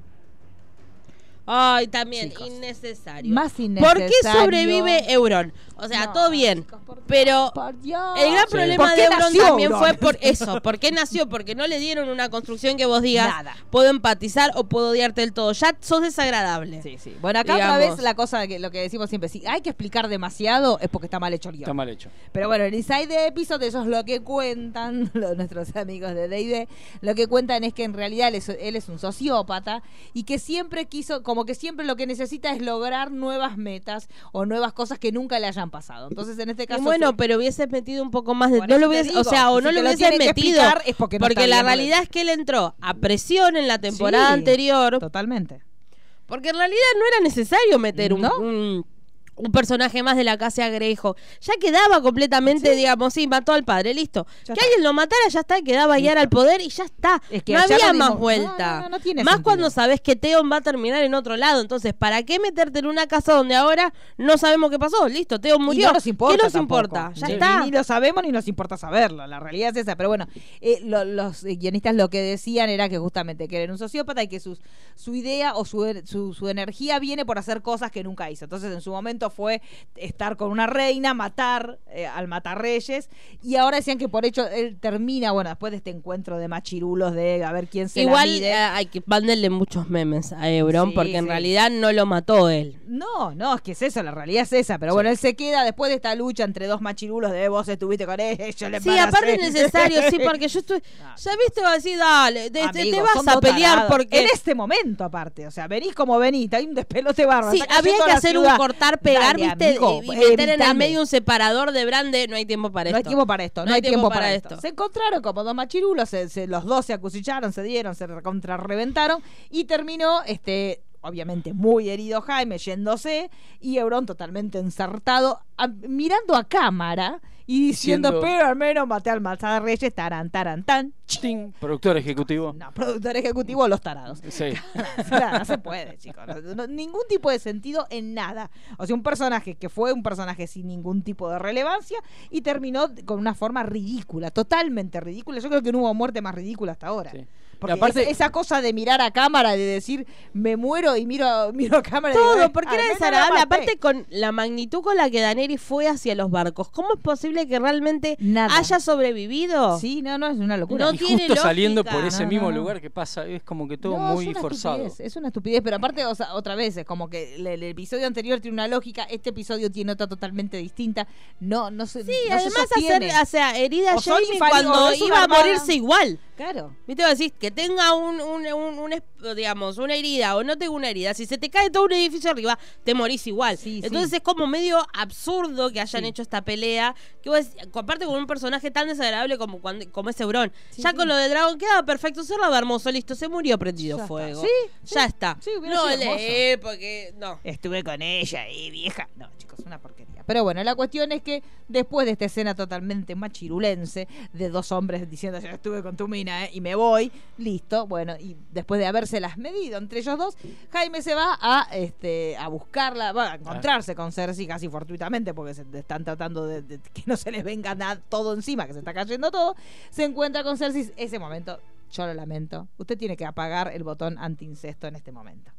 Ay, también, Chicos. innecesario. Más ¿Por innecesario. qué sobrevive Euron? O sea, No, todo bien. chicos, por Dios, Pero por Dios. el gran Sí. problema ¿Por qué de Euron nació también Euron? fue por eso. ¿Por qué nació? Porque no le dieron una construcción que vos digas, Nada. puedo empatizar o puedo odiarte del todo. Ya sos desagradable. Sí, sí. Bueno, acá Digamos. otra vez la cosa que lo que decimos siempre, si hay que explicar demasiado es porque está mal hecho el guión. Está mal hecho. Pero bueno, en Inside the Episode ellos lo que cuentan, los, nuestros amigos de D and D, lo que cuentan es que en realidad él es, él es un sociópata y que siempre quiso, como que siempre lo que necesita es lograr nuevas metas o nuevas cosas que nunca le hayan pasado. Entonces en este Y caso... bueno, se- pero hubiese metido un poco más de... Por No eso lo te hubiese, digo, o sea, o si no te lo lo hubiesen tienen que metido. explicar es porque no está la bien, no realidad lo- es que él entró a presión en la temporada Sí, anterior. Totalmente. Porque en realidad no era necesario meter un, ¿No? un, un personaje más de la casa Greyjoy. Ya quedaba completamente, digamos, sí, mató al padre, listo. Ya que está. alguien lo matara, ya está, quedaba a guiar al poder y ya está. Es que no allá había nos más dimos- vuelta. no, no, no tiene más sentido. cuando sabes que Theon va a terminar en otro lado. Entonces, ¿para qué meterte en una casa donde ahora no sabemos qué pasó? Listo, Theon murió. Y no nos importa ¿Qué nos tampoco. importa? Ya Ni- está. Ni lo sabemos ni nos importa saberlo. La realidad es esa. Pero bueno, eh, lo- los eh, guionistas lo que decían era que justamente que era un sociópata y que sus, su idea o su, su, su energía viene por hacer cosas que nunca hizo. Entonces en su momento fue estar con una reina, matar eh, al matarreyes. Y ahora decían que por hecho él termina, bueno, después de este encuentro de machirulos de a ver quién se Igual la mide. eh, hay que mandarle muchos memes a Euron Sí, porque en sí. realidad no lo mató él. No, no, es que es eso, la realidad es esa. Pero bueno, él se queda después de esta lucha entre dos machirulos de vos estuviste con ella, yo le Sí, embaracé. aparte es necesario, sí, porque yo estoy... Ya viste, va a decir, dale, te, te- te Amigos, vas son a dos pelear tarados. porque... En este momento, aparte, o sea, venís como venís, hay un despelote bárbaro. Sí, está había cayendo que la hacer un ciudad. cortar, pegar, Dale, viste, amigo, y meter en el evitame. medio un separador de brande, no hay tiempo para No esto. hay tiempo para esto, no, hay tiempo, para, esto. Se encontraron como dos machirulos, se, se- los dos se acuchillaron, se dieron, se contrarreventaron y terminó, este, obviamente muy herido Jaime, yéndose, y Euron totalmente ensartado, a- mirando a cámara y diciendo, Diciendo- pero al menos maté al Matarreyes, taran, taran, tan. Ching, productor ejecutivo. No, productor ejecutivo, los tarados. Sí. Claro, no se puede, chicos. No- no- ningún tipo de sentido en nada. O sea, un personaje que fue un personaje sin ningún tipo de relevancia y terminó con una forma ridícula, totalmente ridícula. Yo creo que no hubo muerte más ridícula hasta ahora. Sí. Porque Y aparte- esa, esa cosa de mirar a cámara, de decir, me muero y miro, miro a cámara. y digo, Todo, "Eh, porque al era menos lo desagradable. maté". Aparte, con la magnitud con la que Daenerys fue hacia los barcos, ¿cómo es posible que realmente Nada. haya sobrevivido? Sí, no, no, es una locura. No Y tiene justo saliendo lógica. por ese No, mismo no, no. lugar que pasa, es como que todo No, muy es una forzado. estupidez, es una estupidez, pero aparte, o sea, otra vez, es como que el, el episodio anterior tiene una lógica, este episodio tiene otra totalmente distinta. No, no se Sí, no se además sostiene. hacer, o sea, herida a O son Jaime infalibles, o cuando es una iba a armada. morirse igual. Claro. ¿Viste? Vos decís que tenga un, un, un, un es- digamos, una herida o no tenga una herida. Si se te cae todo un edificio arriba, te morís igual. Sí, Entonces sí. es como medio absurdo que hayan Sí. hecho esta pelea. Que vos, aparte con un personaje tan desagradable como, cuando, como es Euron. Sí, ya sí. con lo de Dragon quedaba perfecto, cerrado, hermoso, listo, se murió prendido Ya está. fuego. Sí, ya sí. está. Sí, hubiera no sido hermoso. leer porque. No. Estuve con ella y vieja. No, chicos, una porquería. Pero bueno, la cuestión es que después de esta escena totalmente machirulense de dos hombres diciendo yo estuve con tu mina eh, y me voy, listo, bueno, y después de habérselas medido entre ellos dos, Jaime se va a este a buscarla, va a encontrarse con Cersei casi fortuitamente porque se están tratando de, de que no se les venga nada todo encima, que se está cayendo todo. Se encuentra con Cersei, ese momento, yo lo lamento. Usted tiene que apagar el botón anti-incesto en este momento.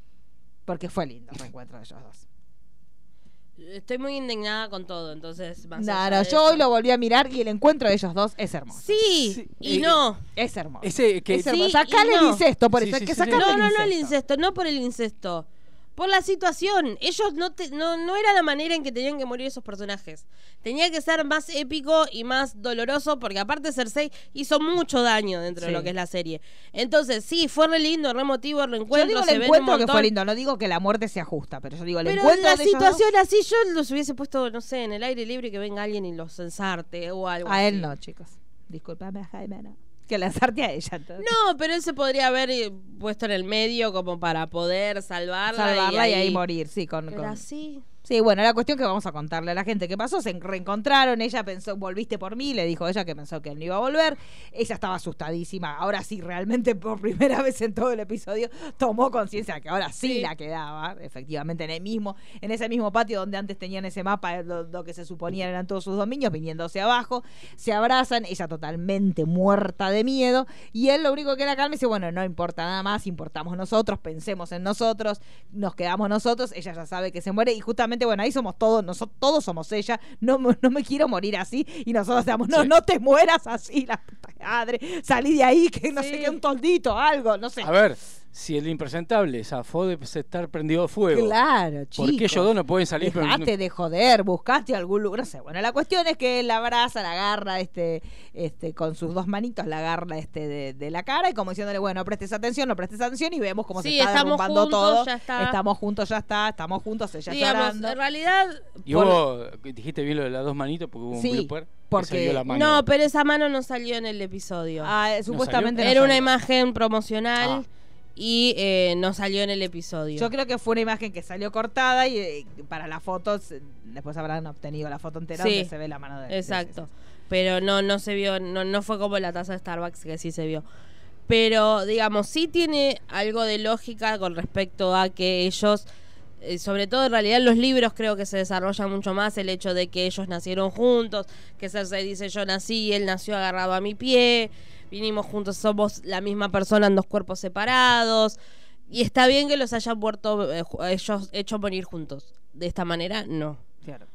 Porque fue lindo el reencuentro de ellos dos. Estoy muy indignada con todo, entonces. Más No, allá no, de yo eso. hoy lo volví a mirar y el encuentro de ellos dos es hermoso. Sí, Sí, y eh, no. Es hermoso. Ese que es Sí, hermoso. y Sacale el no. incesto, por Sí, eso sí, hay que sí, sacarle No, el no, no incesto. el incesto, no por el incesto. por la situación. Ellos no, te, no no era la manera en que tenían que morir esos personajes. Tenía que ser más épico y más doloroso, porque aparte Cersei hizo mucho daño dentro sí. de lo que es la serie. Entonces, sí, fue re lindo, re emotivo el reencuentro. Yo digo se el encuentro que fue lindo, no digo que la muerte sea justa, pero yo digo el pero encuentro la de situación ellos así, yo los hubiese puesto, no sé, en el aire libre y que venga alguien y los ensarte o algo a así. él no, chicos. Disculpame a Jaime, no. Que lanzarte a ella. Entonces. No, pero él se podría haber puesto en el medio como para poder salvarla, salvarla y, y ahí, ahí morir, sí. Con, pero con... así... Sí, bueno, la cuestión que vamos a contarle a la gente que pasó, se reencontraron, ella pensó, volviste por mí, le dijo ella que pensó que él no iba a volver, ella estaba asustadísima, ahora sí, realmente por primera vez en todo el episodio tomó conciencia que ahora sí, sí la quedaba, efectivamente en el mismo, en ese mismo patio donde antes tenían ese mapa, lo, lo que se suponían eran todos sus dominios, viniéndose abajo, se abrazan, ella totalmente muerta de miedo, y él lo único que era calma y dice, bueno, no importa nada más, importamos nosotros, pensemos en nosotros, nos quedamos nosotros, ella ya sabe que se muere, y justamente bueno, ahí somos todos, nosotros todos somos ella, no, no me quiero morir así, y nosotros estamos, no, sí. no te mueras así, la puta madre, salí de ahí, que no sí. sé qué, un toldito, algo, no sé. A ver, si el impresentable zafó de estar prendido a fuego. Claro, chicos. ¿Por qué ellos dos no pueden salir? Dejate pero... de joder, buscaste algún lugar, no sé. Bueno, la cuestión es que él la abraza, la agarra este, este, con sus dos manitos, la agarra este de, de la cara y como diciéndole, bueno, prestes atención, no prestes atención y vemos cómo sí, se está derrumbando juntos, todo. Ya está. Estamos juntos, ya está, estamos juntos, ella Digamos, llorando. En realidad... Y por... vos dijiste bien lo de las dos manitos porque hubo un sí, blooper. Porque... La mano. No, pero esa mano no salió en el episodio. Ah, supuestamente ¿No no Era salió. una imagen promocional. Ah. Y eh, no salió en el episodio. Yo creo que fue una imagen que salió cortada y eh, para las fotos después habrán obtenido la foto entera sí, donde se ve la mano de exacto. De pero no no se vio, no no fue como la taza de Starbucks que sí se vio. Pero digamos, sí tiene algo de lógica con respecto a que ellos, eh, sobre todo en realidad en los libros creo que se desarrolla mucho más el hecho de que ellos nacieron juntos, que Cersei dice yo nací y él nació agarrado a mi pie. Vinimos juntos, somos la misma persona en dos cuerpos separados. Y está bien que los hayan muerto, eh, ellos hecho morir juntos. De esta manera, no. Claro.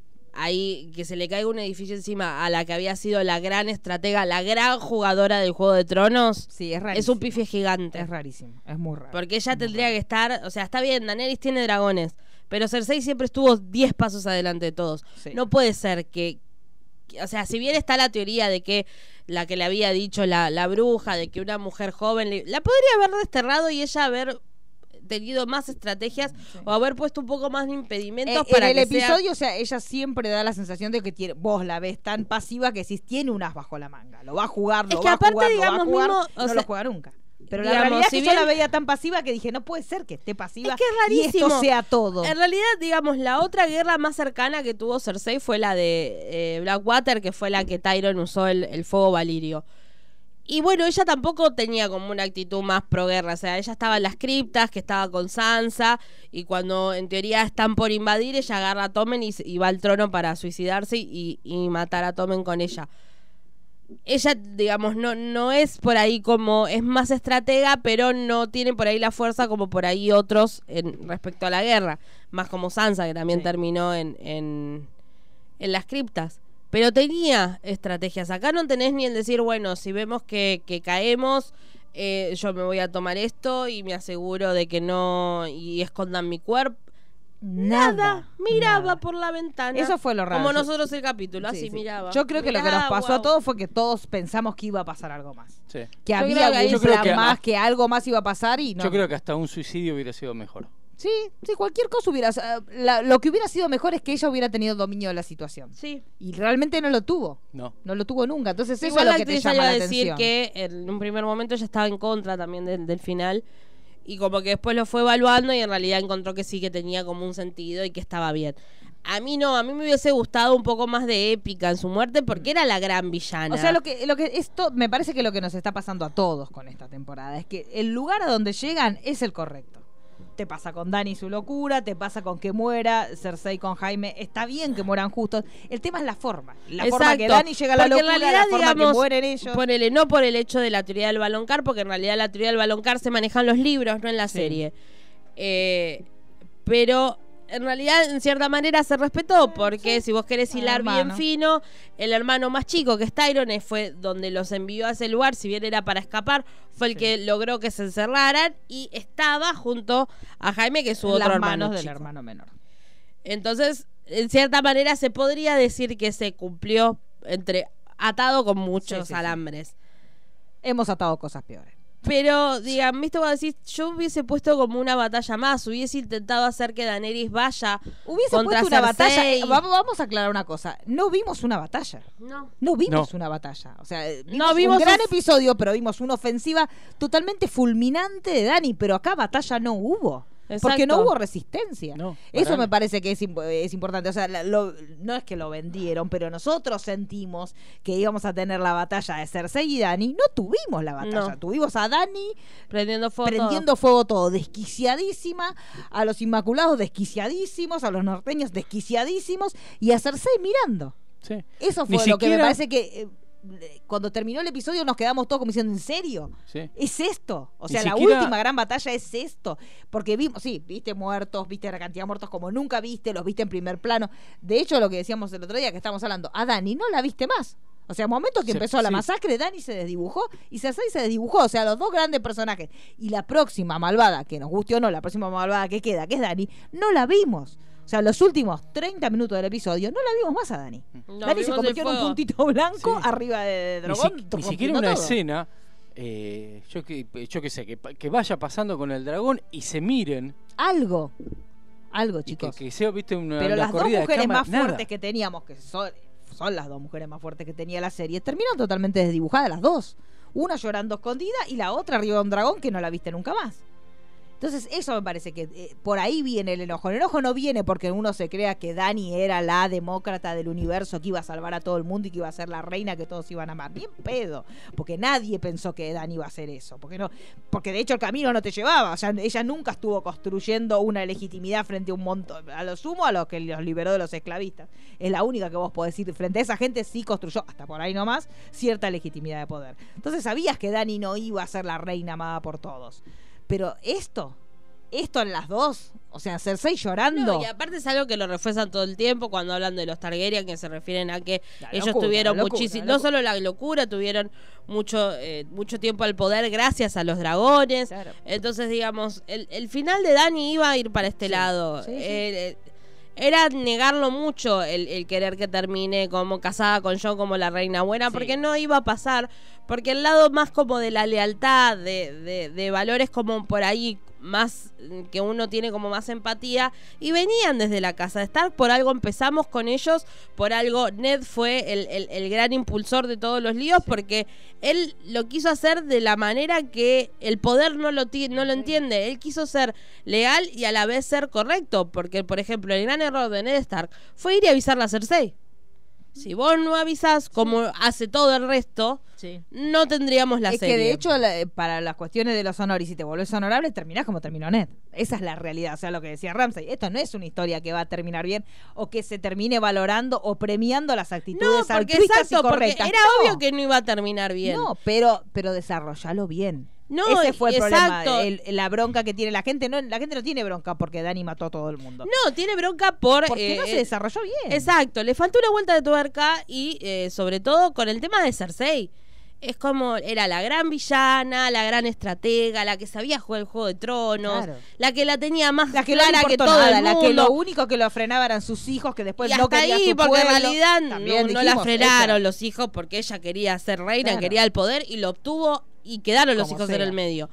Ahí, que se le caiga un edificio encima a la que había sido la gran estratega, la gran jugadora del Juego de Tronos. Sí, es rarísimo. Es un pifie gigante. Es rarísimo, es muy raro. Porque ella muy tendría raro. que estar, o sea, está bien, Daenerys tiene dragones, pero Cersei siempre estuvo diez pasos adelante de todos. Sí. No puede ser que, que, o sea, si bien está la teoría de que la que le había dicho la, la bruja, de que una mujer joven le, la podría haber desterrado y ella haber tenido más estrategias sí. o haber puesto un poco más de impedimentos eh, para en el que episodio, sea... o sea, ella siempre da la sensación de que tiene, vos la ves tan pasiva que si tiene un as bajo la manga, lo va a jugar, lo es que va aparte, a jugar, digamos, lo va a jugar, mismo, no sea, lo juega nunca. Pero digamos, la realidad si es que bien... yo la veía tan pasiva que dije, no puede ser que esté pasiva es que es y rarísimo. esto sea todo. En realidad, digamos, la otra guerra más cercana que tuvo Cersei fue la de eh, Blackwater, que fue la que Tyrion usó el, el fuego valirio. Y bueno, ella tampoco tenía como una actitud más pro guerra, o sea, ella estaba en las criptas, que estaba con Sansa, y cuando en teoría están por invadir, ella agarra a Tommen y, y va al trono para suicidarse y, y matar a Tommen con ella. Ella, digamos, no, no es por ahí como, es más estratega, pero no tiene por ahí la fuerza como por ahí otros en respecto a la guerra, más como Sansa, que también sí. terminó en, en, en las criptas. Pero tenía estrategias. Acá no tenés ni el decir, bueno, si vemos que, que caemos, eh, yo me voy a tomar esto y me aseguro de que no... y escondan mi cuerpo. Nada. nada. Miraba nada. Por la ventana. Eso fue lo raro. Como nosotros el capítulo, sí, así sí. miraba. Yo creo que miraba, lo que nos pasó wow. a todos fue que todos pensamos que iba a pasar algo más. Sí. Que yo había que algún plan que, más, que algo más iba a pasar y no. Yo creo que hasta un suicidio hubiera sido mejor. Sí, sí, cualquier cosa hubiera... La, lo que hubiera sido mejor es que ella hubiera tenido dominio de la situación. Sí. Y realmente no lo tuvo. No. No lo tuvo nunca. Entonces eso igual es lo que te llama la decir atención. Que en un primer momento ella estaba en contra también del, del final. Y como que después lo fue evaluando y en realidad encontró que sí, que tenía como un sentido y que estaba bien. A mí no, a mí me hubiese gustado un poco más de épica en su muerte porque era la gran villana. O sea, lo que, lo que esto me parece que lo que nos está pasando a todos con esta temporada es que el lugar a donde llegan es el correcto. Te pasa con Dany y su locura, te pasa con que muera Cersei con Jaime. Está bien que mueran justos. El tema es la forma. La Exacto. forma que Dany llega a la porque locura, en realidad, la forma digamos, que mueren ellos. Ponele, no por el hecho de la teoría del Baloncar, porque en realidad la teoría del Baloncar se maneja en los libros, no en la sí. serie. Eh, pero en realidad, en cierta manera, se respetó, porque sí, si vos querés hilar bien fino, el hermano más chico, que es Tyrone, fue donde los envió a ese lugar, si bien era para escapar, fue el sí. que logró que se encerraran, y estaba junto a Jaime, que es su en otro las hermano manos chico. del hermano menor. Entonces, en cierta manera, se podría decir que se cumplió entre atado con muchos sí, sí, alambres. Sí. Hemos atado cosas peores. Pero, digan, ¿viste cuando decís? Yo hubiese puesto como una batalla más, hubiese intentado hacer que Daenerys vaya Hubiese contra puesto una Cersei. batalla. Eh, vamos, vamos a aclarar una cosa. No vimos una batalla. No. No vimos No. una batalla. O sea, vimos, No, vimos un gran un- episodio, pero vimos una ofensiva totalmente fulminante de Dani. Pero acá batalla no hubo. Exacto. Porque no hubo resistencia. No, Eso para me nada. parece que es, imp- es importante. O sea, la- lo- no es que lo vendieron, pero nosotros sentimos que íbamos a tener la batalla de Cersei y Dani. No tuvimos la batalla. No. Tuvimos a Dani Prendiendo fuego. prendiendo fuego todo, desquiciadísima, a los Inmaculados desquiciadísimos, a los norteños desquiciadísimos, y a Cersei mirando. Sí. Eso Ni fue lo que me siquiera- parece que eh, cuando terminó el episodio nos quedamos todos como diciendo, ¿en serio? Sí. ¿Es esto? O Ni sea, la siquiera- última gran batalla es esto. Porque vimos, sí, viste muertos, viste la cantidad de muertos como nunca viste, los viste en primer plano. De hecho, lo que decíamos el otro día que estábamos hablando, a Dani no la viste más. O sea, momento que Se- empezó la sí. masacre, Dani se desdibujó y Cersei se desdibujó. O sea, los dos grandes personajes. Y la próxima malvada, que nos guste o no, la próxima malvada que queda, que es Dani, no la vimos. O sea, los últimos treinta minutos del episodio no la vimos más a Dani. No, Dani se vimos convirtió el en un fuego. puntito blanco Sí. arriba de, de Ni, Drogon. si- ni rompiendo siquiera una todo. escena, eh, yo que yo que sé, que, pa- que vaya pasando con el dragón y se miren. Algo. Algo, Y que, chicos. que sea, viste, una, Pero una las dos corrida de mujeres cámara, más nada. fuertes que teníamos, que son, son las dos mujeres más fuertes que tenía la serie, terminaron totalmente desdibujadas las dos. Una llorando escondida y la otra arriba de un dragón que no la viste nunca más. Entonces eso me parece que eh, por ahí viene el enojo. El enojo no viene porque uno se crea que Dani era la demócrata del universo que iba a salvar a todo el mundo y que iba a ser la reina que todos iban a amar. Bien pedo. Porque nadie pensó que Dani iba a hacer eso. Porque no, porque de hecho el camino no te llevaba. O sea, ella nunca estuvo construyendo una legitimidad frente a un montón. A lo sumo a los que los liberó de los esclavistas. Es la única que vos podés decir. Frente a esa gente sí construyó, hasta por ahí nomás, cierta legitimidad de poder. Entonces sabías que Dani no iba a ser la reina amada por todos. Pero esto, esto en las dos, o sea, Cersei llorando. No, y aparte es algo que lo refuerzan todo el tiempo cuando hablan de los Targaryen, que se refieren a que La ellos locura, tuvieron la locura, muchísimo, la no locura. solo la locura, tuvieron mucho eh, mucho tiempo al poder gracias a los dragones. Claro. Entonces, digamos, el, el final de Dani iba a ir para este Sí, lado. sí, sí. Eh, eh, era negarlo mucho el, el querer que termine como casada con Jon como la reina buena, Sí. porque no iba a pasar, porque el lado más como de la lealtad, de, de, de valores como por ahí más que uno tiene como más empatía, y venían desde la casa de Stark. Por algo empezamos con ellos, por algo Ned fue el, el, el gran impulsor de todos los líos, porque él lo quiso hacer de la manera que el poder no lo, ti- no lo entiende. Él quiso ser leal y a la vez ser correcto, porque por ejemplo el gran error de Ned Stark fue ir y avisarle a Cersei. Si vos no avisás como hace todo el resto, Sí. no tendríamos la es serie. que de hecho la- eh, para las cuestiones de los honores, si te volvés honorable, terminás como terminó Ned. Esa es la realidad, o sea, lo que decía Ramsay. Esto no es una historia que va a terminar bien o que se termine valorando o premiando las no, actitudes porque altruistas exacto, y porque correctas. era No. obvio que no iba a terminar bien. No, pero, pero desarrollalo bien. No, Ese fue el exacto. problema, el- la bronca que tiene la gente. No, la gente no tiene bronca porque Dani mató a todo el mundo. No, tiene bronca por... Porque eh, no se desarrolló bien. Exacto, le faltó una vuelta de tuerca y eh, sobre todo con el tema de Cersei. Es como, era la gran villana, la gran estratega, la que sabía jugar el Juego de Tronos, Claro. la que la tenía más La que no le clara que importó todo nada, el la mundo. que lo único que lo frenaba eran sus hijos, que después y no hasta quería ahí, su porque en pueblo. realidad no, También no la dijimos, frenaron ella- los hijos porque ella quería ser reina, Claro. quería el poder y lo obtuvo y quedaron los Como hijos en sea. el medio.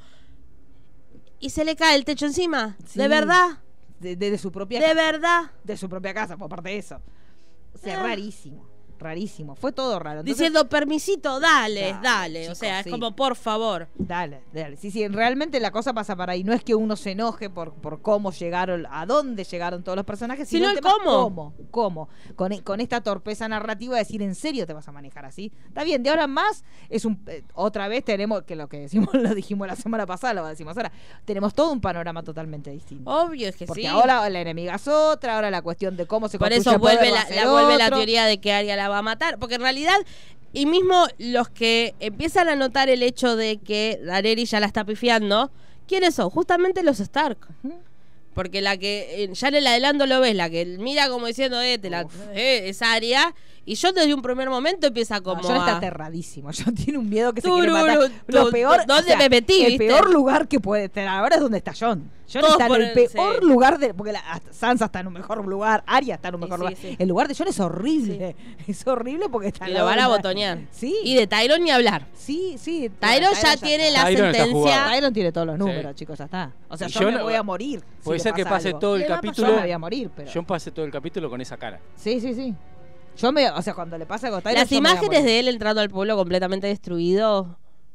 Y se le cae el techo encima, Sí. de verdad, De, de- de su propia de casa. verdad. De su propia casa, por parte de eso. O sea, Ah. rarísimo. Rarísimo. Fue todo raro. Entonces, Diciendo, permisito, dale, Dale, dale. o chicos, sea, es sí. como, por favor. Dale, dale. Sí, sí, realmente la cosa pasa para ahí. No es que uno se enoje por, por cómo llegaron, a dónde llegaron todos los personajes, Sino sino el el tema es cómo. cómo. ¿Cómo? Con, con esta torpeza narrativa de decir, ¿en serio te vas a manejar así? Está bien, de ahora en más, es un eh, otra vez tenemos, que lo que decimos lo dijimos la semana pasada, lo decimos ahora, tenemos todo un panorama totalmente distinto. Obvio es que Porque sí. ahora la enemiga es otra, ahora la cuestión de cómo se Por construye eso el poder vuelve va la, a ser la- vuelve la otro. teoría de que Arya la va a matar. Porque en realidad, y mismo los que empiezan a notar el hecho de que Daenerys ya la está pifiando, ¿quiénes son? Justamente los Stark. Ujú. Porque la que, eh, ya en el adelanto lo ves, la que mira como diciendo, eh, te la, eh, es Arya. Y yo desde un primer momento empieza como No, Jon está a... aterradísimo. Jon tiene un miedo que se Tururu, quiere matar. tu- Lo peor, ¿dónde o sea, me metí, el viste? peor lugar que puede estar ahora es donde está Jon. Jon Todos está en por el el- peor sí. lugar de, porque la, hasta Sansa está en un mejor lugar, Arya está en un Sí, mejor sí, lugar. sí. El lugar de Jon es horrible. Es horrible porque está Y al lo lado van de a una- botonear. Sí. Y de Tyrion ni hablar. Sí, sí. Tyrion ya tiene la Tyrion está sentencia. jugado. Tyrion tiene todos los Sí. números, chicos, ya está. O sea, Y yo Jon- me voy a morir. Puede si ser le que pasa pase algo. todo el Le va a pasar. capítulo. Yo me voy a morir, pero. Yo pase todo el capítulo con esa cara. Sí, sí, sí. Yo me, o sea, cuando le pasa algo a Tyrion, Las yo me voy a imágenes morir. de él entrando al pueblo completamente destruido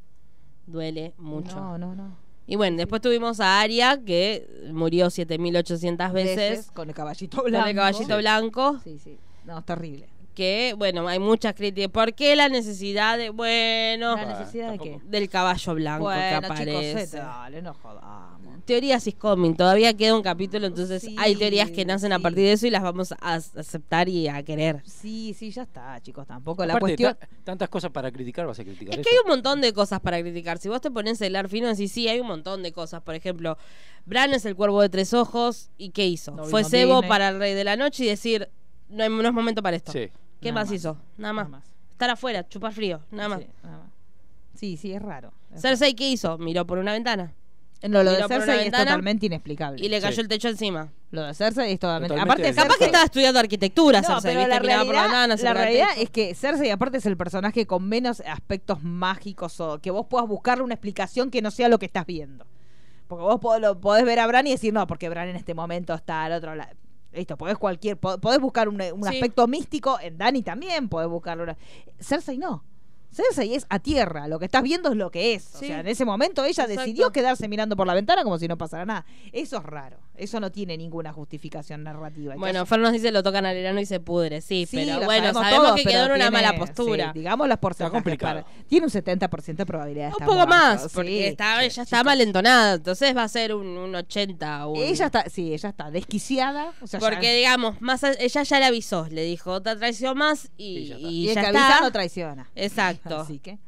duele mucho. No, no, no. Y bueno, después tuvimos a Arya, que murió siete mil ochocientas veces Veces, con el caballito blanco. con el caballito blanco. Sí, sí. No, es terrible. Que, bueno, hay muchas críticas. ¿Por qué la necesidad de, bueno, ¿La necesidad de qué? tampoco. del caballo blanco Bueno, que chicos, aparece? se- dale, no jodamos. Teorías is coming, todavía queda un capítulo, entonces Sí, hay teorías que nacen a sí. partir de eso y las vamos a aceptar y a querer. Sí, sí, ya está, chicos, tampoco la Aparte, cuestión... ta- tantas cosas para criticar, vas a criticar Es eso. que hay un montón de cosas para criticar. Si vos te pones a hilar fino, decís, sí, hay un montón de cosas. Por ejemplo, Bran es el cuervo de tres ojos. ¿Y qué hizo? No Fue vino cebo Disney. para el rey de la noche y decir, no, hay- no es momento para esto. Sí. ¿Qué Nada más, más. hizo? Nada más. Nada más. Estar afuera, chupar frío, nada más. Sí, nada más. Sí, sí, es raro. Es Cersei, ¿qué hizo? Miró por una ventana raro. No, lo de miró por una Cersei es ventana totalmente inexplicable. y le cayó Sí. el techo encima. Lo de Cersei es totalmente... Totalmente Aparte, desastre. Capaz que Cersei- estaba estudiando arquitectura, No, Cersei, pero ¿viste? la Miraba por la realidad, ventana, se la miraba el realidad techo. es que Cersei aparte es el personaje con menos aspectos mágicos o que vos puedas buscarle una explicación que no sea lo que estás viendo. Porque vos po- lo podés ver a Bran y decir, no, porque Bran en este momento está al otro lado. Listo, podés cualquier, po- podés buscar un, un Sí. aspecto místico, en Dany también podés buscarlo. una- Cersei no. Cersei es a tierra, lo que estás viendo es lo que es. O Sí. sea, en ese momento ella Exacto. decidió quedarse mirando por la ventana como si no pasara nada. Eso es raro. Eso no tiene ninguna justificación narrativa. Que Bueno, haya- Fer nos dice lo tocan al enano y se pudre, sí, Sí, pero lo bueno, sabemos sabemos todos, que pero quedó en una tiene- mala postura. sí, digamos las porcentajes. complicado. para- tiene un setenta por ciento de probabilidad de Un estar poco muerto, más, sí, porque está, sí, ella está chicos. mal entonada, entonces va a ser un, un ochenta. Un... Ella está, sí, ella está desquiciada. O sea, Porque, ya- digamos, más a- ella ya le avisó, le dijo otra traición más y, Y ya está. y y el ya que está. avisa no traiciona. Exacto. Así que.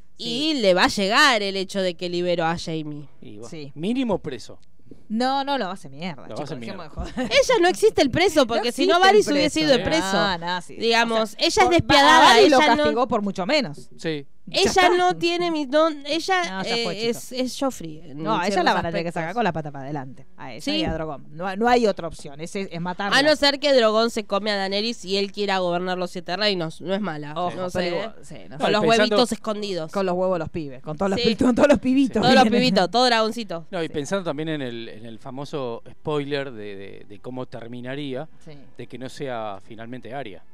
Y le va a llegar el hecho de que liberó a Jamie. Y bueno, Sí. mínimo preso. No, no, lo hace mierda. Lo chicos, hace dejemos mierda. de joder. Ella no existe el preso, porque No si no existe Varys el hubiese preso, ido el eh. preso. No, no, sí. Digamos, O sea, ella es por- despiadada, a Varys lo ella no- castigó por mucho menos. Sí. Ya Ella está. no tiene mi don, ella No, ya fue, eh, es, es Joffrey. en No, a ella ciertos la van a tener que aspectos. sacar con la pata para adelante. A ella Sí. y a Drogon. No, no hay otra opción. Es, es matarla. A no ser que Drogon se come a Daenerys y él quiera gobernar los siete reinos. No es mala. Ojo, no pero sé. igual- sí, no Con sé. los Pensando- huevitos escondidos. Con los huevos de los pibes. Con todos los, Sí. pi- con todos los pibitos. Todos los vienen. pibitos, todo dragoncito. No, y pensando también en el, en el famoso spoiler de, de- de cómo terminaría, Sí. de que no sea finalmente Arya.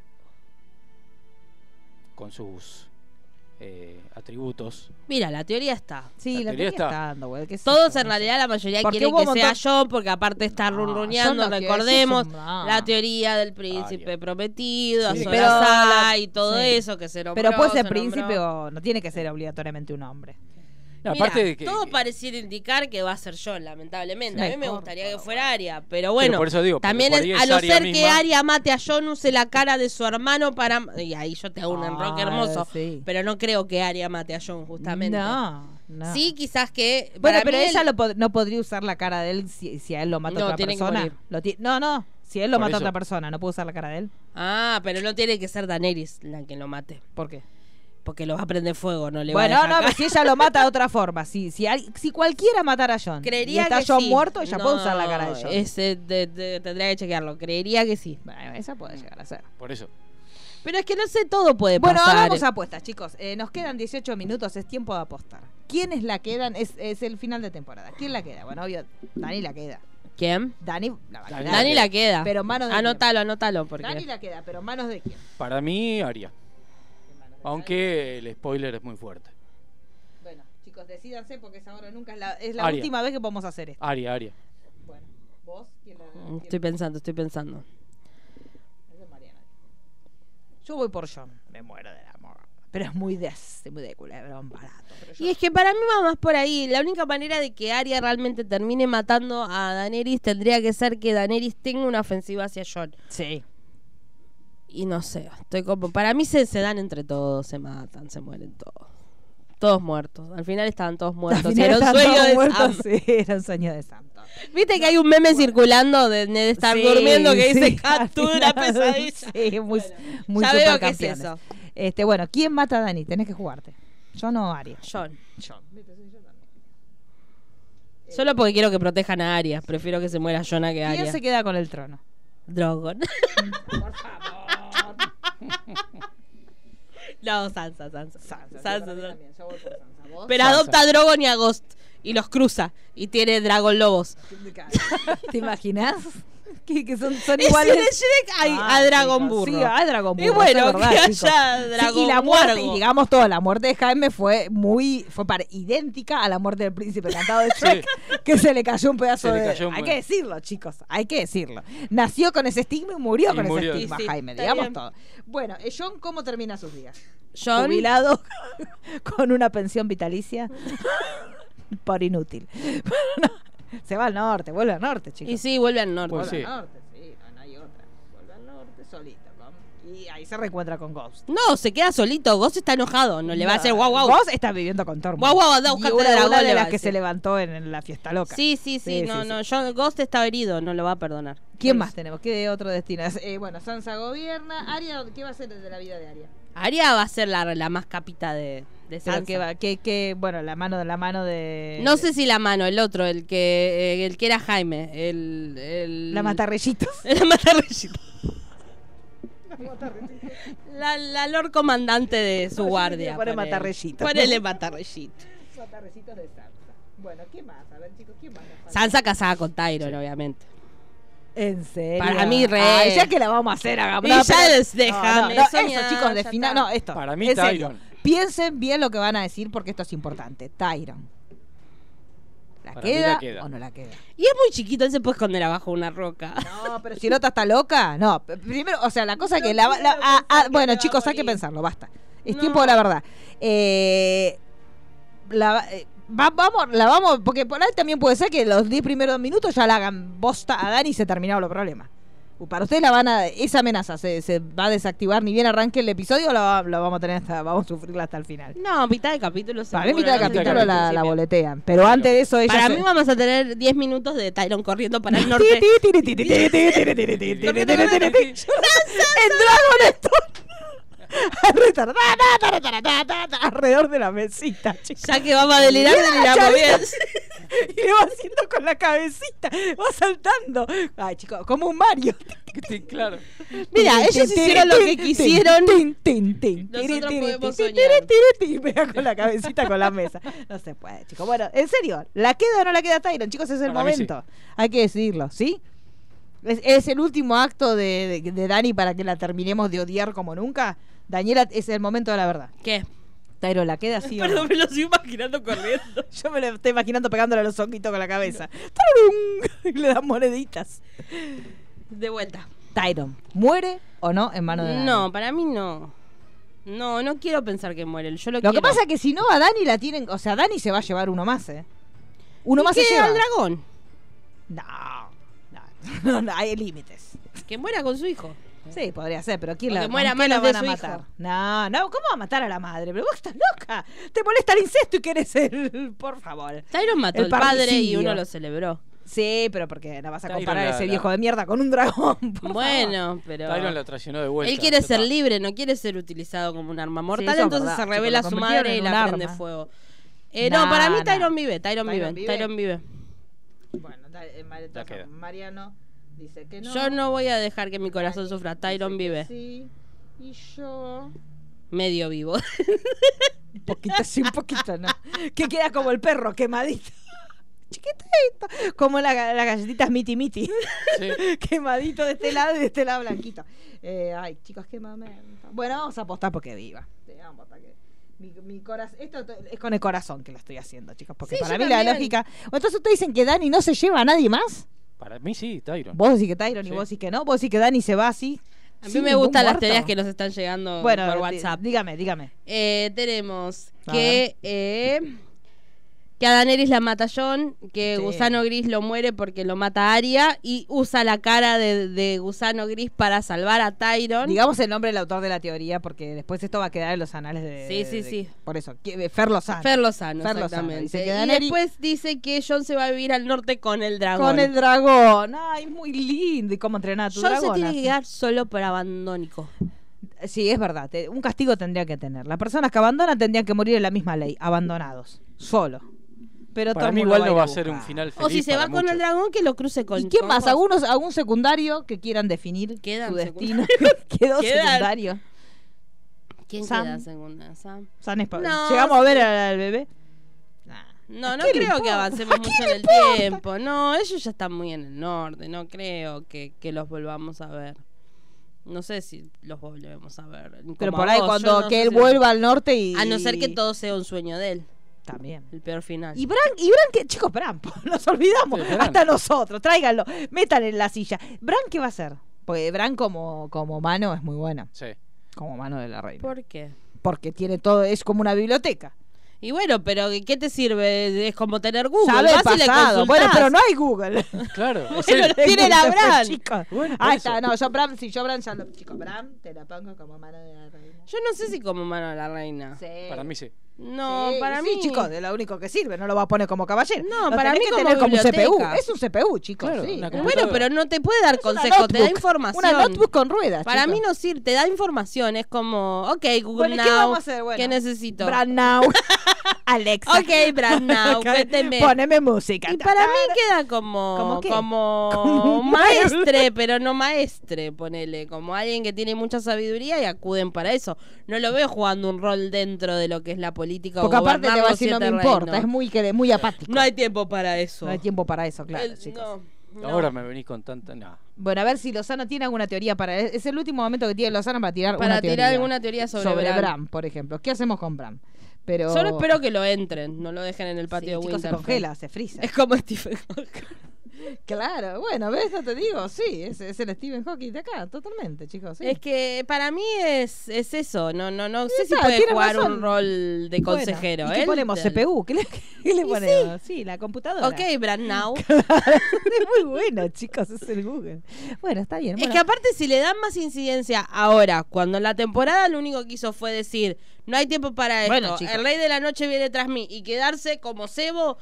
Con sus eh, atributos. Mira, la teoría está. Sí, La la teoría teoría está. está dando, güey. qué sé Todos yo, en no sé. realidad, la mayoría Porque quieren hubo que un sea montón- Jon, porque aparte está No, runruneando, Jon no quiere, recordemos, ese es un- no. la teoría del príncipe Arya. prometido, Sí, Azor pero Ahai la- y todo sí. eso que se nombró. Pero puede ser se príncipe nombró. o no tiene que ser obligatoriamente un hombre. No, Mira, aparte de que, todo que- pareciera indicar que va a ser Jon, lamentablemente. Sí, a mí me por gustaría que favor. fuera Arya, pero bueno, por eso digo, porque también por es- ahí a es no Arya ser que misma. Arya mate a Jon, use la cara de su hermano para... Y ahí yo te hago un enroque Ah, hermoso, sí. pero no creo que Arya mate a Jon, justamente. No, no. Sí, quizás que... Bueno, para pero mí ella el- lo pod- no podría usar la cara de él si, si a él lo mata No, otra tiene que persona. morir. Lo ti- no, no. Si él lo Por mata a eso. otra persona, ¿no puede usar la cara de él? Ah, pero no tiene que ser Daenerys la que lo mate. ¿Por qué? Porque lo va a prender fuego, no le Bueno, va a no, dejar pero si ella lo mata de otra forma, si, si, al- si cualquiera matara a Jon Creería y está que Jon sí. muerto, ella No, puede usar la cara de Jon. Ese de- de- tendría que chequearlo. Creería que sí. Bueno, esa puede llegar a ser. por eso. Pero es que no sé, todo puede Bueno, pasar. hagamos apuestas, chicos. Eh, nos quedan dieciocho minutos, es tiempo de apostar. ¿Quiénes la quedan? Es, es el final de temporada. ¿Quién la queda? Bueno, obvio, Dani la queda. ¿Quién? Dani la va a Dani quedar. Dani la queda. Pero manos de Anótalo, anótalo. quién? Porque... Dani la queda, pero manos de quién. Para mí, Arya. Aunque el spoiler es muy fuerte. Bueno, chicos, decídanse porque es ahora nunca es la, es la Aria. última vez que podemos hacer esto. Arya, Arya. Bueno, vos, ¿quién la quién- Estoy pensando, estoy pensando. Esa es Mariana. Yo voy por Jon, me muero del amor. Pero es muy de, muy de culebrón barato. Pero yo- Y es que para mí va más por ahí. La única manera de que Arya realmente termine matando a Daenerys tendría que ser que Daenerys tenga una ofensiva hacia Jon. Sí. Y no sé, estoy como... Para mí se, se dan entre todos, se matan, se mueren todos. Todos muertos. Al final estaban todos muertos. Al final Era un estaban sueño todos de muertos, Sam. sí, era un sueño de Sam. Viste que hay un meme circulando de Ned Stark Sí, durmiendo que sí, dice Cat, tuve una al final, pesadilla. Sí, muy, Bueno, muy ya veo que es supercampeones. eso. Este, bueno, ¿quién mata a Dani? Tenés que jugarte. Yo no, Arya. John. John. Solo porque quiero que protejan a Arya. Prefiero que se muera Jonah que Arya. ¿Quién se queda con el trono? Drogon. Por favor. No, Sansa, Sansa. Sansa. Sansa, sí, para mí Sansa. también. Yo voy por Sansa. ¿Vos? Pero Sansa. adopta a Drogon y a Ghost. Y los cruza. Y tiene Dragon Lobos. ¿Te imaginas? Que, que son, son Es iguales. en el Shrek hay Ah, a Dragon chicos, Burro. Sí, hay Dragon Burro. Y bueno, eso es verdad, que chicos. haya Sí, Dragon y la muerte, Wargo. y digamos todo, la muerte de Jaime fue muy, fue para, idéntica a la muerte del príncipe encantado de Shrek, que se le cayó un pedazo Se le de. cayó un hay buen- que decirlo, chicos, hay que decirlo. Nació con ese estigma y murió Y con murió. ese estigma, Y sí, Jaime, está digamos bien. todo. Bueno, eh, John, ¿cómo termina sus días? John. Jubilado con una pensión vitalicia por inútil. No, se va al norte, vuelve al norte, chicos. Y sí, vuelve al norte. Pues Vuelve sí. al norte, sí, no, no hay otra. Vuelve al norte solito. ¿no? Y ahí se reencuentra con Ghost. No, se queda solito. Ghost está enojado. No le va a hacer guau guau. Ghost está viviendo con Tormund. Guau, guau, anda a Y buscarte una, el dragón, una le de va a las que se decir. levantó en, en la fiesta loca. Sí, sí, sí, Sí, no, sí, no, sí. John Ghost está herido, no lo va a perdonar. ¿Quién Pues, más tenemos? ¿Qué otro destino? Eh, bueno, Sansa gobierna. Arya, ¿qué va a ser de la vida de Arya? Arya va a ser la, la más capita de, de Pero Sansa. que va, que, que, bueno, la mano de la mano de. No sé si la mano, el otro, el que eh, el que era Jaime, el, el La matarrellitos. La matarrellito. La, la Lord comandante de su No, yo guardia. le pone ponele. matarrellito. Ponele matarrellito. Matarrellitos de Sansa. Bueno, ¿qué más? A ver, chicos, ¿qué más? nos falta? Sansa casada con Tyrion, obviamente. ¿En serio? Para mí, re. Ay, ya que la vamos a hacer, hagamos. Y ya les déjame no, no, soñar, eso, chicos, ya defina. está. No, esto. Para mí, en serio. Tyrion. Piensen bien lo que van a decir porque esto es importante. Tyrion. ¿La Para mí queda, la queda. o no la queda? Y es muy chiquito, él se puede esconder abajo de una roca. No, pero si la otra está loca. No, p- primero, o sea, la cosa que la. la- ah, ah, bueno, chicos, hay que pensarlo, basta. Es No. tiempo de la verdad. Eh, la, eh, va- vamos, la vamos, porque por ahí también puede ser que los diez primeros minutos ya la hagan bosta a Dani y se terminaron los problemas. Uh, Para ustedes la van a, esa amenaza se, se va a desactivar ni bien arranque el episodio o la, va- la vamos a tener hasta, vamos a sufrirla hasta el final. No, mitad de capítulo. Para mí seguro, mitad de no sé, capítulo al la, la principio. boletean, pero antes de eso ella Para se- mí vamos a tener diez minutos de Tyrion corriendo para el norte. En Dragon Stone. Alrededor de la mesita, chicos. Ya que vamos a delirar, Mira la deliramos bien. charita. Y le va haciendo con la cabecita, va saltando. Ay, chicos, como un Mario. Sí, claro. Mira, ellos hicieron lo que quisieron. Nosotros podemos soñar. Y pega con la cabecita con la mesa. No se puede, chicos. Bueno, en serio, ¿la queda o no la queda Tyrion? Chicos, es el Para mí sí. momento. Hay que decidirlo, ¿sí? Es, es el último acto de, de, de Dani para que la terminemos de odiar como nunca. Daniela, es el momento de la verdad. ¿Qué? Tyrion, ¿la queda así o no? Perdón, me lo estoy imaginando corriendo. Yo me lo estoy imaginando pegándole a los ojitos con la cabeza. ¡Tararung! Y le dan moneditas. De vuelta. Tyrion, ¿muere o no en manos de Dani? No, para mí no. No, no quiero pensar que muere. Yo lo, Lo quiero. que pasa es que si no, a Dani la tienen. O sea, Dani se va a llevar uno más, ¿eh? Uno ¿Y más qué se lleva. al dragón? No, no, no, no, hay límites. Que muera con su hijo. Sí, podría ser, pero ¿quién O la, que muera ¿con quién a la manos van de a su matar? hijo. No, no, ¿cómo va a matar a la madre? Pero vos estás loca. Te molesta el incesto y querés el. Por favor. Tyrion mató El al padre y parricidio. uno lo celebró. Sí, pero porque no vas a Tyrion comparar a la- ese la- viejo de mierda con un dragón. por Bueno, pero. Tyrion la traicionó de vuelta. Él quiere ya ser está. libre, no quiere ser utilizado como un arma mortal, eso es entonces verdad, se chicos, revela lo a su convirtieron madre y en la un prende arma. fuego. Eh, Nah, no, para mí nah. Tyrion vive, Tyrion, Tyrion vive, vive. Tyrion vive. Bueno, da- eh, Mar- Ya queda. Mariano dice que no. Yo no voy a dejar que mi corazón Dani sufra, dice Tyrion que vive. Sí. Y yo. Medio vivo. Un poquito, sí, un poquito, ¿no? Que queda como el perro quemadito. Chiquitito. Como la, las galletitas miti miti. Sí. Quemadito de este lado y de este lado blanquito. Eh, ay, chicos, qué momento. Bueno, vamos a apostar porque viva. Sí, vamos a apostar que. Mi, mi corazón, esto es con el corazón que lo estoy haciendo, chicos, porque Sí, para yo mí la también. lógica. Entonces ustedes dicen que Dani no se lleva a nadie más. Para mí sí, Tyrion. Vos decís que Tyrion y Sí. vos decís que no. Vos decís que Dani se va así. A mí sin me ningún gustan las muerto. teorías que nos están llegando Bueno, por di- WhatsApp. dígame, dígame. Eh, tenemos A que eh, Que a Daenerys la mata Jon, que Sí. Gusano Gris lo muere porque lo mata Arya y usa la cara de, de Gusano Gris para salvar a Tyrion. Digamos el nombre del autor de la teoría, porque después esto va a quedar en los anales de... Sí, sí, de- sí. Por eso, que- Fer Lozano. Fer Lozano, Fer Lozano. exactamente. Dice que y Daenerys- después dice que Jon se va a vivir al norte con el dragón. Con el dragón. Ay, muy lindo. ¿Y cómo entrenar a tu Jon dragón? se tiene que así? quedar solo por abandónico. Sí, es verdad. te- Un castigo tendría que tener. Las personas que abandonan tendrían que morir en la misma ley. Abandonados. Solo. Pero todo Para el mí mundo igual no va a ir ser un buscar. final feliz O si se va para con muchos. el dragón, que lo cruce con... ¿Y quién con más? vos. ¿Algunos, ¿Algún secundario que quieran definir Quedan su destino? secundarios. Quedó Quedan. secundario. ¿Quién Sam. queda segunda? Sam. San Espa- No, ¿Llegamos a sí. ver al, al bebé? No, ¿A no qué le creo que importa? avancemos ¿A qué mucho le en el importa? tiempo. No, ellos ya están muy en el norte. No creo que, que los volvamos a ver. No sé si los volvemos a ver. Pero Como por ahí vos, cuando yo no que sé él si- vuelva al norte y... A no ser que todo sea un sueño de él. También. El peor final. Y Bran, y Bran que, chicos, Bran, nos olvidamos, Sí, Bran. hasta nosotros, tráiganlo, metan en la silla. Bran, ¿qué va a hacer? Porque Bran como, como mano es muy buena, Sí. como mano de la reina. ¿Por qué? Porque tiene todo, es como una biblioteca. Y bueno, pero ¿qué te sirve? Es como tener Google. Sabe el Vas y le pasado. consultás. Bueno, pero no hay Google. Claro. es Bueno, él. tiene la Google, Bran. chicos. Bueno, por Ahí eso. está, no, yo Bran, si yo Bran ya lo... Chicos, Bran, te la pongo como mano de la reina. Yo no sé si como mano de la reina. Sí. Para mí sí. No, Sí, para sí, mí... chicos, es lo único que sirve, no lo va a poner como caballero. No, Lo para tenés mí que como tener como un C P U. biblioteca. Es un C P U, chicos, Claro, sí. una Es computadora. Bueno, pero no te puede dar una consejo, te da notebook, información. Una notebook con ruedas, Para chicos. mí no sirve, te da información, es como, ok, Google Bueno, ¿y Now, qué vamos a hacer? Bueno, ¿qué necesito? Bran Now. Alexa. Ok, Bran Now, méteme. Poneme música. Y para mí queda como ¿Cómo qué? como, Como un maestre, pero no maestre, ponele, como alguien que tiene mucha sabiduría y acuden para eso. No lo veo jugando un rol dentro de lo que es la política Porque o aparte te gobernar va a los decir no me siete importa, reinos. es muy, que- muy apático. No hay tiempo para eso. No hay tiempo para eso, claro, El- chicos. no, no. Ahora me venís con tanta... No. Bueno, a ver si Lozano tiene alguna teoría para... Es el último momento que tiene Lozano para tirar Para una tirar teoría. alguna teoría sobre, Bran. Bran. por ejemplo. ¿Qué hacemos con Bran? Pero... Solo espero que lo entren, no lo dejen en el Sí, patio de chicos, se Winterfell. congela, se frisa. Es como Stephen Hawking. Claro, bueno, ¿ves? No te digo, sí, es, es el Stephen Hawking de acá, totalmente, chicos. Sí. Es que para mí es, es eso, no no no sé Sí, si está, puede tiene jugar razón. un rol de Bueno, consejero. ¿y qué Él- ponemos? ¿C P U? ¿Qué le, qué le Y ponemos? Sí. la computadora. Ok, Bran Now. Es muy bueno, chicos, es el Google. Bueno, está bien. Es bueno. que aparte si le dan más incidencia ahora, cuando en la temporada lo único que hizo fue decir, no hay tiempo para esto, Bueno, chicos. el rey de la noche viene tras mí y quedarse como cebo,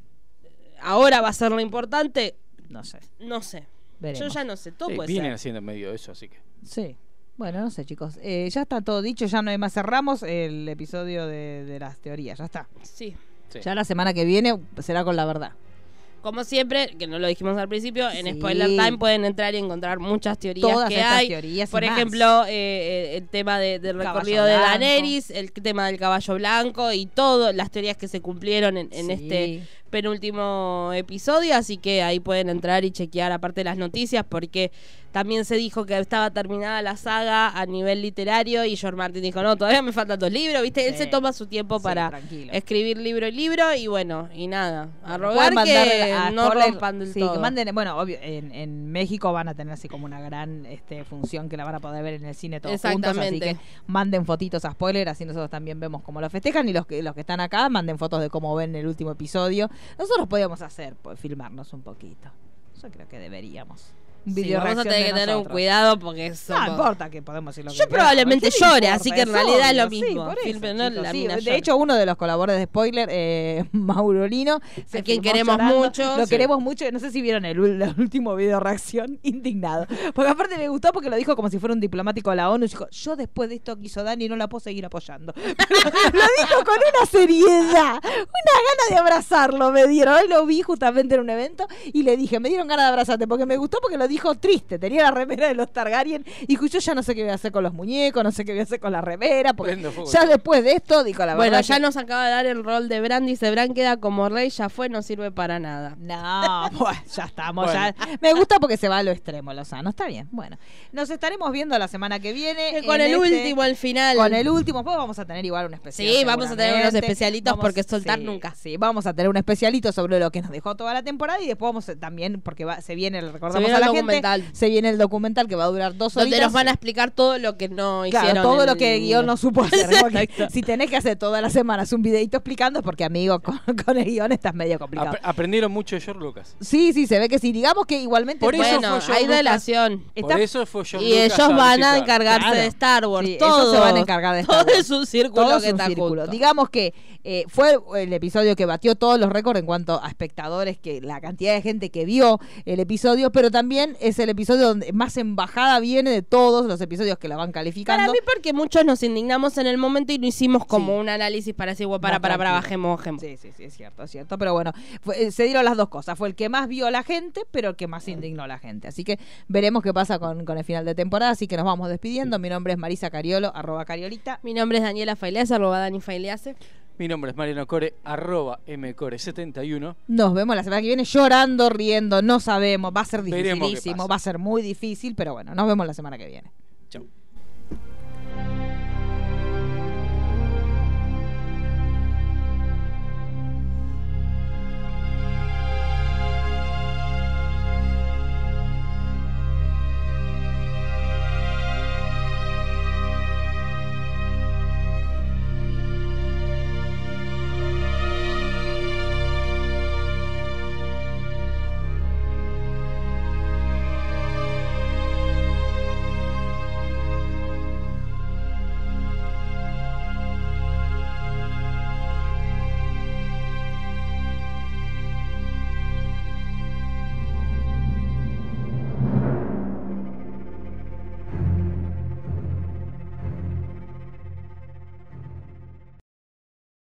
ahora va a ser lo importante, No sé, no sé. veremos. Yo ya no sé, todo Sí, puede vienen ser. haciendo medio eso, así que... Sí. Bueno, no sé, chicos. Eh, ya está todo dicho, ya no hay más. Cerramos el episodio de, de las teorías, ya está. Sí. Sí. Ya la semana que viene será con la verdad. Como siempre, que no lo dijimos al principio, en Sí. Spoiler Time pueden entrar y encontrar muchas teorías Todas que estas hay. teorías y Por más. ejemplo, eh, eh, el tema de- del Caballo recorrido de blanco. Daenerys, el tema del caballo blanco y todo, las teorías que se cumplieron en, en Sí. este penúltimo episodio, así que ahí pueden entrar y chequear aparte de las noticias, porque también se dijo que estaba terminada la saga a nivel literario y George Martin dijo, no, todavía me faltan dos libros, ¿viste? Él Sí. se toma su tiempo Sí, para tranquilo. escribir libro y libro y bueno, y nada, a Pueden rogar mandar que a no spoiler- rompan del sí, todo. que manden, bueno, obvio, en, en México van a tener así como una gran este, función que la van a poder ver en el cine todos juntos, así Exactamente. que manden fotitos a spoiler, así nosotros también vemos cómo lo festejan y los que los que están acá manden fotos de cómo ven el último episodio. Nosotros podíamos hacer, pues, filmarnos un poquito. Yo creo que deberíamos. Un Sí, video vamos a reacción tener de que tener un nosotros. cuidado porque No somos- importa que podemos decir lo que Yo queramos. probablemente ¿Qué le llore, importa? así que en Es realidad es lo obvio, sí, mismo. por eso, Filme, no, chicos, la sí. mina De llora. hecho, uno de los colaboradores de spoiler, eh, Maurolino, se A quien filmó queremos llorando. mucho. Lo Sí. queremos mucho. No sé si vieron el, ul- el último video reacción, indignado. Porque aparte me gustó porque lo dijo como si fuera un diplomático de la ONU. Y dijo, yo después de esto que hizo Dani no la puedo seguir apoyando. Pero lo dijo con una seriedad, una gana de abrazarlo me dieron. Hoy lo vi justamente en un evento y le dije, me dieron ganas de abrazarte porque me gustó porque lo dijo triste. Tenía la remera de los Targaryen y dijo, yo ya no sé qué voy a hacer con los muñecos, no sé qué voy a hacer con la remera, porque Prendo fuego. ya después de esto, dijo la Bueno, verdad. ya que- nos acaba de dar el rol de Bran. Dice, Bran queda como rey, ya fue, no sirve para nada. No, bueno, ya estamos. Bueno. Ya. Me gusta porque se va a lo extremo, Lozano. Está bien. Bueno, nos estaremos viendo la semana que viene. Que con en el este- último, al final. Con el último, pues vamos a tener igual un especial. Sí, vamos a tener unos seguramente. especialitos Vamos- porque soltar sí, nunca. Sí, vamos a tener un especialito sobre lo que nos dejó toda la temporada y después vamos a- también, porque va, se viene, Se recordamos viene a el la gente, documental. Se viene el documental que va a durar dos horas. Donde nos van a explicar todo lo que no claro, hicieron. todo en lo el... que el guión no supo hacer. Si tenés que hacer todas las semanas un videito explicando es porque, amigo, con, con el guión estás medio complicado. Ap- aprendieron mucho de George Lucas. Sí, sí, se ve que sí. Digamos que igualmente... Por eso bueno, fue hay George relación. Lucas, Está- por eso fue George Y Lucas ellos van a visitar. encargarse Claro. de Star Wars. Sí, todo. ellos se van a encargar de Star Todo Wars. es un círculo Todo que es un está círculo. junto. Digamos que eh, fue el episodio que batió todos los récords en cuanto a espectadores, que la cantidad de gente que vio el episodio, pero también es el episodio donde más embajada viene de todos los episodios que la van calificando. Para mí porque muchos nos indignamos en el momento y no hicimos como Sí. un análisis para decir, bueno, para, Más para, para, tranquilo. bajemos, bajemos. Sí, sí, sí, es cierto, es cierto. Pero bueno, fue- eh, se dieron las dos cosas. Fue el que más vio a la gente, pero el que más indignó a la gente. Así que veremos qué pasa con, con el final de temporada. Así que nos vamos despidiendo. Mi nombre es Marisa Cariolo, arroba Cariolita. Mi nombre es Daniela Failease, arroba Dani Failease. Mi nombre es Mariano Core, arroba mcore setenta y uno. Nos vemos la semana que viene llorando, riendo, no sabemos. Va a ser Veremos qué dificilísimo, pasa. va a ser muy difícil, pero bueno, nos vemos la semana que viene.